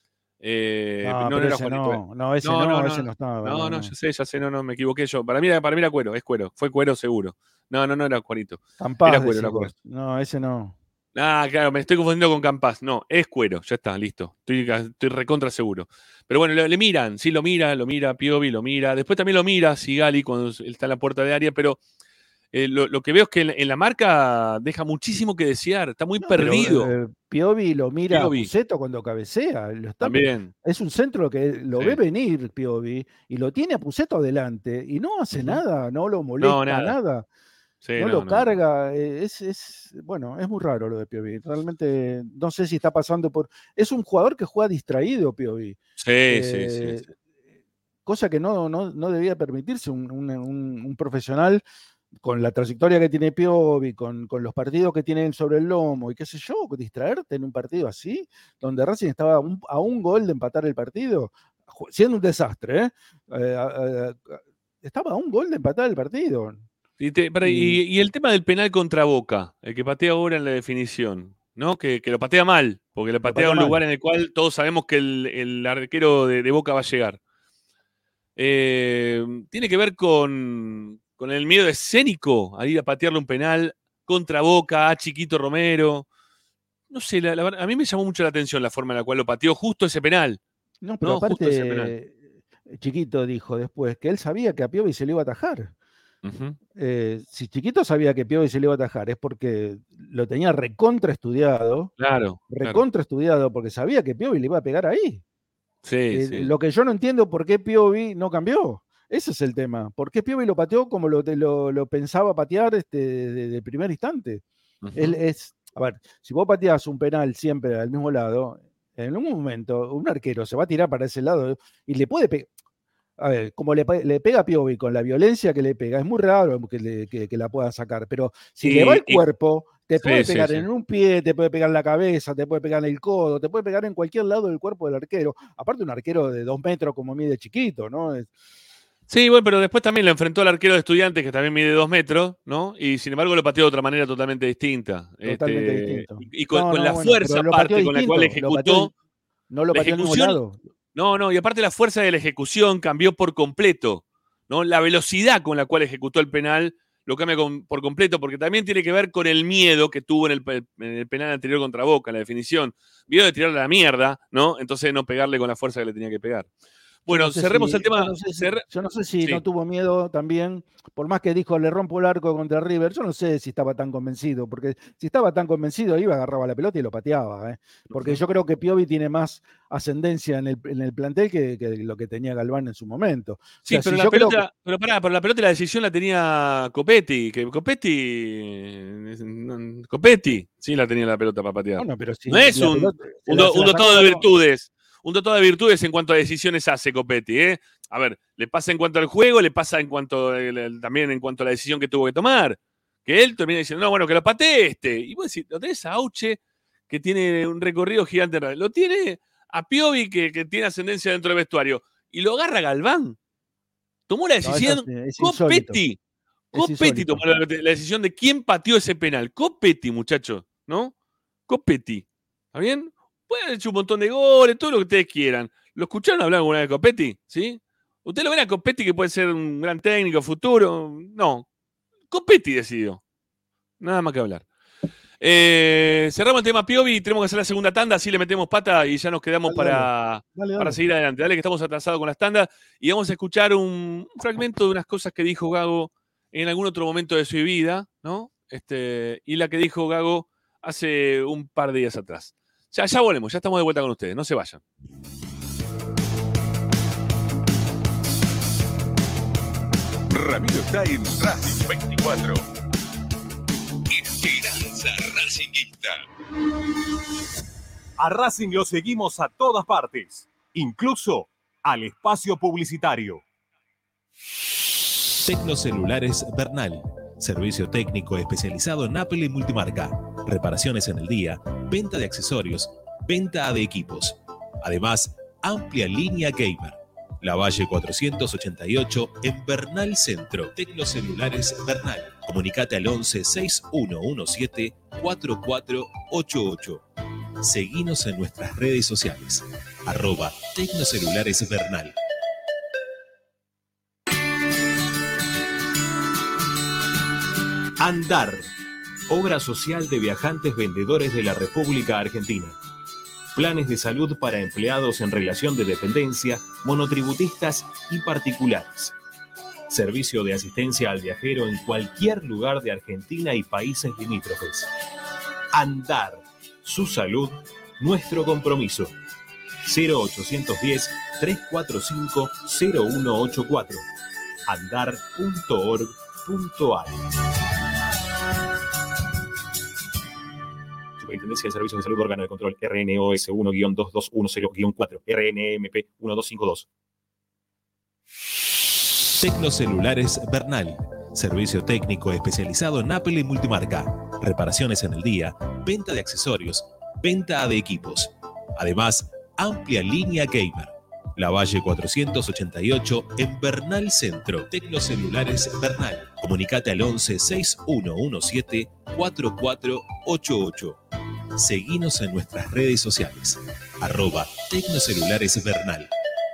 Speaker 3: Eh,
Speaker 5: No,
Speaker 3: no, no
Speaker 5: pero
Speaker 3: era
Speaker 5: ese
Speaker 3: Juanito.
Speaker 5: no, no, ese
Speaker 3: no,
Speaker 5: no,
Speaker 3: no, no,
Speaker 5: ese no
Speaker 3: no,
Speaker 5: estaba.
Speaker 3: no,
Speaker 5: No,
Speaker 3: no,
Speaker 5: no.
Speaker 3: ya sé, ya sé, no, no, me equivoqué yo. Para mí, era- para mí era Cuero, es Cuero. Fue Cuero seguro. No, no, no era Juanito.
Speaker 5: Campás,
Speaker 3: Era Cuero,
Speaker 5: decís
Speaker 3: era Cuero.
Speaker 5: vos. No, ese no.
Speaker 3: Ah, claro, me estoy confundiendo con Campas. No, es Cuero, ya está, listo. Estoy, estoy recontra seguro. Pero bueno, le, le miran, sí, lo mira, lo mira, Piovi lo mira. Después también lo mira Sigali cuando él está en la puerta de área, pero eh, lo, lo que veo es que en, en la marca deja muchísimo que desear, está muy
Speaker 5: No, pero,
Speaker 3: perdido.
Speaker 5: eh, Piovi lo mira
Speaker 3: Piovi.
Speaker 5: a Puceto cuando cabecea. Lo está-
Speaker 3: También.
Speaker 5: Es un centro que lo
Speaker 3: Sí.
Speaker 5: ve venir Piovi y lo tiene a Puceto adelante y no hace
Speaker 3: Ujú.
Speaker 5: nada, no lo molesta,
Speaker 3: nada.
Speaker 5: nada.
Speaker 3: Sí,
Speaker 5: no,
Speaker 3: no,
Speaker 5: lo
Speaker 3: no, no.
Speaker 5: carga. eh, Es, es, bueno, es muy raro lo de Piovi. Realmente no sé si está pasando por. Es un jugador que juega distraído, Piovi.
Speaker 3: Sí, sí,
Speaker 5: Eh,
Speaker 3: sí, sí.
Speaker 5: Cosa que no, no, no debía permitirse un, un- un- un profesional con la trayectoria que tiene Piovi, con, con los partidos que tiene él sobre el lomo y qué sé yo, distraerte en un partido así, donde Racing estaba a un, a un gol de empatar el partido, ju- siendo un desastre, ¿eh? Eh, a- a- a- estaba a un gol de empatar el partido.
Speaker 3: Y, te- para- y- y el tema del penal contra Boca, el que patea ahora en la definición, ¿no? Que, que lo patea mal, porque lo patea
Speaker 5: patea
Speaker 3: a un
Speaker 5: mal.
Speaker 3: lugar en el cual todos sabemos que el, el arquero de, de Boca va a llegar. Eh, tiene que ver con, con el miedo escénico a ir a patearle un penal contra Boca, a Chiquito Romero. No sé, la- la verdad, a mí me llamó mucho la atención la forma en la cual lo pateó justo ese penal.
Speaker 5: No, pero
Speaker 3: No, justo ese penal.
Speaker 5: aparte, Chiquito dijo después que él sabía que a Piovi se le iba a atajar.
Speaker 3: Ujú.
Speaker 5: Eh, si Chiquito sabía que Piovi se le iba a atajar es porque lo tenía recontra estudiado,
Speaker 3: Claro, claro.
Speaker 5: recontra estudiado, porque sabía que Piovi le iba a pegar ahí.
Speaker 3: Sí,
Speaker 5: Eh,
Speaker 3: sí.
Speaker 5: Lo que yo no entiendo por qué Piovi no cambió. Ese es el tema. ¿Por qué Piovi lo pateó como lo, lo- lo pensaba patear este, de, de primer instante?
Speaker 3: Ujú.
Speaker 5: Él es, a ver, si vos pateás un penal siempre al mismo lado, en un momento un arquero se va a tirar para ese lado y le puede pegar. A ver, como le, pe- le pega a Piovi con la violencia que le pega, es muy raro que, le- que- que la pueda sacar, pero si le va
Speaker 3: Y-
Speaker 5: el
Speaker 3: y-
Speaker 5: cuerpo, te
Speaker 3: Sí,
Speaker 5: puede
Speaker 3: sí,
Speaker 5: pegar
Speaker 3: sí.
Speaker 5: en un pie, te puede pegar en la cabeza, te puede pegar en el codo, te puede pegar en cualquier lado del cuerpo del arquero. Aparte un arquero de dos metros como mide Chiquito, ¿no? Es-
Speaker 3: Sí, bueno, pero después también lo enfrentó al arquero de Estudiantes, que también mide dos metros, ¿no? Y sin embargo lo pateó de otra manera totalmente distinta.
Speaker 5: Totalmente
Speaker 3: Este,
Speaker 5: distinto.
Speaker 3: Y, y con,
Speaker 5: No,
Speaker 3: con
Speaker 5: no,
Speaker 3: la
Speaker 5: bueno,
Speaker 3: fuerza
Speaker 5: pero lo
Speaker 3: aparte
Speaker 5: pateó
Speaker 3: con la cual
Speaker 5: distinto, lo pateó
Speaker 3: ejecutó.
Speaker 5: di- no lo
Speaker 3: la
Speaker 5: pateó al mismo
Speaker 3: ejecución-
Speaker 5: lado.
Speaker 3: No, no, y aparte la fuerza de la ejecución cambió por completo, ¿no? La velocidad con la cual ejecutó el penal lo cambia con- por completo, porque también tiene que ver con el miedo que tuvo en el, pe- en el penal anterior contra Boca, en la definición. Miedo de tirarle a la mierda, ¿no? Entonces no pegarle con la fuerza que le tenía que pegar. Bueno,
Speaker 5: no sé
Speaker 3: cerremos
Speaker 5: si,
Speaker 3: el tema.
Speaker 5: Yo no sé si,
Speaker 3: cerre...
Speaker 5: yo no sé si
Speaker 3: sí.
Speaker 5: no tuvo miedo también, por más que dijo le rompo el arco contra River, yo no sé si estaba tan convencido, porque si estaba tan convencido iba, agarraba la pelota y lo pateaba. ¿eh? Porque uh-huh. yo creo que Piovi tiene más ascendencia en el, en el plantel que, que lo que tenía Galván en su momento.
Speaker 3: Sí,
Speaker 5: o sea,
Speaker 3: pero,
Speaker 5: si
Speaker 3: la
Speaker 5: yo
Speaker 3: pelota,
Speaker 5: creo que...
Speaker 3: pero pará, pero la pelota y la decisión la tenía Copetti, que Copetti, Copetti, sí la tenía la pelota para patear.
Speaker 5: Bueno, pero si
Speaker 3: no es un, pelota, un, do, un dotado de virtudes, un dotado de virtudes en cuanto a decisiones hace Copetti, ¿eh? A ver, le pasa en cuanto al juego, le pasa en cuanto el, también en cuanto a la decisión que tuvo que tomar. Que él termina diciendo, no, bueno, que lo patee este. Y vos decís, lo tenés a Auche, que tiene un recorrido gigante. Lo tiene a Piovi, que, que tiene ascendencia dentro del vestuario. Y lo agarra Galván. Tomó la decisión no, es, es Copetti. Copetti tomó la, la decisión de quién pateó ese penal. Copetti, muchachos, ¿no? Copetti. ¿Está bien? Pueden haber hecho un montón de goles, todo lo que ustedes quieran. ¿Lo escucharon hablar alguna vez de Copetti? ¿Sí? ¿Usted lo ven a Copetti que puede ser un gran técnico futuro? No. Copetti decidió. Nada más que hablar. Eh, cerramos el tema Piovi y tenemos que hacer la segunda tanda, así le metemos pata y ya nos quedamos dale, para, dale. Dale, para seguir adelante. Dale, que estamos atrasados con las tandas y vamos a escuchar un, un fragmento de unas cosas que dijo Gago en algún otro momento de su vida, ¿no? Este, y la que dijo Gago hace un par de días atrás. Ya, ya volvemos, ya estamos de vuelta con ustedes, no se vayan.
Speaker 1: Ramiro está en Racing veinticuatro. Esperanza Racingista.
Speaker 10: A Racing lo seguimos a todas partes, incluso al espacio publicitario.
Speaker 11: Tecnocelulares Bernal. Servicio técnico especializado en Apple y multimarca. Reparaciones en el día, venta de accesorios, venta de equipos. Además, amplia línea gamer. Lavalle cuatrocientos ochenta y ocho en Bernal Centro. Tecnocelulares Bernal. Comunicate al once seis uno uno siete cuatro cuatro ocho ocho. Seguinos en nuestras redes sociales. Arroba Tecnocelulares Bernal. Andar. Obra social de viajantes vendedores de la República Argentina. Planes de salud para empleados en relación de dependencia, monotributistas y particulares. Servicio de asistencia al viajero en cualquier lugar de Argentina y países limítrofes. Andar. Su salud, nuestro compromiso. cero ochocientos diez, trescientos cuarenta y cinco, cero uno ochenta y cuatro. andar punto org punto ar. Superintendencia de Servicios de Salud, órgano de control R N O S uno guion dos dos uno cero guion cuatro, R N M P uno dos cinco dos. Tecnocelulares Bernal. Servicio técnico especializado en Apple y multimarca. Reparaciones en el día, venta de accesorios, venta de equipos. Además, amplia línea gamer. Lavalle cuatrocientos ochenta y ocho en Bernal Centro. Tecnocelulares Bernal. Comunicate al once seis uno uno siete cuatro cuatro ocho ocho. Seguinos en nuestras redes sociales. Arroba Tecnocelulares Bernal.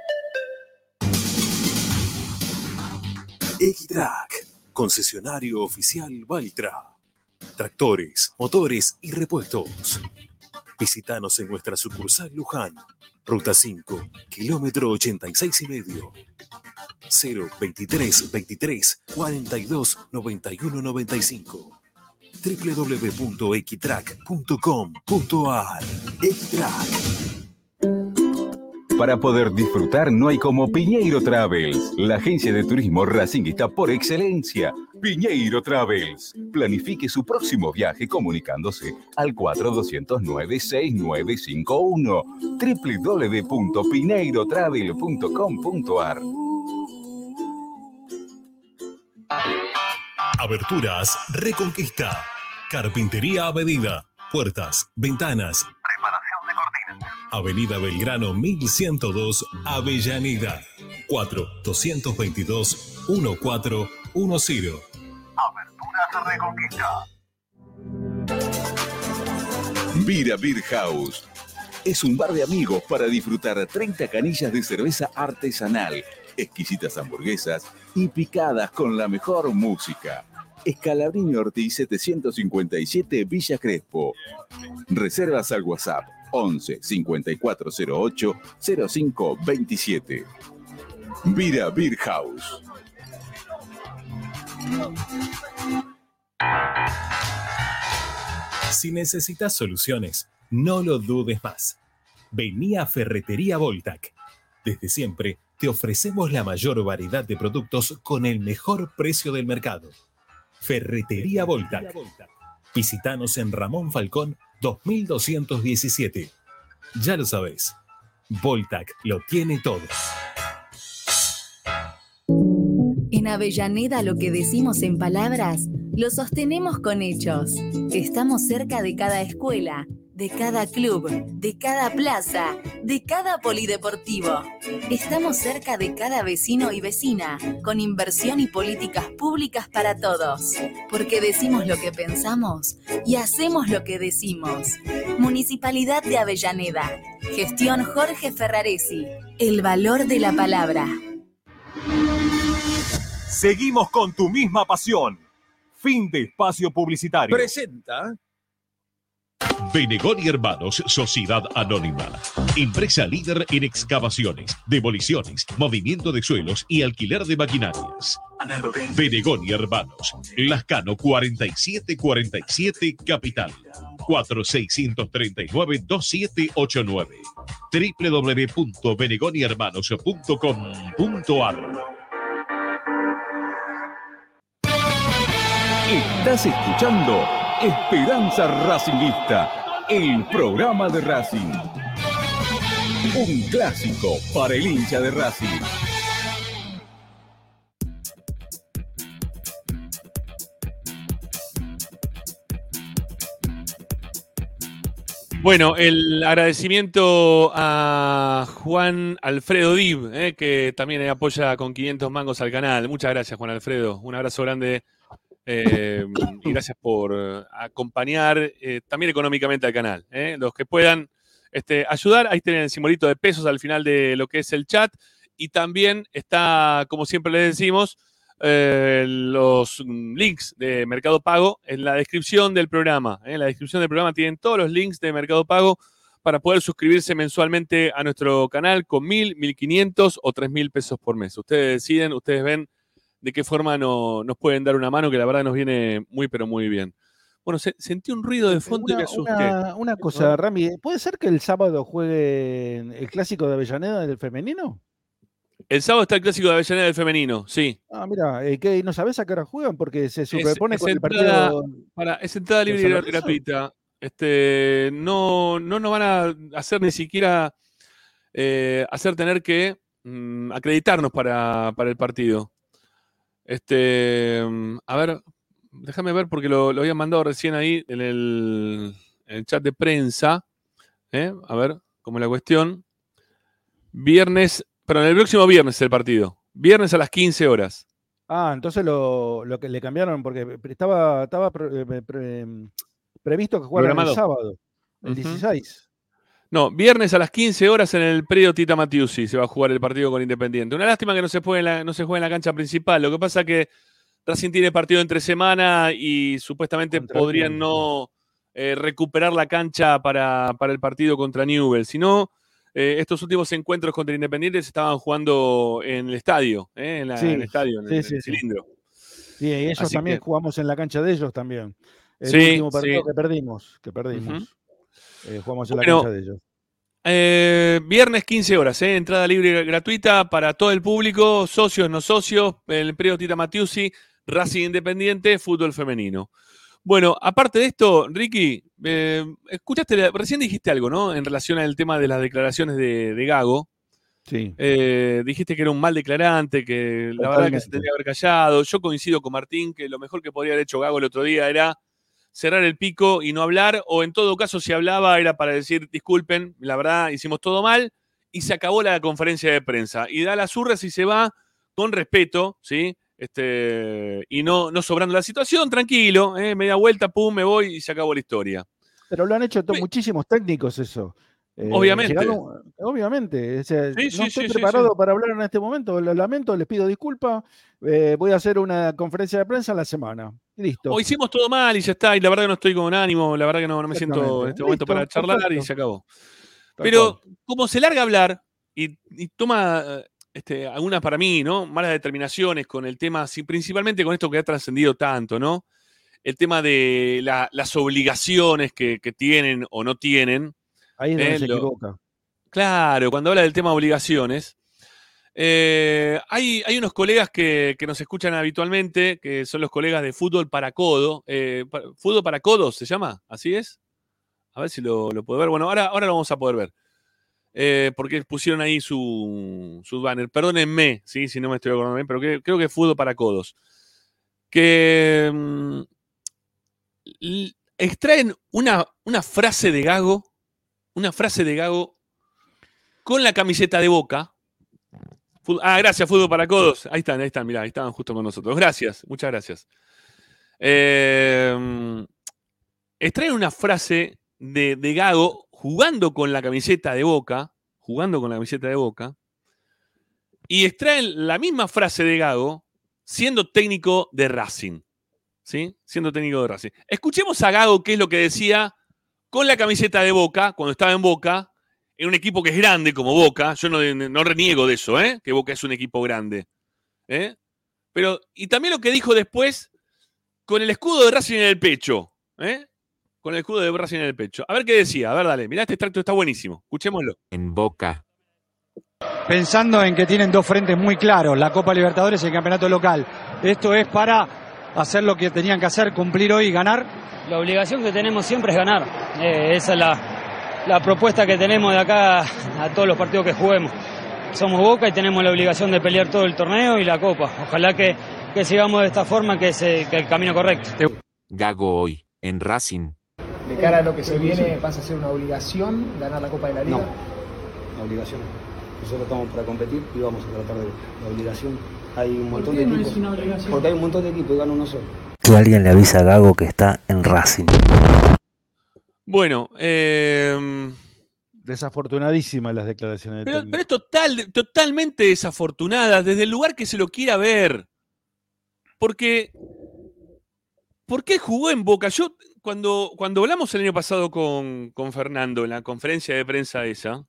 Speaker 11: Equitrack, concesionario oficial Valtra. Tractores, motores y repuestos. Visítanos en nuestra sucursal Luján. Ruta cinco, kilómetro ochenta y seis y medio. cero veintitrés veintitrés cuarenta y dos noventa y uno noventa y cinco. doble u doble u doble u punto equitrack punto com punto ar. Equitrack.
Speaker 1: Para poder disfrutar no hay como Piñeiro Travels, la agencia de turismo racinguista por excelencia. Piñeiro Travels. Planifique su próximo viaje comunicándose al cuatro dos cero nueve seis nueve cinco uno. doble u doble u doble u punto piñeiro travel punto com punto ar.
Speaker 13: Aberturas Reconquista. Carpintería a medida. Puertas, ventanas. Preparación de cortinas. Avenida Belgrano mil ciento dos, Avellaneda. cuatro dos dos dos uno cuatro uno cero. Aberturas Reconquista.
Speaker 1: Vira Beer House. Es un bar de amigos para disfrutar treinta canillas de cerveza artesanal, exquisitas hamburguesas y picadas con la mejor música. Escalabrini Ortiz setecientos cincuenta y siete, Villa Crespo. Reservas al WhatsApp once cincuenta y cuatro cero ocho cero cinco veintisiete.
Speaker 9: Vira Beer House.
Speaker 11: Si necesitas soluciones, no lo dudes más. Vení a Ferretería Voltac. Desde siempre te ofrecemos la mayor variedad de productos con el mejor precio del mercado. Ferretería Voltac. Visítanos en Ramón Falcón dos mil doscientos diecisiete. Ya lo sabés, Voltac lo tiene todo.
Speaker 14: En Avellaneda lo que decimos en palabras, lo sostenemos con hechos. Estamos cerca de cada escuela, de cada club, de cada plaza, de cada polideportivo. Estamos cerca de cada vecino y vecina, con inversión y políticas públicas para todos. Porque decimos lo que pensamos y hacemos lo que decimos. Municipalidad de Avellaneda. Gestión Jorge Ferraresi. El valor de la palabra.
Speaker 10: Seguimos con tu misma pasión. Fin de espacio publicitario.
Speaker 8: Presenta
Speaker 13: Venegón y Hermanos, Sociedad Anónima. Empresa líder en excavaciones, demoliciones, movimiento de suelos y alquiler de maquinarias. Venegón y Hermanos, Lascano cuarenta y siete cuarenta y siete, Capital. cuatro seis tres nueve dos siete ocho nueve. doble u doble u doble u punto venegón y hermanos punto com punto a r.
Speaker 1: Estás escuchando Esperanza Racingista, el programa de Racing. Un clásico para el hincha de Racing.
Speaker 3: Bueno, el agradecimiento a Juan Alfredo Dib, eh, que también apoya con quinientos mangos al canal. Muchas gracias, Juan Alfredo. Un abrazo grande. Eh, y gracias por acompañar eh, también económicamente al canal. Eh. Los que puedan este, ayudar, ahí tienen el simbolito de pesos al final de lo que es el chat. Y también está, como siempre les decimos, eh, los links de Mercado Pago en la descripción del programa. Eh. En la descripción del programa tienen todos los links de Mercado Pago para poder suscribirse mensualmente a nuestro canal con mil, mil quinientos o tres mil pesos por mes. Ustedes deciden, ustedes ven de qué forma no, nos pueden dar una mano, que la verdad nos viene muy, pero muy bien. Bueno, se, sentí un ruido de fondo
Speaker 5: una,
Speaker 3: y me asusté.
Speaker 5: Una, una cosa, Rami, ¿puede ser que el sábado juegue el clásico de Avellaneda del femenino?
Speaker 3: El sábado está el clásico de Avellaneda del femenino, sí.
Speaker 5: Ah, mira, eh, ¿qué, ¿no sabés a qué hora juegan? Porque se superpone
Speaker 3: es,
Speaker 5: con
Speaker 3: es
Speaker 5: el
Speaker 3: entrada,
Speaker 5: partido.
Speaker 3: Para, es entrada libre y gratuita. Este, no, no nos van a hacer ni siquiera eh, hacer tener que mm, acreditarnos para, para el partido. Este, a ver, déjame ver porque lo, lo habían mandado recién ahí en el, en el chat de prensa. ¿eh? A ver, cómo es la cuestión. Viernes, pero el próximo viernes es el partido. Viernes a las quince horas.
Speaker 5: Ah, entonces lo, lo que le cambiaron, porque estaba, estaba pre, pre, previsto que jugaran el sábado, el uh-huh. dieciséis.
Speaker 3: No, viernes a las quince horas en el predio Tita Matiusi se va a jugar el partido con Independiente. Una lástima que no se juegue en la, no se juegue en la cancha principal. Lo que pasa es que Racing tiene partido entre semana y supuestamente contra podrían no eh, recuperar la cancha para, para el partido contra Newell's. Si no, eh, estos últimos encuentros contra Independiente se estaban jugando en el estadio, eh, en, la, sí, en el estadio, en, sí, el, sí, en el cilindro.
Speaker 5: Sí, y ellos Así también que... jugamos en la cancha de ellos también. El
Speaker 3: sí,
Speaker 5: último partido
Speaker 3: sí.
Speaker 5: que perdimos, que perdimos. Uh-huh. Eh, jugamos en
Speaker 3: bueno,
Speaker 5: la cancha de ellos.
Speaker 3: Eh, viernes quince horas, eh, entrada libre y gratuita para todo el público, socios, no socios, el predio Tita Matiusi, Racing Independiente, fútbol femenino. Bueno, aparte de esto, Ricky, eh, escuchaste, recién dijiste algo, ¿no? En relación al tema de las declaraciones de, de Gago.
Speaker 5: Sí.
Speaker 3: Eh, dijiste que era un mal declarante, que la Totalmente. verdad que se tendría que haber callado. Yo coincido con Martín que lo mejor que podría haber hecho Gago el otro día era cerrar el pico y no hablar, o en todo caso si hablaba era para decir disculpen, la verdad hicimos todo mal y se acabó la conferencia de prensa y da las urras y se va con respeto, ¿sí? Este, y no, no sobrando la situación, tranquilo, ¿eh? Media vuelta, pum, me voy y se acabó la historia.
Speaker 5: Pero lo han hecho to- muchísimos técnicos eso. Eh,
Speaker 3: obviamente.
Speaker 5: Llegaron, obviamente. O sea,
Speaker 3: sí,
Speaker 5: no
Speaker 3: sí,
Speaker 5: estoy
Speaker 3: sí,
Speaker 5: preparado
Speaker 3: sí, sí.
Speaker 5: para hablar en este momento, lo lamento, les pido disculpas. Eh, voy a hacer una conferencia de prensa a la semana. Listo.
Speaker 3: O hicimos todo mal y ya está, y la verdad que no estoy con ánimo, la verdad que no, no me siento en este momento Listo, para charlar perfecto. Y se acabó. Tal Pero cual. Como se larga a hablar y, y toma este, algunas para mí, ¿no? Malas determinaciones con el tema, sí, principalmente con esto que ha trascendido tanto, ¿no? El tema de la, las obligaciones que, que tienen o no tienen.
Speaker 5: Ahí es donde
Speaker 3: eh,
Speaker 5: se
Speaker 3: lo,
Speaker 5: equivoca.
Speaker 3: Claro, cuando habla del tema obligaciones. Eh, hay, hay unos colegas que, que nos escuchan habitualmente, que son los colegas de Fútbol para Codo. Eh, pa- Fútbol para Codos se llama, ¿así es? A ver si lo, lo puedo ver. Bueno, ahora, ahora lo vamos a poder ver. Eh, porque pusieron ahí su, su banner. Perdónenme, ¿sí? Si no me estoy acordando bien, pero que, creo que es Fútbol para Codos. Que mm, l- extraen una, una frase de Gago, una frase de Gago con la camiseta de Boca. Fut- Ah, gracias, Fútbol para Codos. Ahí están, ahí están, mirá, ahí estaban justo con nosotros. Gracias, muchas gracias. Eh, extraen una frase de, de Gago jugando con la camiseta de Boca, jugando con la camiseta de Boca, y extraen la misma frase de Gago siendo técnico de Racing. ¿Sí? Siendo técnico de Racing. Escuchemos a Gago qué es lo que decía con la camiseta de Boca, cuando estaba en Boca, en un equipo que es grande como Boca. Yo no, no reniego de eso, ¿eh? Que Boca es un equipo grande. ¿eh? Pero, y también lo que dijo después con el escudo de Racing en el pecho. ¿eh? Con el escudo de Racing en el pecho. A ver qué decía. A ver, dale. Mirá, este extracto está buenísimo. Escuchémoslo.
Speaker 15: En Boca.
Speaker 16: Pensando en que tienen dos frentes muy claros, la Copa Libertadores y el campeonato local. Esto es para hacer lo que tenían que hacer, cumplir hoy y ganar.
Speaker 17: La obligación que tenemos siempre es ganar. Eh, esa es la, la propuesta que tenemos de acá a todos los partidos que juguemos. Somos Boca y tenemos la obligación de pelear todo el torneo y la Copa. Ojalá que, que sigamos de esta forma, que es eh, que el camino correcto.
Speaker 15: Gago hoy, en Racing.
Speaker 18: De cara a lo que se viene, ¿vas a ser una obligación ganar la Copa de la Liga?
Speaker 19: No, la obligación. Nosotros estamos para competir y vamos a tratar de la obligación. Hay un montón de
Speaker 18: no
Speaker 19: equipos.
Speaker 18: es una obligación?
Speaker 19: Porque hay un montón de equipos y gana uno solo.
Speaker 20: Que alguien le avisa a Gago que está en Racing.
Speaker 3: Bueno, eh,
Speaker 5: Desafortunadísimas las declaraciones del
Speaker 3: pero,
Speaker 5: técnico.
Speaker 3: pero es total, totalmente desafortunada desde el lugar que se lo quiera ver. Porque, ¿por qué jugó en Boca? Yo, cuando, cuando hablamos el año pasado con, con Fernando en la conferencia de prensa esa,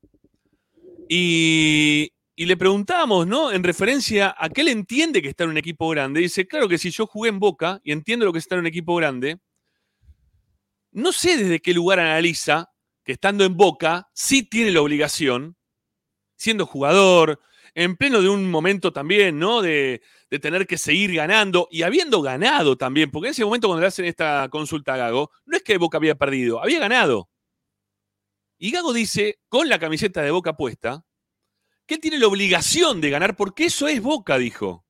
Speaker 3: y, y le preguntábamos, ¿no? En referencia a que él entiende que está en un equipo grande. Dice, claro que si yo jugué en Boca y entiendo lo que es estar en un equipo grande, no sé desde qué lugar analiza que estando en Boca sí tiene la obligación, siendo jugador, en pleno de un momento también, ¿no? De, de tener que seguir ganando y habiendo ganado también, porque en ese momento cuando le hacen esta consulta a Gago, no es que Boca había perdido, había ganado. Y Gago dice, con la camiseta de Boca puesta, que él tiene la obligación de ganar porque eso es Boca, dijo.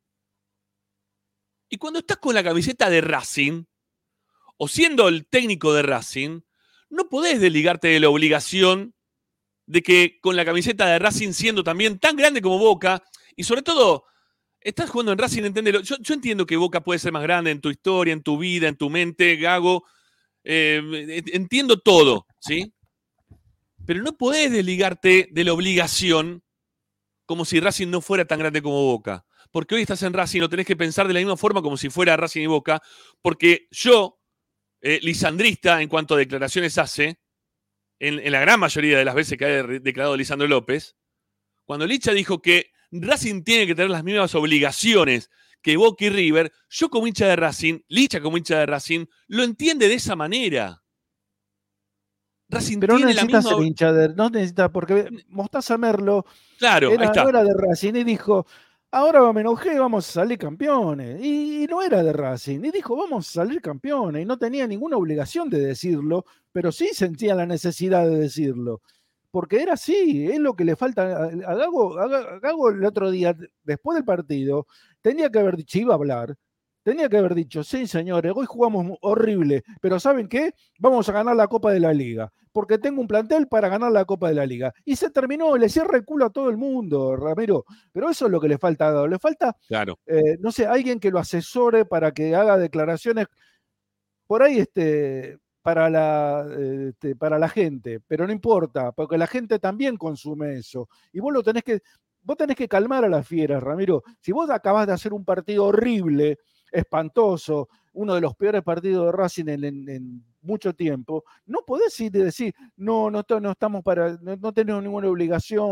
Speaker 3: Y cuando estás con la camiseta de Racing, o siendo el técnico de Racing, no podés desligarte de la obligación de que con la camiseta de Racing siendo también tan grande como Boca, y sobre todo, estás jugando en Racing, enténdelo. Yo, yo entiendo que Boca puede ser más grande en tu historia, en tu vida, en tu mente, Gago. Eh, entiendo todo, ¿sí? Pero no podés desligarte de la obligación como si Racing no fuera tan grande como Boca. Porque hoy estás en Racing, lo tenés que pensar de la misma forma como si fuera Racing y Boca, porque yo, eh, lisandrista, en cuanto a declaraciones hace, en, en la gran mayoría de las veces que ha declarado Lisandro López, cuando Licha dijo que Racing tiene que tener las mismas obligaciones que Boca y River, yo como hincha de Racing, Licha como hincha de Racing, lo entiende de esa manera. Racing
Speaker 5: Pero no
Speaker 3: tiene la
Speaker 5: necesita
Speaker 3: misma...
Speaker 5: ser hincha de, no necesita, porque Mostaza Merlo
Speaker 3: Claro,
Speaker 5: era,
Speaker 3: ahí está.
Speaker 5: no era de Racing y dijo, ahora me enojé, vamos a salir campeones. Y, y no era de Racing, y dijo, vamos a salir campeones. Y no tenía ninguna obligación de decirlo, pero sí sentía la necesidad de decirlo. Porque era así, es lo que le falta a, a Gago. A Gago el otro día, después del partido, tenía que haber dicho, iba a hablar, tenía que haber dicho, sí señores, hoy jugamos horrible, pero ¿saben qué? Vamos a ganar la Copa de la Liga, porque tengo un plantel para ganar la Copa de la Liga. Y se terminó, le cierra el culo a todo el mundo, Ramiro. Pero eso es lo que le falta a Gago. Le falta,
Speaker 3: claro.
Speaker 5: eh, no sé, alguien que lo asesore para que haga declaraciones por ahí, este... Para la, este, para la gente, pero no importa, porque la gente también consume eso. Y vos lo tenés que, vos tenés que calmar a las fieras, Ramiro. Si vos acabás de hacer un partido horrible, espantoso, uno de los peores partidos de Racing en, en, en mucho tiempo, no podés ir y decir, no, no, no estamos para, no, no tenemos ninguna obligación,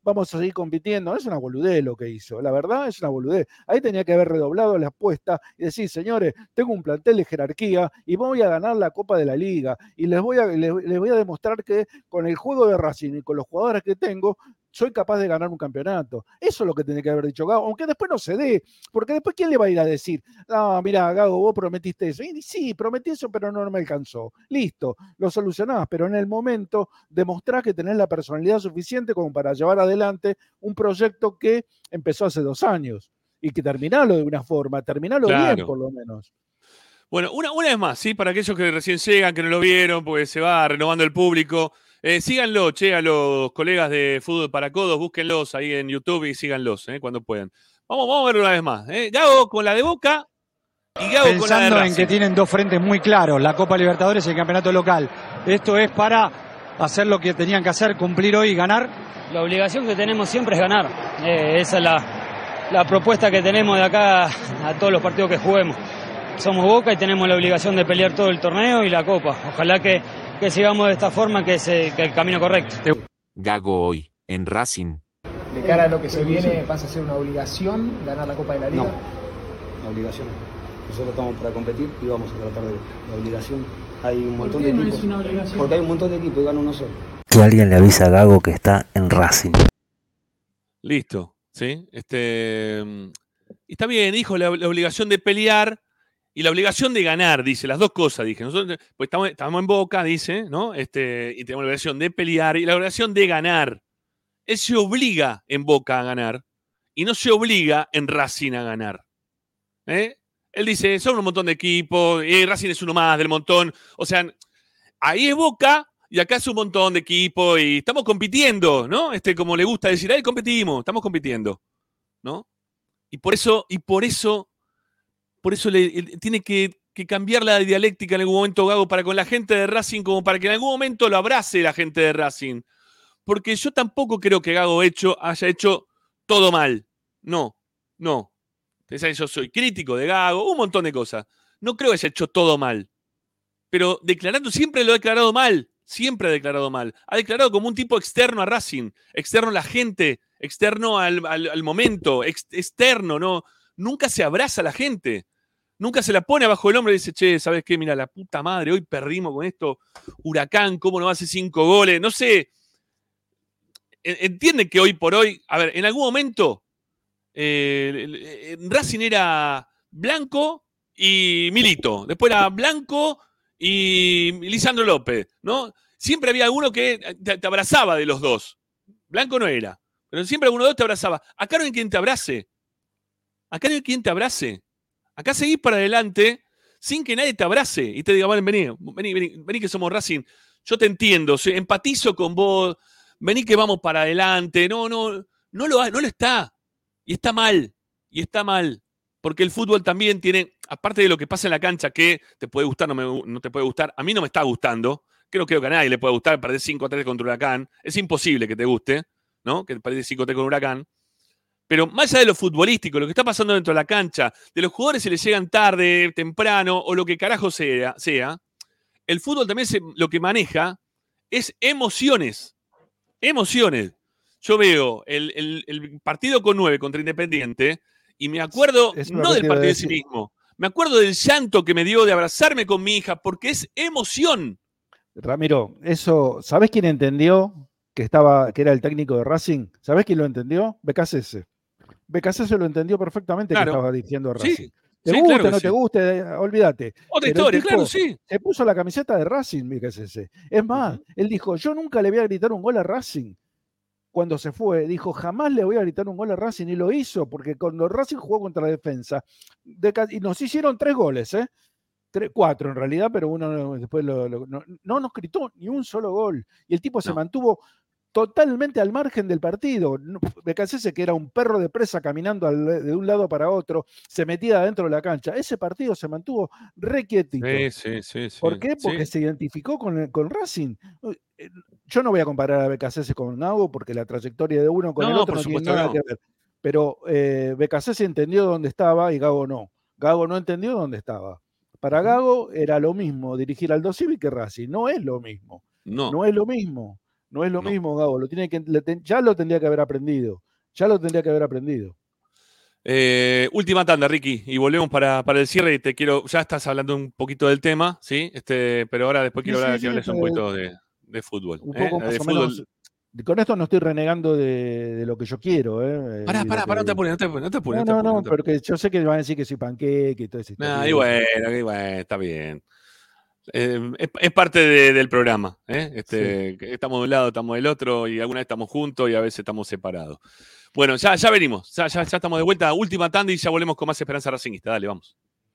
Speaker 5: vamos a seguir compitiendo. Es una boludez lo que hizo, la verdad es una boludez. Ahí tenía que haber redoblado la apuesta y decir, señores, tengo un plantel de jerarquía y voy a ganar la Copa de la Liga y les voy a, les, les voy a demostrar que con el juego de Racing y con los jugadores que tengo, soy capaz de ganar un campeonato. Eso es lo que tenía que haber dicho Gago, aunque después no se dé, porque después ¿quién le va a ir a decir? No, mira, Gago, vos prometiste eso. Y sí, prometí eso, pero no me alcanzó. Listo, lo solucionás, pero en el momento demostrás que tenés la personalidad suficiente como para llevar adelante un proyecto que empezó hace dos años y que terminarlo de una forma, terminarlo
Speaker 3: Claro.
Speaker 5: bien por lo menos.
Speaker 3: Bueno, una, una vez más, ¿sí? Para aquellos que recién llegan, que no lo vieron, porque se va renovando el público. Eh, síganlo, che, a los colegas de Fútbol para Codos, búsquenlos ahí en YouTube y síganlos, eh, cuando puedan. Vamos, vamos a verlo una vez más. Eh. Gago con la de Boca y Gago con la de
Speaker 16: Pensando
Speaker 3: Racing.
Speaker 16: en que tienen dos frentes muy claros, la Copa Libertadores y el campeonato local. Esto es para hacer lo que tenían que hacer, cumplir hoy y ganar.
Speaker 17: La obligación que tenemos siempre es ganar. Eh, esa es la, la propuesta que tenemos de acá a todos los partidos que juguemos. Somos Boca y tenemos la obligación de pelear todo el torneo y la Copa. Ojalá que, que sigamos de esta forma, que es eh, que el camino correcto.
Speaker 15: Gago hoy, en Racing.
Speaker 18: De cara a lo que se viene, ¿pasa a ser una obligación ganar la Copa de la Liga?
Speaker 19: No, la obligación. Nosotros estamos para competir y vamos a tratar de la obligación. Hay un montón de
Speaker 18: no
Speaker 19: equipos.
Speaker 18: es una obligación?
Speaker 19: Porque hay un montón de equipos y gana uno solo.
Speaker 20: Que alguien le avisa a Gago que está en Racing.
Speaker 3: Listo, ¿sí? Este, y está bien, dijo la, la obligación de pelear y la obligación de ganar, dice, las dos cosas, dije. Nosotros pues estamos, estamos en Boca, dice, ¿no? Este, y tenemos la obligación de pelear y la obligación de ganar. Él se obliga en Boca a ganar y no se obliga en Racing a ganar. ¿Eh? Él dice, son un montón de equipos, y Racing es uno más del montón. O sea, ahí es Boca y acá es un montón de equipos y estamos compitiendo, ¿no? Este, como le gusta decir, ahí competimos, estamos compitiendo, ¿no? Y por eso, y por eso, por eso le, le, tiene que, que cambiar la dialéctica en algún momento, Gago, para con la gente de Racing, como para que en algún momento lo abrace la gente de Racing. Porque yo tampoco creo que Gago hecho, haya hecho todo mal. No, no. Ustedes saben, yo soy crítico de Gago, un montón de cosas. No creo que haya hecho todo mal. Pero declarando, siempre lo ha declarado mal. Siempre ha declarado mal. Ha declarado como un tipo externo a Racing, externo a la gente, externo al, al, al momento, ex, externo, ¿no? Nunca se abraza a la gente. Nunca se la pone abajo del hombro y dice, che, ¿sabes qué? Mira, la puta madre, hoy perdimos con esto. Huracán, ¿cómo no hace cinco goles? No sé. Entienden que hoy por hoy, a ver, en algún momento eh, Racing era Blanco y Milito. Después era Blanco y Lisandro López, ¿no? Siempre había alguno que te, te abrazaba de los dos. Blanco no era, pero siempre alguno de los dos te abrazaba. Acá no hay quien te abrace. Acá no hay quien te abrace. Acá seguís para adelante sin que nadie te abrace y te diga, vale, vení, vení, vení, vení que somos Racing. Yo te entiendo, empatizo con vos, vení que vamos para adelante. No, no, no lo, no lo está. Y está mal, y está mal. Porque el fútbol también tiene, aparte de lo que pasa en la cancha, que te puede gustar, no, me, no te puede gustar, a mí no me está gustando. Creo, creo que a nadie le puede gustar perder cinco a tres contra Huracán. Es imposible que te guste, ¿no? Que perder cinco a tres con Huracán. Pero más allá de lo futbolístico, lo que está pasando dentro de la cancha, de los jugadores se les llegan tarde, temprano, o lo que carajo sea, sea el fútbol también se, lo que maneja es emociones. Emociones. Yo veo el, el, el partido con nueve contra Independiente y me acuerdo, no del partido en sí mismo, me acuerdo del llanto que me dio de abrazarme con mi hija, porque es emoción.
Speaker 5: Ramiro, eso, ¿sabés quién entendió que estaba, que era el técnico de Racing? ¿Sabés quién lo entendió? B K C S. B K C S lo entendió perfectamente, claro, que estaba dirigiendo Racing. Sí, te sí, guste, claro no te sí. guste, olvídate.
Speaker 3: Otra historia, claro, sí.
Speaker 5: Se puso la camiseta de Racing, B K C S. Es más, uh-huh. él dijo, yo nunca le voy a gritar un gol a Racing. Cuando se fue, dijo, jamás le voy a gritar un gol a Racing, y lo hizo, porque cuando Racing jugó contra la defensa, de, y nos hicieron tres goles, ¿eh? Tres, cuatro en realidad, pero uno después lo, lo, no, no nos gritó ni un solo gol. Y el tipo no. se mantuvo totalmente al margen del partido. B K C S, que era un perro de presa caminando al, de un lado para otro, se metía adentro de la cancha. Ese partido se mantuvo re quietito.
Speaker 3: Sí, sí, sí, sí.
Speaker 5: ¿Por qué? Porque sí. se identificó con, con Racing. Yo no voy a comparar a B K C S con Gago, porque la trayectoria de uno con no, el otro no tiene nada no. que ver. Pero eh, B K C S entendió dónde estaba y Gago no. Gago no entendió dónde estaba. Para Gago era lo mismo dirigir Aldo Civi que Racing. No es lo mismo.
Speaker 3: No.
Speaker 5: No es lo mismo. No es lo
Speaker 3: No.
Speaker 5: mismo, Gabo. Lo tiene que, le ten- ya lo tendría que haber aprendido. Ya lo tendría que haber aprendido.
Speaker 3: Eh, última tanda, Ricky, y volvemos para, para el cierre. Y te quiero, ya estás hablando un poquito del tema, ¿sí? Este, pero ahora después
Speaker 5: Sí,
Speaker 3: quiero
Speaker 5: sí,
Speaker 3: hablar,
Speaker 5: sí,
Speaker 3: que hables un
Speaker 5: pero-
Speaker 3: poquito de, de fútbol.
Speaker 5: Un
Speaker 3: ¿eh?
Speaker 5: poco más
Speaker 3: De
Speaker 5: o
Speaker 3: fútbol.
Speaker 5: menos. Con esto no estoy renegando de, de lo que yo quiero. ¿eh?
Speaker 3: Pará,
Speaker 5: Y de
Speaker 3: pará,
Speaker 5: lo
Speaker 3: pará, no
Speaker 5: que-
Speaker 3: te apures, no te apures, no te apures.
Speaker 5: No,
Speaker 3: no te
Speaker 5: no,
Speaker 3: apures,
Speaker 5: no,
Speaker 3: no te apures.
Speaker 5: porque yo sé que van a decir que soy panqueque y todo ese
Speaker 3: Nah, y bueno, y bueno, está bien. Eh, es, es parte de- del programa. ¿eh? Este, que Estamos de un lado, estamos del otro, y alguna vez estamos juntos y a veces estamos separados. Bueno, ya, ya venimos, ya, ya, ya estamos de vuelta. Última tanda y ya volvemos con más Esperanza Racingista. Dale, vamos.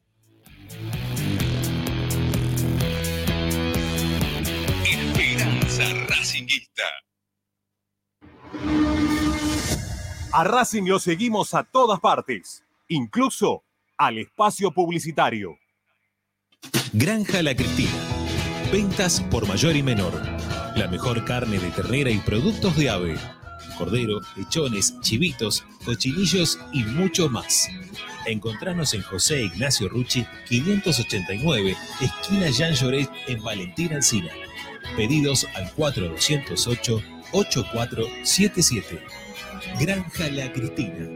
Speaker 1: Esperanza Racinguista.
Speaker 10: A Racing lo seguimos a todas partes, incluso al espacio publicitario.
Speaker 11: Granja La Cristina. Ventas por mayor y menor. La mejor carne de ternera y productos de ave. Cordero, lechones, chivitos, cochinillos y mucho más. Encontranos en José Ignacio Rucci, quinientos ochenta y nueve, esquina Jean Lloret, en Valentín Alsina. Pedidos al cuatro dos cero ocho, ocho cuatro siete siete. Granja La Cristina.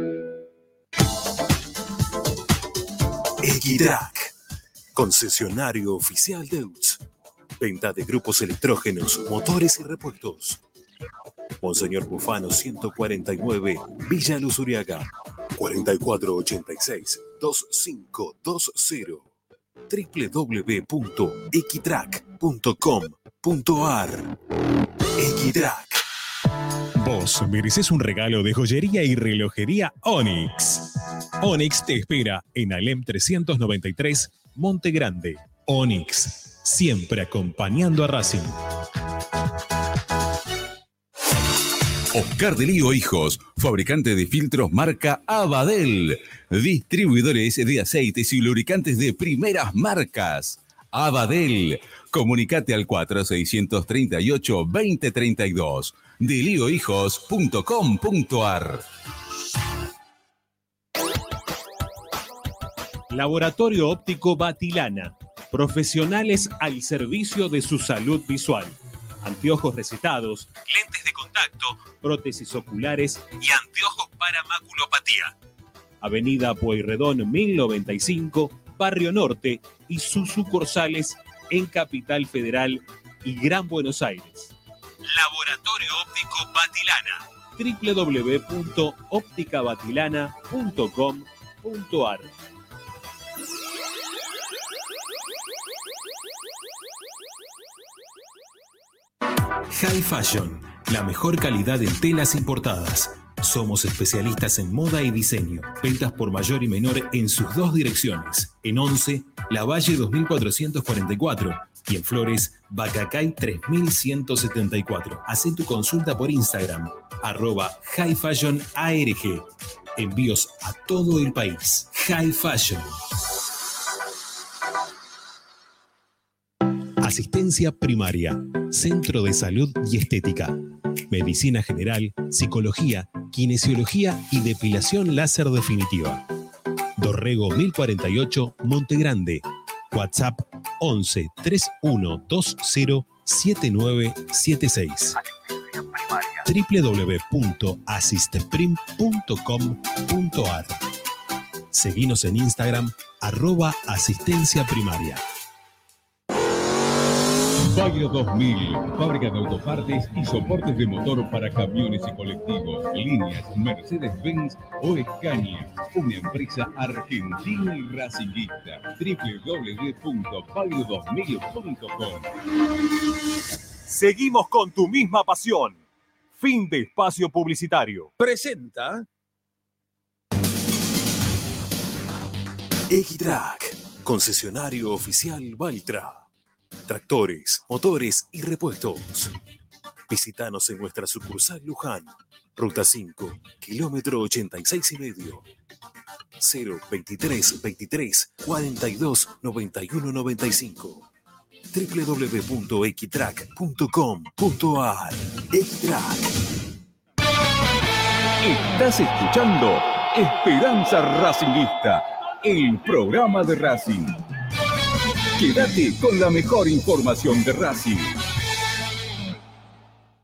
Speaker 13: Equitrack, concesionario oficial de U T S. Venta de grupos electrógenos, motores y repuestos. Monseñor Bufano ciento cuarenta y nueve, Villa Luz Uriaga. cuatro cuatro ocho seis, dos cinco dos cero. doble u doble u doble u punto equitrack punto com punto a r. Equitrack.
Speaker 11: Vos mereces un regalo de joyería y relojería Onyx. Onyx te espera en Alem trescientos noventa y tres, Monte Grande. Onyx, siempre acompañando a Racing.
Speaker 9: Oscar de Lío Hijos, fabricante de filtros marca Abadel. Distribuidores de aceites y lubricantes de primeras marcas. Abadel. Comunicate al cuatro seis tres ocho, dos cero tres dos. de lío hijos punto com punto a r.
Speaker 11: Laboratorio Óptico Batilana. Profesionales al servicio de su salud visual. Anteojos recetados, lentes de contacto, prótesis oculares y anteojos para maculopatía. Avenida Pueyrredón mil noventa y cinco, Barrio Norte, y sus sucursales en Capital Federal y Gran Buenos Aires. Laboratorio Óptico Batilana. doble u doble u doble u punto óptica batilana punto com punto a r. High Fashion, la mejor calidad en telas importadas. Somos especialistas en moda y diseño. Ventas por mayor y menor en sus dos direcciones. En Once, Lavalle dos mil cuatrocientos cuarenta y cuatro y en Flores, Bacacay tres mil ciento setenta y cuatro. Haz tu consulta por Instagram, arroba High Fashion A R G. Envíos a todo el país. High Fashion. Asistencia primaria, Centro de Salud y Estética, Medicina General, Psicología, Kinesiología y Depilación Láser Definitiva. Dorrego mil cuarenta y ocho, Monte Grande. WhatsApp once, treinta y uno veinte, setenta y nueve setenta y seis. doble u doble u doble u punto asisteprim punto com punto a r. Seguinos en Instagram, arroba asistencia primaria.
Speaker 1: Bagro dos mil, fábrica de autopartes y soportes de motor para camiones y colectivos. Líneas Mercedes-Benz o Scania. Una empresa argentina y racinguista. doble u doble u doble u punto bagro dos mil punto com.
Speaker 10: Seguimos con tu misma pasión. Fin de espacio publicitario.
Speaker 8: Presenta
Speaker 13: Equitrack, concesionario oficial Valtra. Tractores, motores y repuestos. Visítanos en nuestra sucursal Luján, Ruta cinco, kilómetro ochenta y seis y medio. cero veintitrés veintitrés cuarenta y dos noventa y uno noventa y cinco. doble u doble u doble u punto equitrack punto com punto a r. Equitrack.
Speaker 1: Estás escuchando Esperanza Racinguista, el programa de Racing. Quédate con la mejor información de Racing.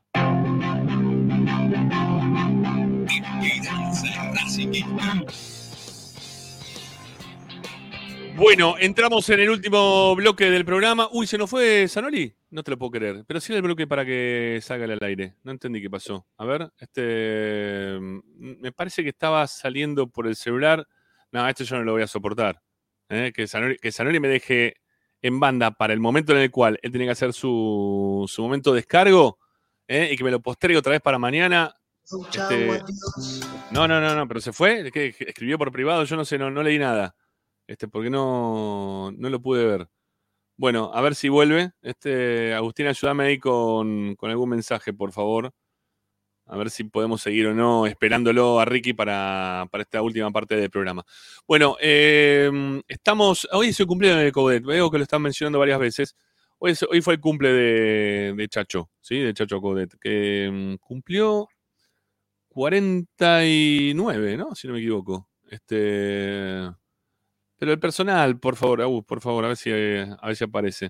Speaker 3: Bueno, entramos en el último bloque del programa. Uy, ¿se nos fue Zanoli? No te lo puedo creer. Pero sí el bloque para que salga al aire. No entendí qué pasó. A ver, este. Me parece que estaba saliendo por el celular. No, esto yo no lo voy a soportar. ¿eh? Que Zanoli, que Zanoli me deje en banda para el momento en el cual él tiene que hacer su, su momento de descargo ¿eh? y que me lo postergue otra vez para mañana. Este, no, no, no, no, pero se fue. ¿Qué? Escribió por privado, yo no sé, no, no leí nada. Este, porque no, no lo pude ver. Bueno, a ver si vuelve. Este, Agustín, ayúdame ahí con, con algún mensaje, por favor. A ver si podemos seguir o no esperándolo a Ricky para, para esta última parte del programa. Bueno, eh, estamos... Hoy es el cumpleaños de Coudet. Veo que lo están mencionando varias veces. Hoy, es, hoy fue el cumple de, de Chacho, ¿sí? De Chacho Coudet, que um, cumplió cuarenta y nueve, ¿no? Si no me equivoco. Este... Pero el personal, por favor, Agus, por favor, a ver si, a ver si aparece.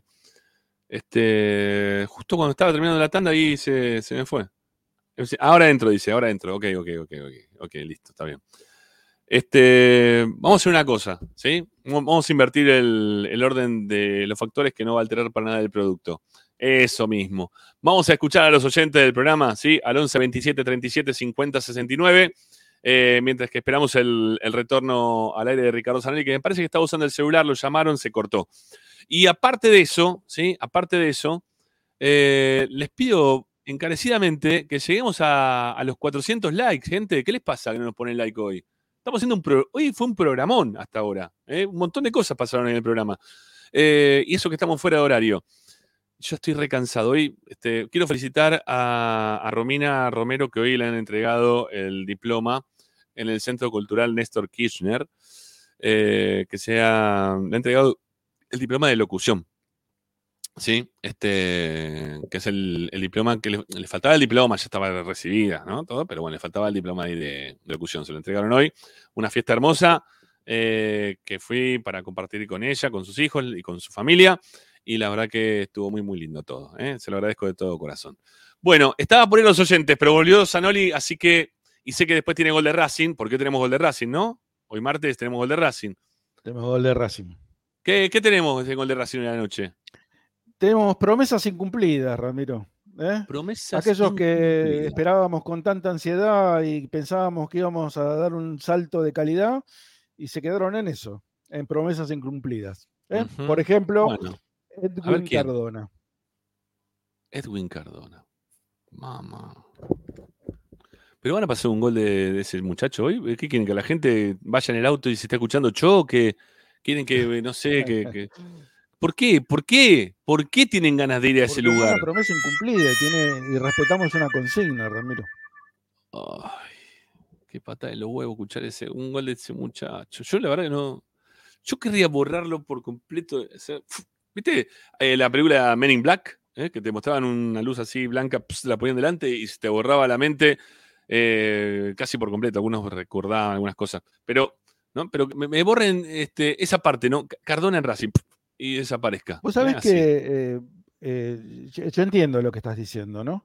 Speaker 3: Este, justo cuando estaba terminando la tanda, ahí se, se me fue. Ahora entro, dice, ahora entro. Ok, ok, ok, ok, ok, listo, está bien. Este, vamos a hacer una cosa, ¿sí? Vamos a invertir el, el orden de los factores que no va a alterar para nada el producto. Eso mismo. Vamos a escuchar a los oyentes del programa, ¿sí? Al once veintisiete treinta y siete cincuenta sesenta y nueve. Eh, mientras que esperamos el, el retorno al aire de Ricardo Zanoli, que me parece que estaba usando el celular, lo llamaron, se cortó. Y aparte de eso, ¿sí? Aparte de eso, eh, les pido encarecidamente que lleguemos a, a los cuatrocientos likes, gente. ¿Qué les pasa que no nos ponen like hoy? Estamos haciendo un pro, hoy fue un programón hasta ahora. ¿eh? Un montón de cosas pasaron en el programa. Eh, y eso que estamos fuera de horario. Yo estoy recansado. Hoy este, quiero felicitar a, a Romina Romero, que hoy le han entregado el diploma en el Centro Cultural Néstor Kirchner, eh, que se ha, le ha entregado el diploma de locución. ¿Sí? Este, que es el, el diploma que le, le faltaba el diploma, ya estaba recibida, ¿no? Todo, pero bueno, le faltaba el diploma ahí de, de locución. Se lo entregaron hoy. Una fiesta hermosa eh, que fui para compartir con ella, con sus hijos y con su familia. Y la verdad que estuvo muy, muy lindo todo. ¿eh? Se lo agradezco de todo corazón. Bueno, estaba por ir los oyentes, pero volvió Zanoli, así que... Y sé que después tiene gol de Racing, porque hoy tenemos gol de Racing, ¿no? Hoy martes tenemos gol de Racing.
Speaker 5: Tenemos gol de Racing.
Speaker 3: ¿Qué, qué tenemos de gol de Racing en la noche?
Speaker 5: Tenemos promesas incumplidas, Ramiro. ¿eh?
Speaker 3: Promesas
Speaker 5: Aquellos que
Speaker 3: incumplidas.
Speaker 5: esperábamos con tanta ansiedad y pensábamos que íbamos a dar un salto de calidad y se quedaron en eso, en promesas incumplidas. ¿eh?
Speaker 3: Uh-huh.
Speaker 5: Por ejemplo...
Speaker 3: Bueno.
Speaker 5: Edwin Cardona.
Speaker 3: Edwin Cardona. Mamá. ¿Pero van a pasar un gol de, de ese muchacho hoy? ¿Qué quieren? ¿Que la gente vaya en el auto y se esté escuchando choque? ¿Quieren que, no sé, que... que... ¿Por qué? ¿Por qué? ¿Por qué tienen ganas de ir a ese
Speaker 5: Porque
Speaker 3: lugar?
Speaker 5: es una promesa incumplida y, tiene, y respetamos una consigna, Ramiro.
Speaker 3: Ay, qué pata de los huevos escuchar ese, un gol de ese muchacho. Yo la verdad que no... Yo querría borrarlo por completo. O sea, ¿viste eh, la película Men in Black? ¿Eh? Que te mostraban una luz así blanca, pss, la ponían delante y se te borraba la mente eh, casi por completo. Algunos recordaban algunas cosas. Pero, ¿no? Pero me, me borren este, esa parte, ¿no? Cardona en Racing y desaparezca.
Speaker 5: Vos sabés
Speaker 3: ¿eh?
Speaker 5: que eh, eh, yo, yo entiendo lo que estás diciendo, ¿no?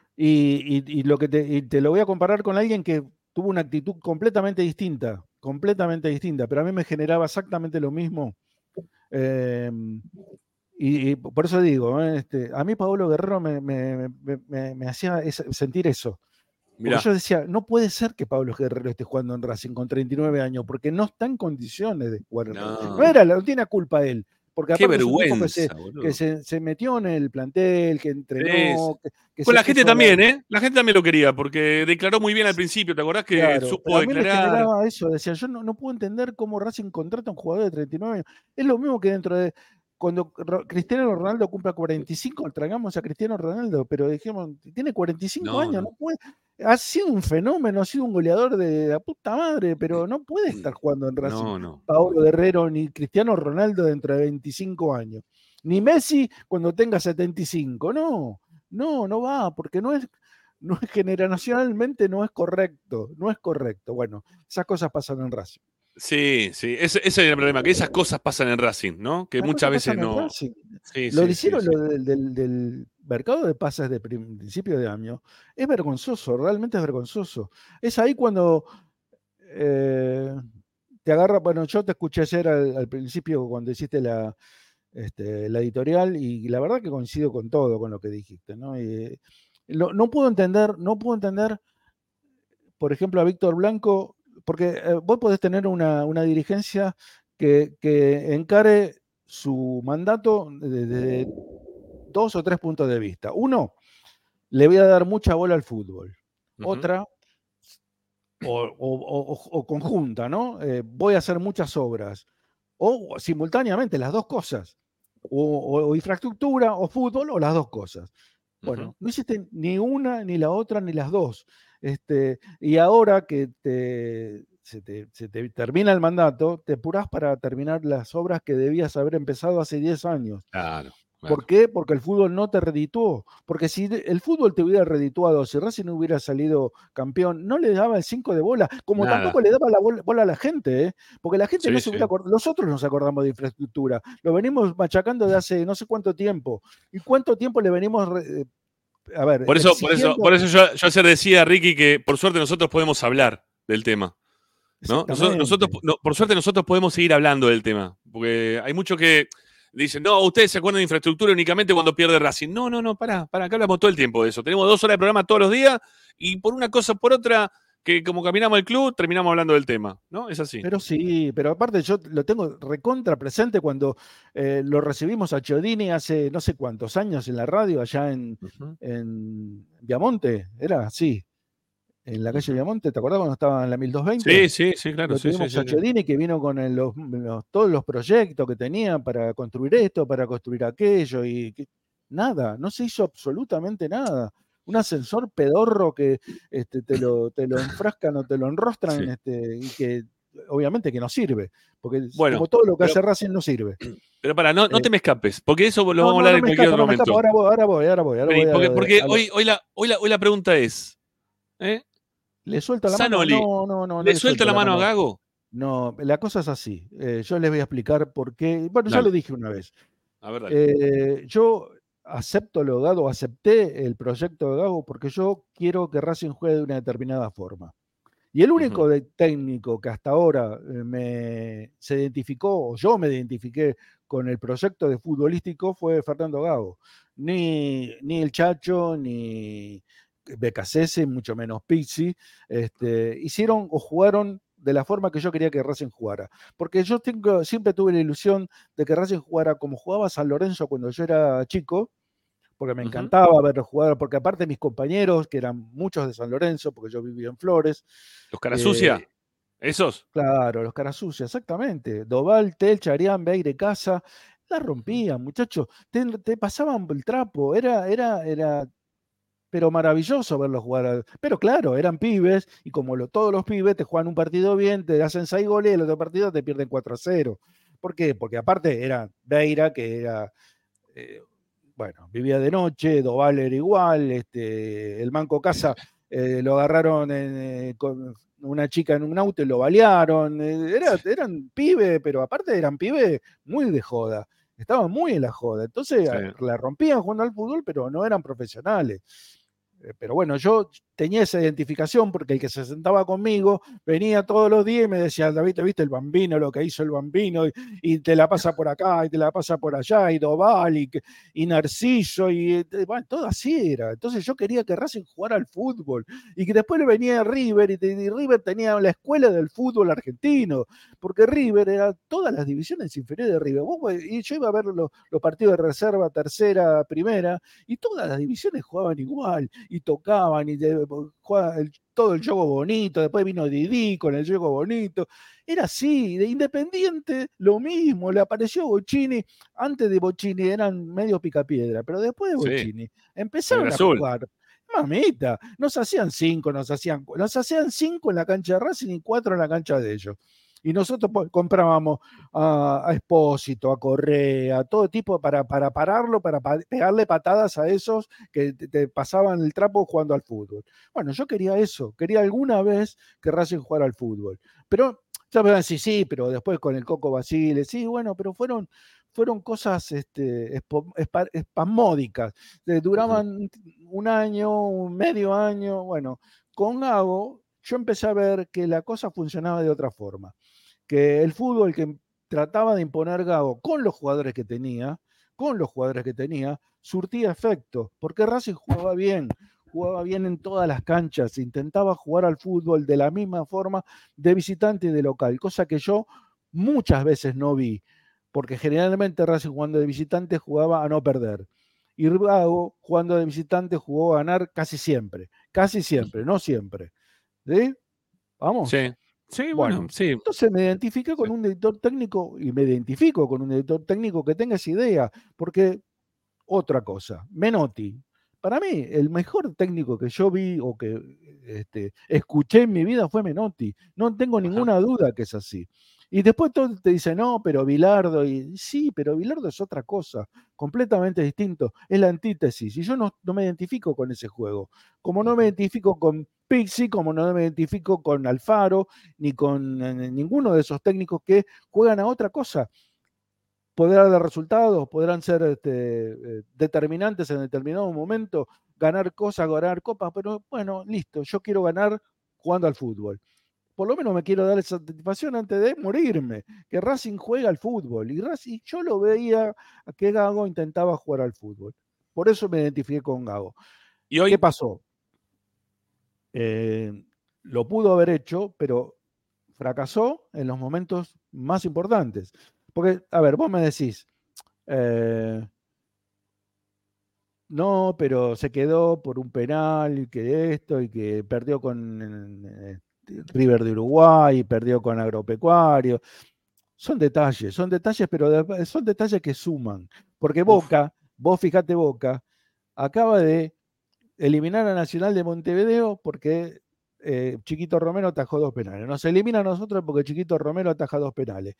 Speaker 5: Y, y, y lo que te, y te lo voy a comparar con alguien que tuvo una actitud completamente distinta, completamente distinta, pero a mí me generaba exactamente lo mismo. Eh, y, y por eso digo, ¿eh? este, a mí Paolo Guerrero me, me, me, me, me hacía esa, sentir eso. Porque Mirá. Yo decía, no puede ser que Pablo Guerrero esté jugando en Racing con treinta y nueve años, porque no está en condiciones de jugar en Racing. No, no era, no tiene culpa él. Porque
Speaker 3: Qué vergüenza,
Speaker 5: que, se, que se, se metió en el plantel, que entrenó.
Speaker 3: Sí.
Speaker 5: Que, que
Speaker 3: Con la gente también, la... ¿eh? La gente también lo quería, porque declaró muy bien al principio. ¿Te acordás que
Speaker 5: claro,
Speaker 3: supo
Speaker 5: a mí
Speaker 3: declarar?
Speaker 5: Me generaba eso, decía, yo no, no puedo entender cómo Racing contrata a un jugador de treinta y nueve años. Es lo mismo que dentro de. Cuando Cristiano Ronaldo cumpla cuarenta y cinco, traigamos a Cristiano Ronaldo, pero dijimos, tiene cuarenta y cinco no, años, no. no puede. Ha sido un fenómeno, ha sido un goleador de la puta madre, pero no puede estar jugando en Racing.
Speaker 3: No, no.
Speaker 5: Paolo Guerrero ni Cristiano Ronaldo dentro de veinticinco años. Ni Messi cuando tenga setenta y cinco. No, no, no va, porque no es, no es generacionalmente no es correcto, no es correcto. Bueno, esas cosas pasan en Racing.
Speaker 3: Sí, sí, ese, ese es el problema, que esas cosas pasan en Racing, ¿no? Que
Speaker 5: Las
Speaker 3: muchas veces no.
Speaker 5: Sí,
Speaker 3: lo
Speaker 5: sí, hicieron sí, sí. Lo del, del, del mercado de pases de principio de año. Es vergonzoso, realmente es vergonzoso. Es ahí cuando eh, te agarra, bueno, yo te escuché ayer al, al principio cuando hiciste la, este, la editorial y la verdad que coincido con todo, con lo que dijiste, ¿no? Y, lo, no puedo entender, no puedo entender, por ejemplo, a Víctor Blanco, porque eh, vos podés tener una, una dirigencia que, que encare su mandato desde dos o tres puntos de vista. Uno, le voy a dar mucha bola al fútbol.
Speaker 3: Ujú.
Speaker 5: Otra, o, o- o- o conjunta, ¿no? Eh, voy a hacer muchas obras. O simultáneamente, las dos cosas. O, o- o infraestructura, o fútbol, o las dos cosas. Bueno,
Speaker 3: Ujú.
Speaker 5: no hiciste ni una, ni la otra, ni las dos. Este, y ahora que te, se, te, se te termina el mandato, te apurás para terminar las obras que debías haber empezado hace diez años.
Speaker 3: Claro,
Speaker 5: ¿Por
Speaker 3: claro.
Speaker 5: qué? Porque el fútbol no te redituó. Porque si de- el fútbol te hubiera redituado, si Racing no hubiera salido campeón, no le daba el cinco de bola, como
Speaker 3: Nada.
Speaker 5: tampoco le daba la bola, bola a la gente, ¿eh? Porque la gente
Speaker 3: Sí,
Speaker 5: no se hubiera
Speaker 3: sí.
Speaker 5: acordado. Nosotros nos acordamos de infraestructura, lo venimos machacando de hace no sé cuánto tiempo. ¿Y cuánto tiempo le venimos, re- eh, a ver,
Speaker 3: Por eso, por eso,
Speaker 5: exigiendo?
Speaker 3: por eso yo, yo ayer decía, Ricky, que por suerte nosotros podemos hablar del tema. ¿No? Nosotros, nosotros,
Speaker 5: Exactamente.
Speaker 3: no, por suerte nosotros podemos seguir hablando del tema. Porque hay muchos que dicen, no, ustedes se acuerdan de infraestructura únicamente cuando pierde Racing. No, no, no, pará, pará, acá hablamos todo el tiempo de eso. Tenemos dos horas de programa todos los días y por una cosa o por otra, que como caminamos el club, terminamos hablando del tema. ¿No? Es así.
Speaker 5: Pero sí, pero aparte yo lo tengo recontra presente cuando eh, lo recibimos a Chiodini hace no sé cuántos años en la radio, allá en,
Speaker 3: Ujú.
Speaker 5: en Viamonte, era así, en la calle
Speaker 3: Ujú.
Speaker 5: Viamonte, ¿te acordás cuando estaba en la mil doscientos
Speaker 3: Sí,
Speaker 5: veinte?
Speaker 3: sí, sí, claro,
Speaker 5: Lo
Speaker 3: sí, sí,
Speaker 5: tuvimos
Speaker 3: sí,
Speaker 5: a
Speaker 3: sí.
Speaker 5: Chiodini que vino con el- los, los- todos los proyectos que tenía para construir esto, para construir aquello, y que- nada, no se hizo absolutamente nada. Un ascensor pedorro que este, te, lo, te lo enfrascan o te lo enrostran
Speaker 3: Sí.
Speaker 5: este, y que obviamente que no sirve, porque es
Speaker 3: Bueno,
Speaker 5: como todo lo que
Speaker 3: pero,
Speaker 5: hace Racing no sirve.
Speaker 3: pero para, no, no
Speaker 5: Eh,
Speaker 3: te me escapes, porque eso lo
Speaker 5: no,
Speaker 3: vamos a
Speaker 5: no,
Speaker 3: hablar
Speaker 5: no
Speaker 3: en
Speaker 5: me
Speaker 3: cualquier
Speaker 5: escapo,
Speaker 3: otro
Speaker 5: no me escapo,
Speaker 3: momento.
Speaker 5: ahora voy, ahora voy, ahora voy, ahora
Speaker 3: Vení,
Speaker 5: voy a
Speaker 3: porque,
Speaker 5: lo de-
Speaker 3: porque
Speaker 5: a lo-
Speaker 3: hoy, hoy, la, hoy, la, hoy la pregunta es, ¿eh?
Speaker 5: ¿Le suelto la mano?
Speaker 3: Zanoli,
Speaker 5: No, no, no, no
Speaker 3: ¿le
Speaker 5: le
Speaker 3: suelta
Speaker 5: suelto
Speaker 3: la
Speaker 5: la
Speaker 3: mano a
Speaker 5: mano.
Speaker 3: Gago?
Speaker 5: No, la cosa es así. Eh, yo les voy a explicar por qué. Bueno, ya
Speaker 3: Dale.
Speaker 5: lo dije una vez.
Speaker 3: A ver, dale.
Speaker 5: Eh, yo acepto lo de Gago, acepté el proyecto de Gago porque yo quiero que Racing juegue de una determinada forma. Y el único
Speaker 3: Ujú.
Speaker 5: de técnico que hasta ahora eh, me, se identificó, o yo me identifiqué con el proyecto de futbolístico fue Fernando Gago. Ni, ni el Chacho, ni Becasese, mucho menos Pizzi, este, hicieron o jugaron de la forma que yo quería que Racing jugara. Porque yo tengo, siempre tuve la ilusión de que Racing jugara como jugaba San Lorenzo cuando yo era chico, porque me
Speaker 3: Ujú.
Speaker 5: encantaba verlos jugar, porque aparte mis compañeros, que eran muchos de San Lorenzo, porque yo vivía en Flores,
Speaker 3: ¿Los cara
Speaker 5: eh,
Speaker 3: sucia? ¿Esos?
Speaker 5: claro, los caras sucias, exactamente. Doval, Tel, Charián, Beire, Casa, la
Speaker 3: Ujú.
Speaker 5: rompían, muchachos. Te, te pasaban el trapo, era, era, era, pero maravilloso verlos jugar. al- Pero claro, eran pibes, y como lo- todos los pibes te juegan un partido bien, te hacen seis goles y el otro partido te pierden cuatro a cero. ¿Por qué? Porque aparte era Beira, que era, eh, bueno, vivía de noche, Doval era igual, este, el Manco Casa eh, lo agarraron en, eh, con una chica en un auto y lo balearon. eh, era- eran pibes, pero aparte eran pibes muy de joda. Estaban muy en la joda. Entonces
Speaker 3: Sí.
Speaker 5: a- la rompían jugando al fútbol, pero no eran profesionales. Eh, Pero bueno, yo tenía esa identificación porque el que se sentaba conmigo venía todos los días y me decía, David, ¿viste el Bambino, lo que hizo el Bambino? Y, y te la pasa por acá, y te la pasa por allá, y Doval, y, que- y Narciso, y eh, bueno, todo así era. Entonces yo quería que Racing jugara al fútbol, y que después le venía River, y, te- y River tenía la escuela del fútbol argentino, porque River era todas las divisiones inferiores de River. Vos, y yo iba a ver los, los partidos de reserva, tercera, primera, y todas las divisiones jugaban igual, y tocaban, y de- jugaban el- todo el juego bonito, después vino Didi con el juego bonito, era así, de Independiente lo mismo, le apareció Bocini, antes de Bocini eran medio picapiedra, pero después de
Speaker 3: Sí.
Speaker 5: Bocini
Speaker 3: Sangre
Speaker 5: empezaron a
Speaker 3: azul.
Speaker 5: jugar, mamita, nos hacían cinco, nos hacían, nos hacían cinco en la cancha de Racing y cuatro en la cancha de ellos. Y nosotros pues, comprábamos a, a Espósito, a Correa, todo tipo para, para pararlo, para pa- pegarle patadas a esos que te, te pasaban el trapo jugando al fútbol. Bueno, yo quería eso, quería alguna vez que Racing jugara al fútbol. Pero ya me van a decir, sí, pero después con el Coco Basile, sí, bueno, pero fueron, fueron cosas este, espo- espa- espasmódicas, eh,
Speaker 3: Ujú.
Speaker 5: duraban un año, un medio año, bueno, con Gago yo empecé a ver que la cosa funcionaba de otra forma. que el fútbol que trataba de imponer Gago con los jugadores que tenía, con los jugadores que tenía, surtía efecto, porque Racing jugaba bien, jugaba bien en todas las canchas, intentaba jugar al fútbol de la misma forma de visitante y de local, cosa que yo muchas veces no vi, porque generalmente Racing jugando de visitante jugaba a no perder. Y Gago jugando de visitante jugó a ganar casi siempre, casi siempre, no siempre. ¿Sí? ¿Vamos?
Speaker 3: Sí, sí,
Speaker 5: Bueno,
Speaker 3: bueno, sí.
Speaker 5: entonces me identifiqué con un director técnico y me identifico con un director técnico que tenga esa idea, porque otra cosa, Menotti, para mí el mejor técnico que yo vi o que este, escuché en mi vida fue Menotti, no tengo ninguna duda que es así. Y después todo te dice, no, pero Bilardo, y sí, pero Bilardo es otra cosa, completamente distinto, es la antítesis, y yo no, no me identifico con ese juego, como no me identifico con Pixi, como no me identifico con Alfaro, ni con eh, ninguno de esos técnicos que juegan a otra cosa. Podrán dar resultados, podrán ser este, eh, determinantes en determinado momento, ganar cosas, ganar copas, pero bueno, listo, yo quiero ganar jugando al fútbol. Por lo menos me quiero dar esa satisfacción antes de morirme, que Racing juega al fútbol. Y Racing, yo lo veía que Gago intentaba jugar al fútbol. Por eso me identifiqué con Gago.
Speaker 3: ¿Y hoy?
Speaker 5: ¿Qué pasó? Eh, lo pudo haber hecho, pero fracasó en los momentos más importantes. Porque, a ver, vos me decís, eh, no, pero se quedó por un penal y que esto y que perdió con eh, River de Uruguay, perdió con Agropecuario. Son detalles, son detalles, pero de, son detalles que suman. Porque Boca, Uf. vos fijate Boca, acaba de eliminar a Nacional de Montevideo porque eh, Chiquito Romero atajó dos penales. Nos elimina a nosotros porque Chiquito Romero ataja dos penales.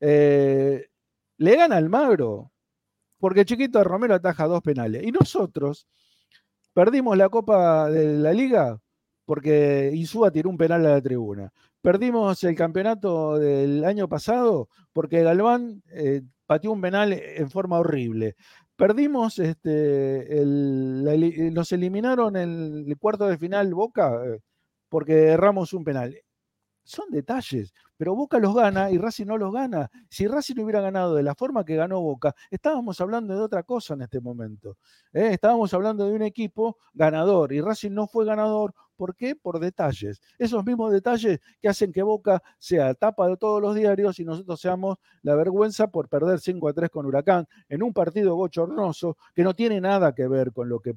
Speaker 5: Eh, le gana Almagro porque Chiquito Romero ataja dos penales. Y nosotros perdimos la Copa de la Liga porque Insúa tiró un penal a la tribuna. Perdimos el campeonato del año pasado porque Galván eh, pateó un penal en forma horrible. Perdimos, este, el, la, nos eliminaron en el cuarto de final Boca eh, porque erramos un penal. Son detalles, pero Boca los gana y Racing no los gana. Si Racing hubiera ganado de la forma que ganó Boca, estábamos hablando de otra cosa en este momento. ¿eh? Estábamos hablando de un equipo ganador y Racing no fue ganador. ¿Por qué? Por detalles. Esos mismos detalles que hacen que Boca sea tapa de todos los diarios y nosotros seamos la vergüenza por perder cinco a tres con Huracán en un partido bochornoso que no tiene nada que ver con lo que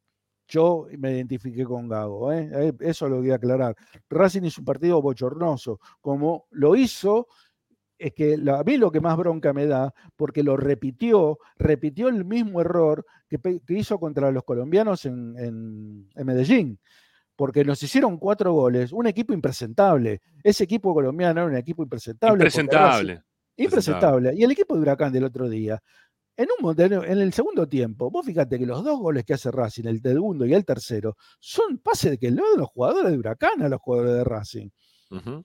Speaker 5: yo me identifiqué con Gago, ¿eh? Eso lo voy a aclarar. Racing hizo un partido bochornoso, como lo hizo, es que a mí lo que más bronca me da, porque lo repitió, repitió el mismo error que, que hizo contra los colombianos en, en, en Medellín, porque nos hicieron cuatro goles, un equipo impresentable. Ese equipo colombiano era un equipo impresentable.
Speaker 3: Impresentable.
Speaker 5: Racing, impresentable. Y el equipo de Huracán del otro día, En, un, en el segundo tiempo, vos fíjate que los dos goles que hace Racing, el segundo y el tercero, son pases que le dan los jugadores de Huracán a los jugadores de Racing. Uh-huh.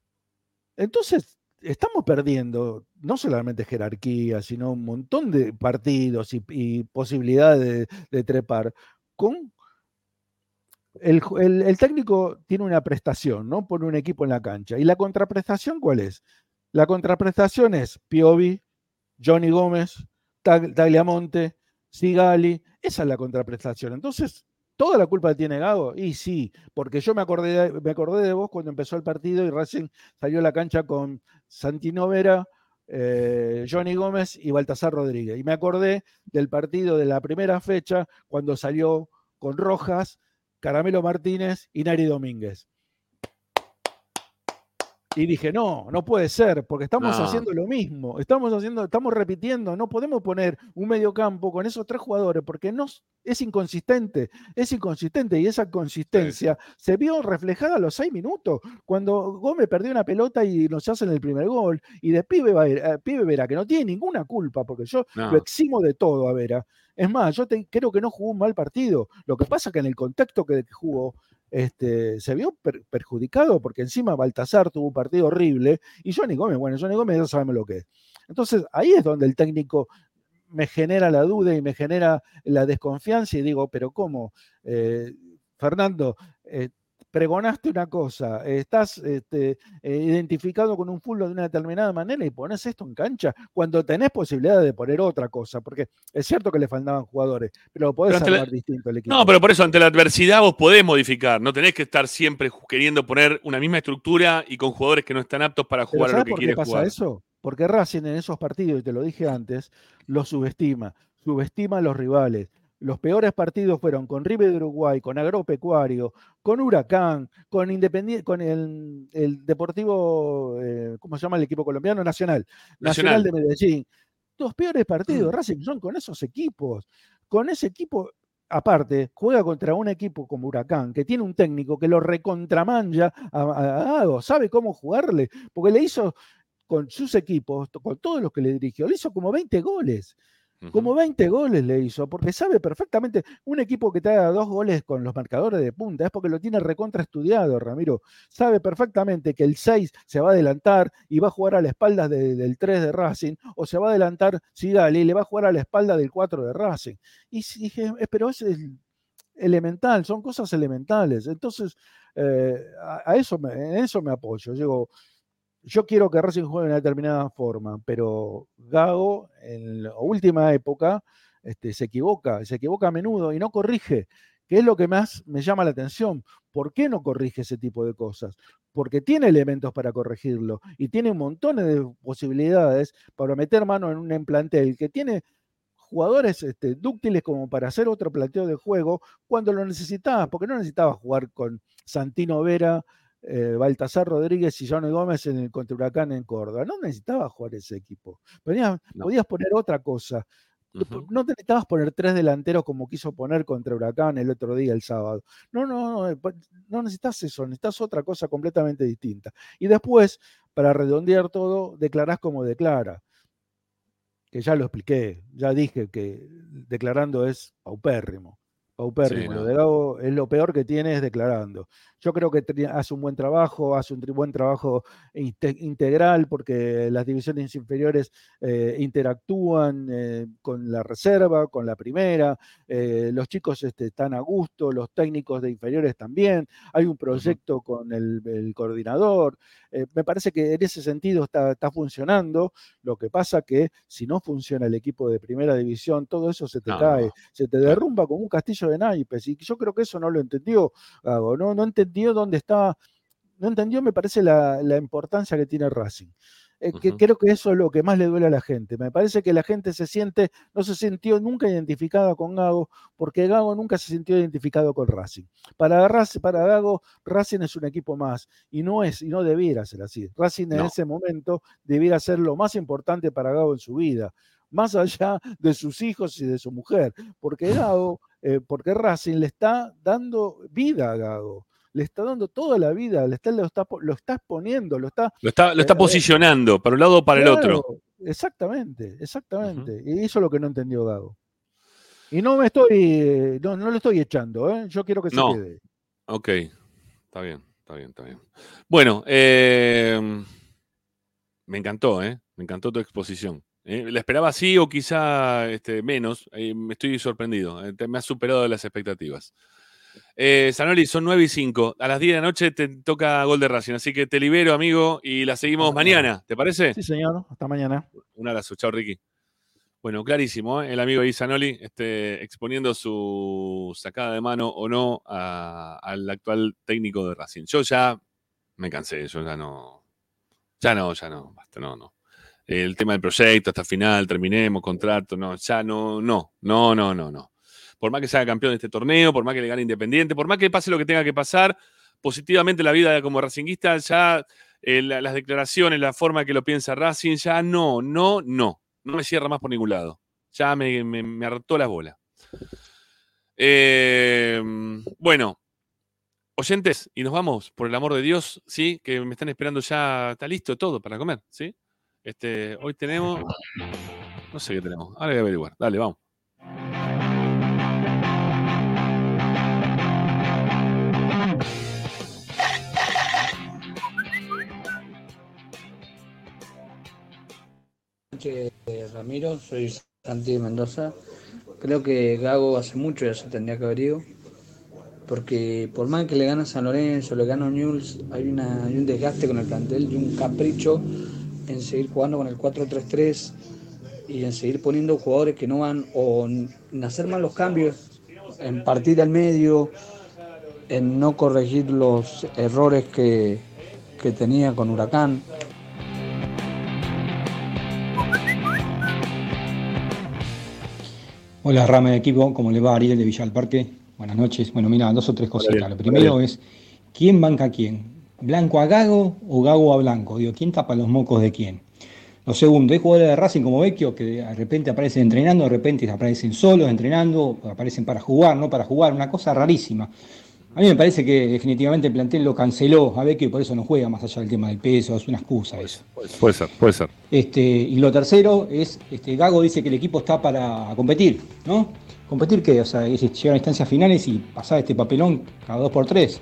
Speaker 5: Entonces, estamos perdiendo no solamente jerarquía, sino un montón de partidos y, y posibilidades de, de trepar. Con el, el, el técnico tiene una prestación, ¿no? Pone un equipo en la cancha. ¿Y la contraprestación cuál es? La contraprestación es Piovi, Johnny Gómez, Tagliamonte, Sigali, esa es la contraprestación. Entonces, ¿toda la culpa tiene Gago? Y sí, porque yo me acordé, me acordé de vos cuando empezó el partido y Racing salió a la cancha con Santino Vera, eh, Johnny Gómez y Baltasar Rodríguez. Y me acordé del partido de la primera fecha cuando salió con Rojas, Caramelo Martínez y Nari Domínguez. Y dije, no, no puede ser, porque estamos no. haciendo lo mismo, estamos haciendo, estamos repitiendo, no podemos poner un mediocampo con esos tres jugadores, porque no, es inconsistente, es inconsistente, y esa consistencia sí. se vio reflejada a los seis minutos, cuando Gómez perdió una pelota y nos hacen el primer gol, y de Pibe, eh, Pibe Vera, que no tiene ninguna culpa, porque yo no. lo eximo de todo a Vera. Es más, yo te, creo que no jugó un mal partido, lo que pasa es que en el contexto que jugó, Este, se vio per, perjudicado porque encima Baltasar tuvo un partido horrible y Johnny Gómez, bueno, Johnny Gómez ya sabemos lo que es. Entonces ahí es donde el técnico me genera la duda y me genera la desconfianza y digo, pero ¿cómo? Eh, Fernando, eh, pregonaste una cosa, estás este, eh, identificado con un fútbol de una determinada manera y pones esto en cancha cuando tenés posibilidad de poner otra cosa, porque es cierto que le faltaban jugadores, pero lo podés
Speaker 3: Pero ante
Speaker 5: armar
Speaker 3: la-
Speaker 5: distinto el equipo.
Speaker 3: No, pero por eso, ante la adversidad vos podés modificar. No tenés que estar siempre ju- queriendo poner una misma estructura y con jugadores que no están aptos para
Speaker 5: Pero
Speaker 3: jugar a lo
Speaker 5: ¿sabes
Speaker 3: que
Speaker 5: por qué
Speaker 3: quiere
Speaker 5: pasa
Speaker 3: jugar.
Speaker 5: eso? Porque Racing en esos partidos, y te lo dije antes, los subestima, subestima a los rivales. Los peores partidos fueron con River de Uruguay, con Agropecuario, con Huracán, con Independiente, con el, el Deportivo, eh, ¿cómo se llama el equipo colombiano? Nacional. Nacional
Speaker 3: Nacional.
Speaker 5: de Medellín. Los peores partidos, Racing, son con esos equipos. Con ese equipo, aparte, juega contra un equipo como Huracán, que tiene un técnico que lo recontramanja a, a- a Gago, sabe cómo jugarle, porque le hizo con sus equipos, con todos los que le dirigió, le hizo como veinte goles. Como veinte goles le hizo, porque sabe perfectamente, un equipo que te haga dos goles con los marcadores de punta, es porque lo tiene recontra estudiado, Ramiro. Sabe perfectamente que el seis se va a adelantar y va a jugar a la espalda de- del tres de Racing, o se va a adelantar Sigali y le va a jugar a la espalda del cuatro de Racing. Y sí, dije, "Eh, pero eso es elemental, son cosas elementales". Entonces, eh, a, a eso me, en eso me apoyo. Digo, yo quiero que Racing juegue de una determinada forma, pero Gago en la última época este, se equivoca, se equivoca a menudo y no corrige, que es lo que más me llama la atención. ¿Por qué no corrige ese tipo de cosas? Porque tiene elementos para corregirlo y tiene montones de posibilidades para meter mano en un plantel que tiene jugadores este, dúctiles como para hacer otro planteo de juego cuando lo necesitabas, porque no necesitabas jugar con Santino Vera, eh, Baltasar Rodríguez y Johnny Gómez en el contra Huracán en Córdoba. No necesitabas jugar ese equipo. Podías,
Speaker 3: No.
Speaker 5: podías poner otra cosa.
Speaker 3: Ujú.
Speaker 5: No te necesitabas poner tres delanteros como quiso poner contra Huracán el otro día, el sábado. No, no, no, eh, pa- no necesitas eso, necesitas otra cosa completamente distinta. Y después, para redondear todo, declarás como declara, que ya lo expliqué, ya dije que declarando es paupérrimo.
Speaker 3: Sí,
Speaker 5: Paupérrimo. Lo
Speaker 3: no.
Speaker 5: de Gago es lo peor que tiene es declarando. Yo creo que tri- hace un buen trabajo, hace un tri- buen trabajo inte- integral porque las divisiones inferiores eh, interactúan eh, con la reserva, con la primera, eh, los chicos este, están a gusto, los técnicos de inferiores también, hay un proyecto con el, el coordinador. Eh, me parece que en ese sentido está, está funcionando. Lo que pasa que si no funciona el equipo de primera división, todo eso se te
Speaker 3: No,
Speaker 5: cae,
Speaker 3: no,
Speaker 5: se te derrumba como un castillo de naipes. Y yo creo que eso no lo entendió Gago, no, no entendió dónde está, no entendió, me parece, la, la importancia que tiene Racing. Eh, que
Speaker 3: Ujú.
Speaker 5: creo que eso es lo que más le duele a la gente. Me parece que la gente se siente, no se sintió nunca identificada con Gago, porque Gago nunca se sintió identificado con Racing. Para, Rac- para Gago, Racing es un equipo más, y no es, y no debiera ser así. Racing en
Speaker 3: No.
Speaker 5: ese momento debiera ser lo más importante para Gago en su vida, más allá de sus hijos y de su mujer, porque Gago, eh, porque Racing le está dando vida a Gago. Le está dando toda la vida, le está, lo, está, lo está exponiendo, lo está
Speaker 3: Lo está, lo
Speaker 5: eh,
Speaker 3: está
Speaker 5: a ver,
Speaker 3: posicionando para un lado o para el otro.
Speaker 5: claro, exactamente, exactamente. Y eso es lo que no entendió Gago. Y no me estoy, eh, no, no lo estoy echando, ¿eh? Yo quiero que se
Speaker 3: No.
Speaker 5: quede.
Speaker 3: Ok. Está bien, está bien, está bien. Bueno, eh, me encantó, ¿eh? Me encantó tu exposición. ¿eh? La esperaba así o quizá este, menos. Eh, me estoy sorprendido. eh, te- me has superado las expectativas. Eh, Zanoli, son nueve y cinco. A las diez de la noche te toca Gol de Racing. Así que te libero, amigo, y la seguimos
Speaker 5: Hasta mañana.
Speaker 3: mañana. ¿Te parece?
Speaker 5: Sí, señor. Hasta mañana.
Speaker 3: Un abrazo. Chao, Ricky. Bueno, clarísimo, ¿eh? El amigo ahí, Zanoli, este, exponiendo su sacada de mano o no a- al actual técnico de Racing. Yo ya me cansé, yo ya no. Ya no, ya no, basta, no, no. El tema del proyecto hasta el final, terminemos, contrato, no, ya no, no, no, no, no, no. Por más que sea campeón de este torneo, por más que le gane Independiente, por más que pase lo que tenga que pasar, positivamente la vida como racinguista, ya eh, la- las declaraciones, la forma que lo piensa Racing, ya no, no, no. No me cierra más por ningún lado. Ya me, me, me hartó la bola. Eh, bueno, oyentes, y nos vamos, por el amor de Dios, ¿sí? Que me están esperando ya, está listo todo para comer, ¿sí? Este, hoy tenemos, no sé qué tenemos, ahora voy a averiguar. Dale, vamos.
Speaker 19: Buenas noches, Ramiro, soy Santi de Mendoza. Creo que Gago hace mucho ya se tendría que haber ido. porque por más que le gana San Lorenzo, le gana Newell's, hay, una, hay un desgaste con el plantel y un capricho en seguir jugando con el cuatro tres tres y en seguir poniendo jugadores que no van, o en hacer mal los cambios, en partir al medio, en no corregir los errores que, que tenía con Huracán.
Speaker 21: Hola, rama de equipo, ¿cómo le va? Ariel de Villa del Parque. Buenas noches. Bueno, mira, dos o tres cositas. Lo primero es, ¿quién banca a quién? ¿Blanco a Gago o Gago a Blanco? Digo, ¿quién tapa los mocos de quién? Lo segundo, hay jugadores de Racing como Vecchio que de repente aparecen entrenando, de repente aparecen solos entrenando, aparecen para jugar, no para jugar, una cosa rarísima. A mí me parece que definitivamente el plantel lo canceló a Vecchio y por eso no juega, más allá del tema del peso, es una excusa eso.
Speaker 3: Puede ser, puede ser.
Speaker 21: Este, y lo tercero es, este, Gago dice que el equipo está para competir, ¿no? ¿Competir qué? O sea, es llegar a instancias finales y pasar este papelón cada dos por tres.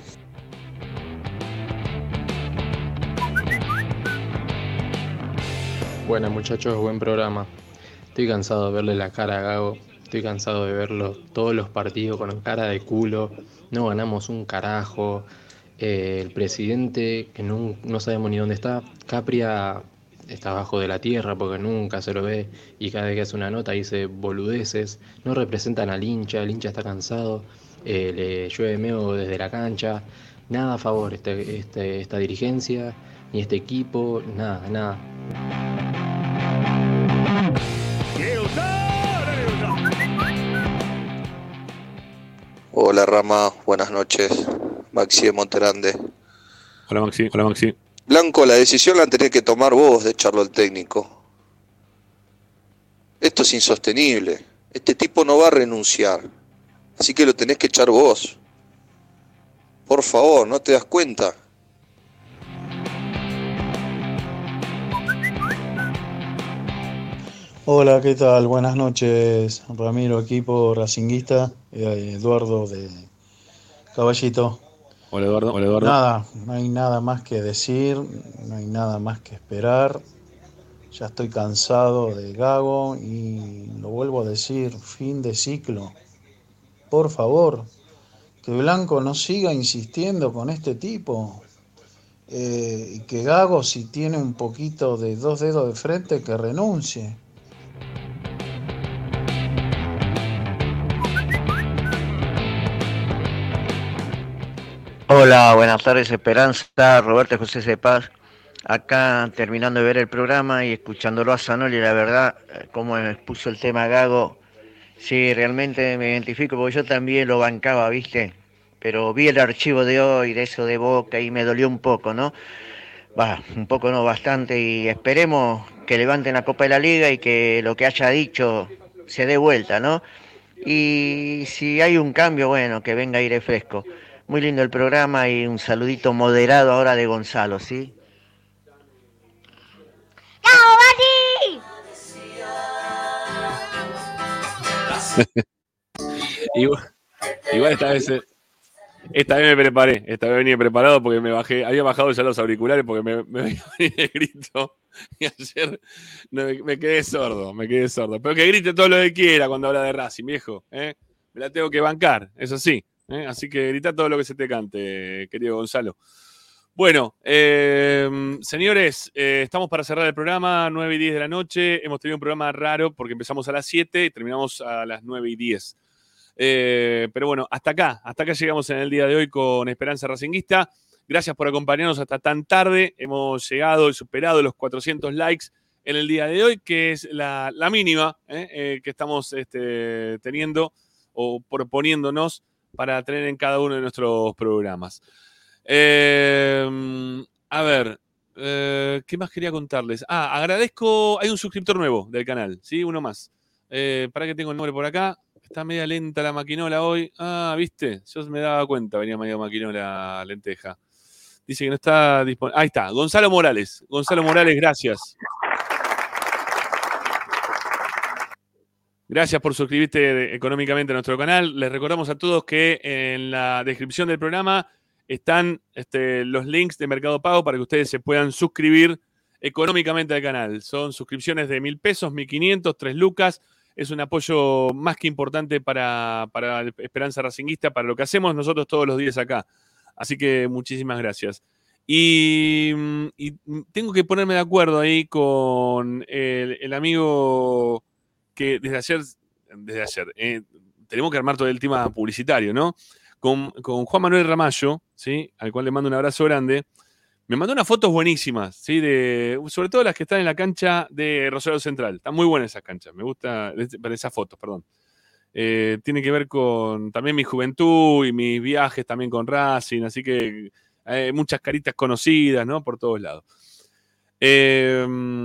Speaker 22: Buenas muchachos, buen programa. Estoy cansado de verle la cara a Gago. Estoy cansado de verlo todos los partidos con cara de culo. No ganamos un carajo. Eh, el presidente, que no, no sabemos ni dónde está. Capria está abajo de la tierra porque nunca se lo ve. Y cada vez que hace una nota dice boludeces. No representan al hincha, el hincha está cansado. Eh, le llueve meo desde la cancha. Nada a favor este, este, esta dirigencia, ni este equipo, nada, nada.
Speaker 23: Hola Rama, buenas noches. Maxi de Monterande.
Speaker 3: Hola Maxi, hola Maxi.
Speaker 23: Blanco, la decisión la tenés que tomar vos de echarlo al técnico. Esto es insostenible. Este tipo no va a renunciar. Así que lo tenés que echar vos. Por favor, ¿no te das cuenta?
Speaker 24: Hola, ¿qué tal? Buenas noches, Ramiro, equipo racinguista, eh, Eduardo de Caballito.
Speaker 3: Hola Eduardo, hola Eduardo.
Speaker 24: Nada, no hay nada más que decir, no hay nada más que esperar. Ya estoy cansado de Gago y lo vuelvo a decir, fin de ciclo. Por favor, que Blanco no siga insistiendo con este tipo. Eh, y que Gago, si tiene un poquito de dos dedos de frente, que renuncie.
Speaker 25: Hola, buenas tardes Esperanza, Roberto José Cepaz, acá terminando de ver el programa y escuchándolo a Zanoli, la verdad, como expuso el tema Gago, sí, realmente me identifico porque yo también lo bancaba, ¿viste? Pero vi el archivo de hoy, de eso de Boca y me dolió un poco, ¿no? Va, un poco no, bastante, y esperemos que levanten la Copa de la Liga y que lo que haya dicho se dé vuelta, ¿no? Y si hay un cambio, bueno, que venga aire fresco. Muy lindo el programa y un saludito moderado ahora de Gonzalo, ¿sí?
Speaker 26: ¡Chao, Bati!
Speaker 3: igual, igual esta vez, esta vez me preparé, esta vez venía preparado porque me bajé, había bajado ya los auriculares porque me, me venía el grito y ayer no, me, me quedé sordo, me quedé sordo. Pero que grite todo lo que quiera cuando habla de Racing, viejo, ¿eh? Me la tengo que bancar, eso sí. ¿Eh? Así que grita todo lo que se te cante, querido Gonzalo. Bueno, eh, señores, eh, estamos para cerrar el programa, nueve y diez de la noche. Hemos tenido un programa raro porque empezamos a las siete y terminamos a las nueve y diez. Eh, pero bueno, hasta acá, hasta acá llegamos en el día de hoy con Esperanza Racinguista. Gracias por acompañarnos hasta tan tarde. Hemos llegado y superado los cuatrocientos likes en el día de hoy, que es la, la mínima eh, eh, que estamos este, teniendo o proponiéndonos para tener en cada uno de nuestros programas. Eh, a ver, eh, ¿qué más quería contarles? Ah, agradezco, hay un suscriptor nuevo del canal, ¿sí? Uno más. Eh, para que tengo el nombre por acá. Está media lenta la maquinola hoy. Ah, ¿viste? Yo me daba cuenta, venía medio maquinola lenteja. Dice que no está disponible. Ahí está, Gonzalo Morales. Gonzalo Morales, gracias. Gracias por suscribirte económicamente a nuestro canal. Les recordamos a todos que en la descripción del programa están este, los links de Mercado Pago para que ustedes se puedan suscribir económicamente al canal. Son suscripciones de mil pesos, mil quinientos, tres lucas. es un apoyo más que importante para, para Esperanza Racinguista, para lo que hacemos nosotros todos los días acá. Así que muchísimas gracias. Y, y tengo que ponerme de acuerdo ahí con el, el amigo que desde ayer, desde ayer, eh, tenemos que armar todo el tema publicitario, ¿no? Con, con Juan Manuel Ramallo, ¿sí? Al cual le mando un abrazo grande. Me mandó unas fotos buenísimas, ¿sí? De, sobre todo las que están en la cancha de Rosario Central. Están muy buenas esas canchas, me gusta, esas fotos, perdón. Eh, tiene que ver con también mi juventud y mis viajes también con Racing, así que hay muchas caritas conocidas, ¿no? Por todos lados. Eh,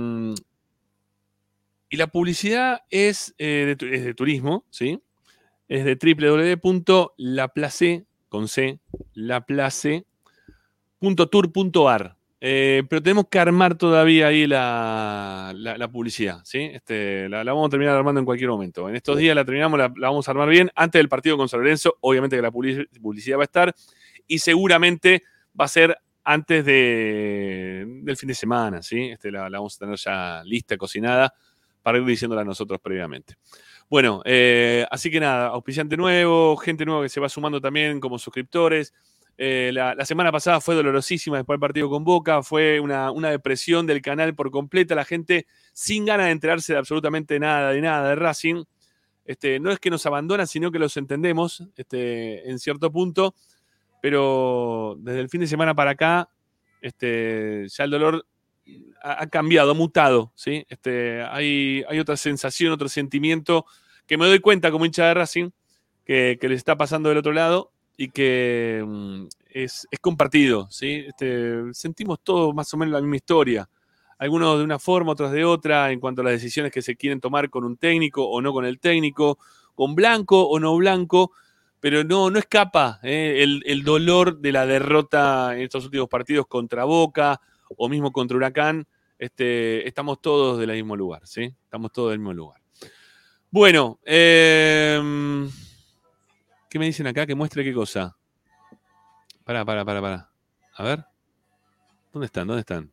Speaker 3: y la publicidad es, eh, de, es de turismo, ¿sí? Es de doble u doble u doble u punto laplace, con C, laplace punto tour punto ar. Eh, pero tenemos que armar todavía ahí la, la, la publicidad, ¿sí? Este, la, la vamos a terminar armando en cualquier momento. En estos días la terminamos, la, la vamos a armar bien. Antes del partido con San Lorenzo, obviamente que la publicidad va a estar. Y seguramente va a ser antes de, del fin de semana, ¿sí? Este, la, la vamos a tener ya lista, cocinada, para ir diciéndola nosotros previamente. Bueno, eh, así que nada, auspiciante nuevo, gente nueva que se va sumando también como suscriptores. Eh, la, la semana pasada fue dolorosísima después del partido con Boca, fue una, una depresión del canal por completa, la gente sin ganas de enterarse de absolutamente nada, de nada, de Racing. Este, no es que nos abandonan, sino que los entendemos este, en cierto punto, pero desde el fin de semana para acá, este, ya el dolor ha, ha cambiado, ha mutado, ¿sí? Este, hay, hay otra sensación, otro sentimiento que me doy cuenta como hincha de Racing que, que les está pasando del otro lado y que um, es, es compartido, ¿sí? Este, sentimos todos más o menos la misma historia, algunos de una forma, otros de otra, en cuanto a las decisiones que se quieren tomar con un técnico o no con el técnico, con blanco o no blanco, pero no, no escapa ¿eh? el, el dolor de la derrota en estos últimos partidos contra Boca o mismo contra Huracán. Este, estamos todos del mismo lugar, ¿sí? Estamos todos del mismo lugar. Bueno, eh, ¿qué me dicen acá? Que muestre qué cosa. Pará, pará, pará, pará. A ver. ¿Dónde están? ¿Dónde están?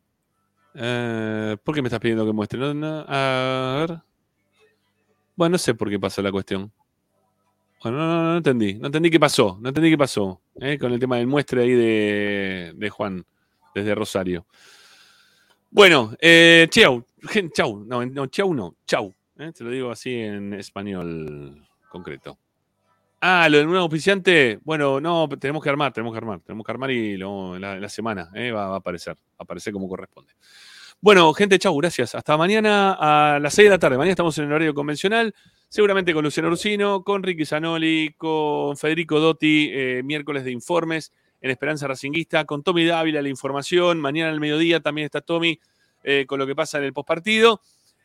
Speaker 3: Eh, ¿Por qué me estás pidiendo que muestre? No, no, a ver. Bueno, no sé por qué pasó la cuestión. Bueno, no, no, no entendí. No entendí qué pasó. No entendí qué pasó. ¿eh? Con el tema del muestre ahí de, de Juan, desde Rosario. Bueno, eh, chau. Chau. No, no, chau no. Chau. ¿eh? Te lo digo así en español concreto. Ah, lo del nuevo auspiciante. Bueno, no, tenemos que armar, tenemos que armar. Tenemos que armar y lo, la, la semana ¿eh? va, va a aparecer. Va a aparecer como corresponde. Bueno, gente, chau, gracias. Hasta mañana a las seis de la tarde. Mañana estamos en el horario convencional. Seguramente con Luciano Ursino, con Ricky Zanoli, con Federico Dotti, eh, miércoles de informes en Esperanza Racinguista, con Tommy Dávila la información. Mañana al mediodía también está Tommy eh, con lo que pasa en el postpartido.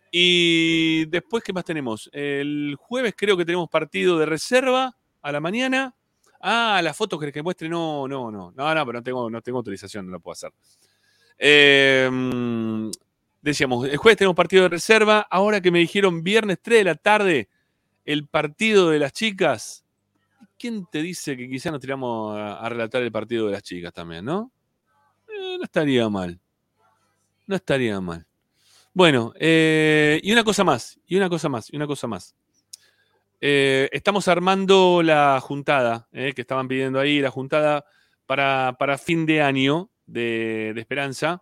Speaker 3: Y después, ¿qué más tenemos? El jueves creo que tenemos partido de reserva a la mañana. Ah, las fotos que, que muestre, no, no, no. No, no, pero no tengo, no tengo autorización, no lo puedo hacer. Eh, decíamos, el jueves tenemos partido de reserva. Ahora que me dijeron viernes tres de la tarde, el partido de las chicas. ¿Quién te dice que quizás nos tiramos a, a relatar el partido de las chicas también, no? Eh, no estaría mal. No estaría mal. Bueno, eh, y una cosa más, y una cosa más, y una cosa más. Eh, estamos armando la juntada, eh, que estaban pidiendo ahí, la juntada para, para fin de año de, de Esperanza.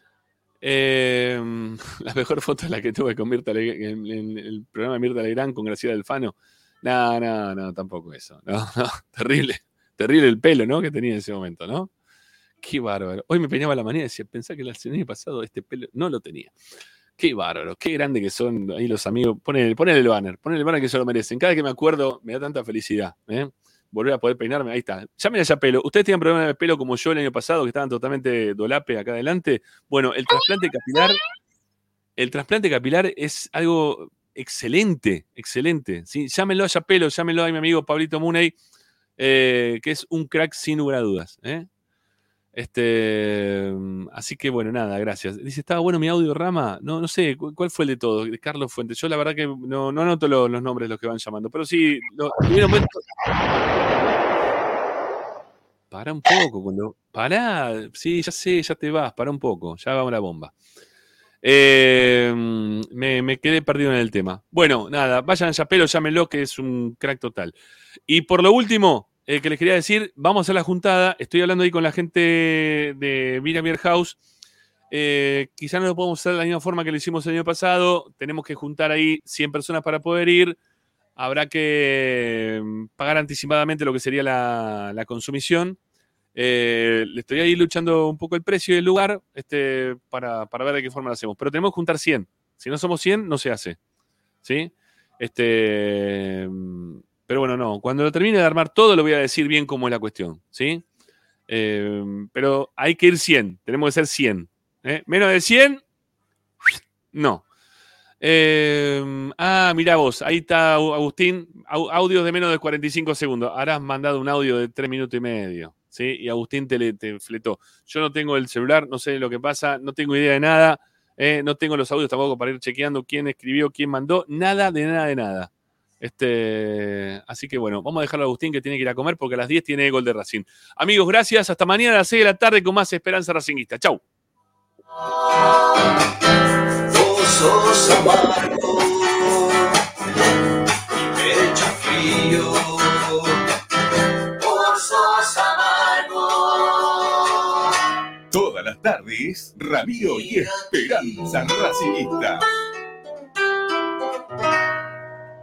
Speaker 3: Eh, la mejor foto es la que tuve con Mirta Legrand, en, en el programa de Mirta Legrand con Graciela Delfano. No, no, no, tampoco eso. No, no, terrible, terrible el pelo, ¿no? Que tenía en ese momento, ¿no? Qué bárbaro. Hoy me peinaba la manera y decía, pensá que el año pasado este pelo no lo tenía. Qué bárbaro, qué grande que son ahí los amigos. Ponele, ponele el banner, ponele el banner que se lo merecen. Cada vez que me acuerdo me da tanta felicidad. ¿eh? Volver a poder peinarme, ahí está. Llamen a pelo. ¿Ustedes tienen problemas de pelo como yo el año pasado, que estaban totalmente dolape acá adelante? Bueno, el trasplante capilar, el trasplante capilar es algo excelente, excelente. ¿sí? Llámenlo a pelo, llámenlo a mi amigo Pablito Muney, eh, que es un crack sin lugar a dudas. ¿eh? Este, así que bueno, nada, gracias. Dice, ¿estaba bueno mi audio, Rama? No, no sé, ¿cuál fue el de todos? De Carlos Fuentes. Yo la verdad que no, no anoto lo, los nombres de los que van llamando, pero sí, lo, tuvieron buen... Para un poco, cuando... Pará, sí, ya sé, ya te vas, para un poco, ya va una bomba. Eh, me, me quedé perdido en el tema. Bueno, nada, vayan a Yapelo, llámenlo, que es un crack total. Y por lo último, eh, que les quería decir, vamos a hacer la juntada. Estoy hablando ahí con la gente de Miramir House. Eh, quizá no lo podemos hacer de la misma forma que lo hicimos el año pasado. Tenemos que juntar ahí cien personas para poder ir. Habrá que pagar anticipadamente lo que sería la, la consumición. Eh, le estoy ahí luchando un poco el precio y el lugar este, para, para ver de qué forma lo hacemos. Pero tenemos que juntar cien. Si no somos cien, no se hace. ¿Sí? Este, pero bueno, no. Cuando lo termine de armar todo, lo voy a decir bien cómo es la cuestión. ¿Sí? Eh, pero hay que ir cien. Tenemos que ser cien. ¿Eh? Menos de cien, no. Eh, ah, mirá vos, ahí está Agustín, audios de menos de cuarenta y cinco segundos. Ahora has mandado un audio de tres minutos y medio, ¿sí? Y Agustín te, te fletó. Yo no tengo el celular, no sé lo que pasa, no tengo idea de nada, eh, no tengo los audios tampoco para ir chequeando quién escribió, quién mandó, nada de nada de nada. Este, así que bueno, vamos a dejarlo a Agustín que tiene que ir a comer porque a las diez tiene gol de Racing. Amigos, gracias, hasta mañana a las seis de la tarde con más Esperanza Racinguista. Chau.
Speaker 2: Vos sos amargo y me echa frío. Vos sos amargo.
Speaker 1: Todas las tardes, Ramiro y Esperanza Racinguista.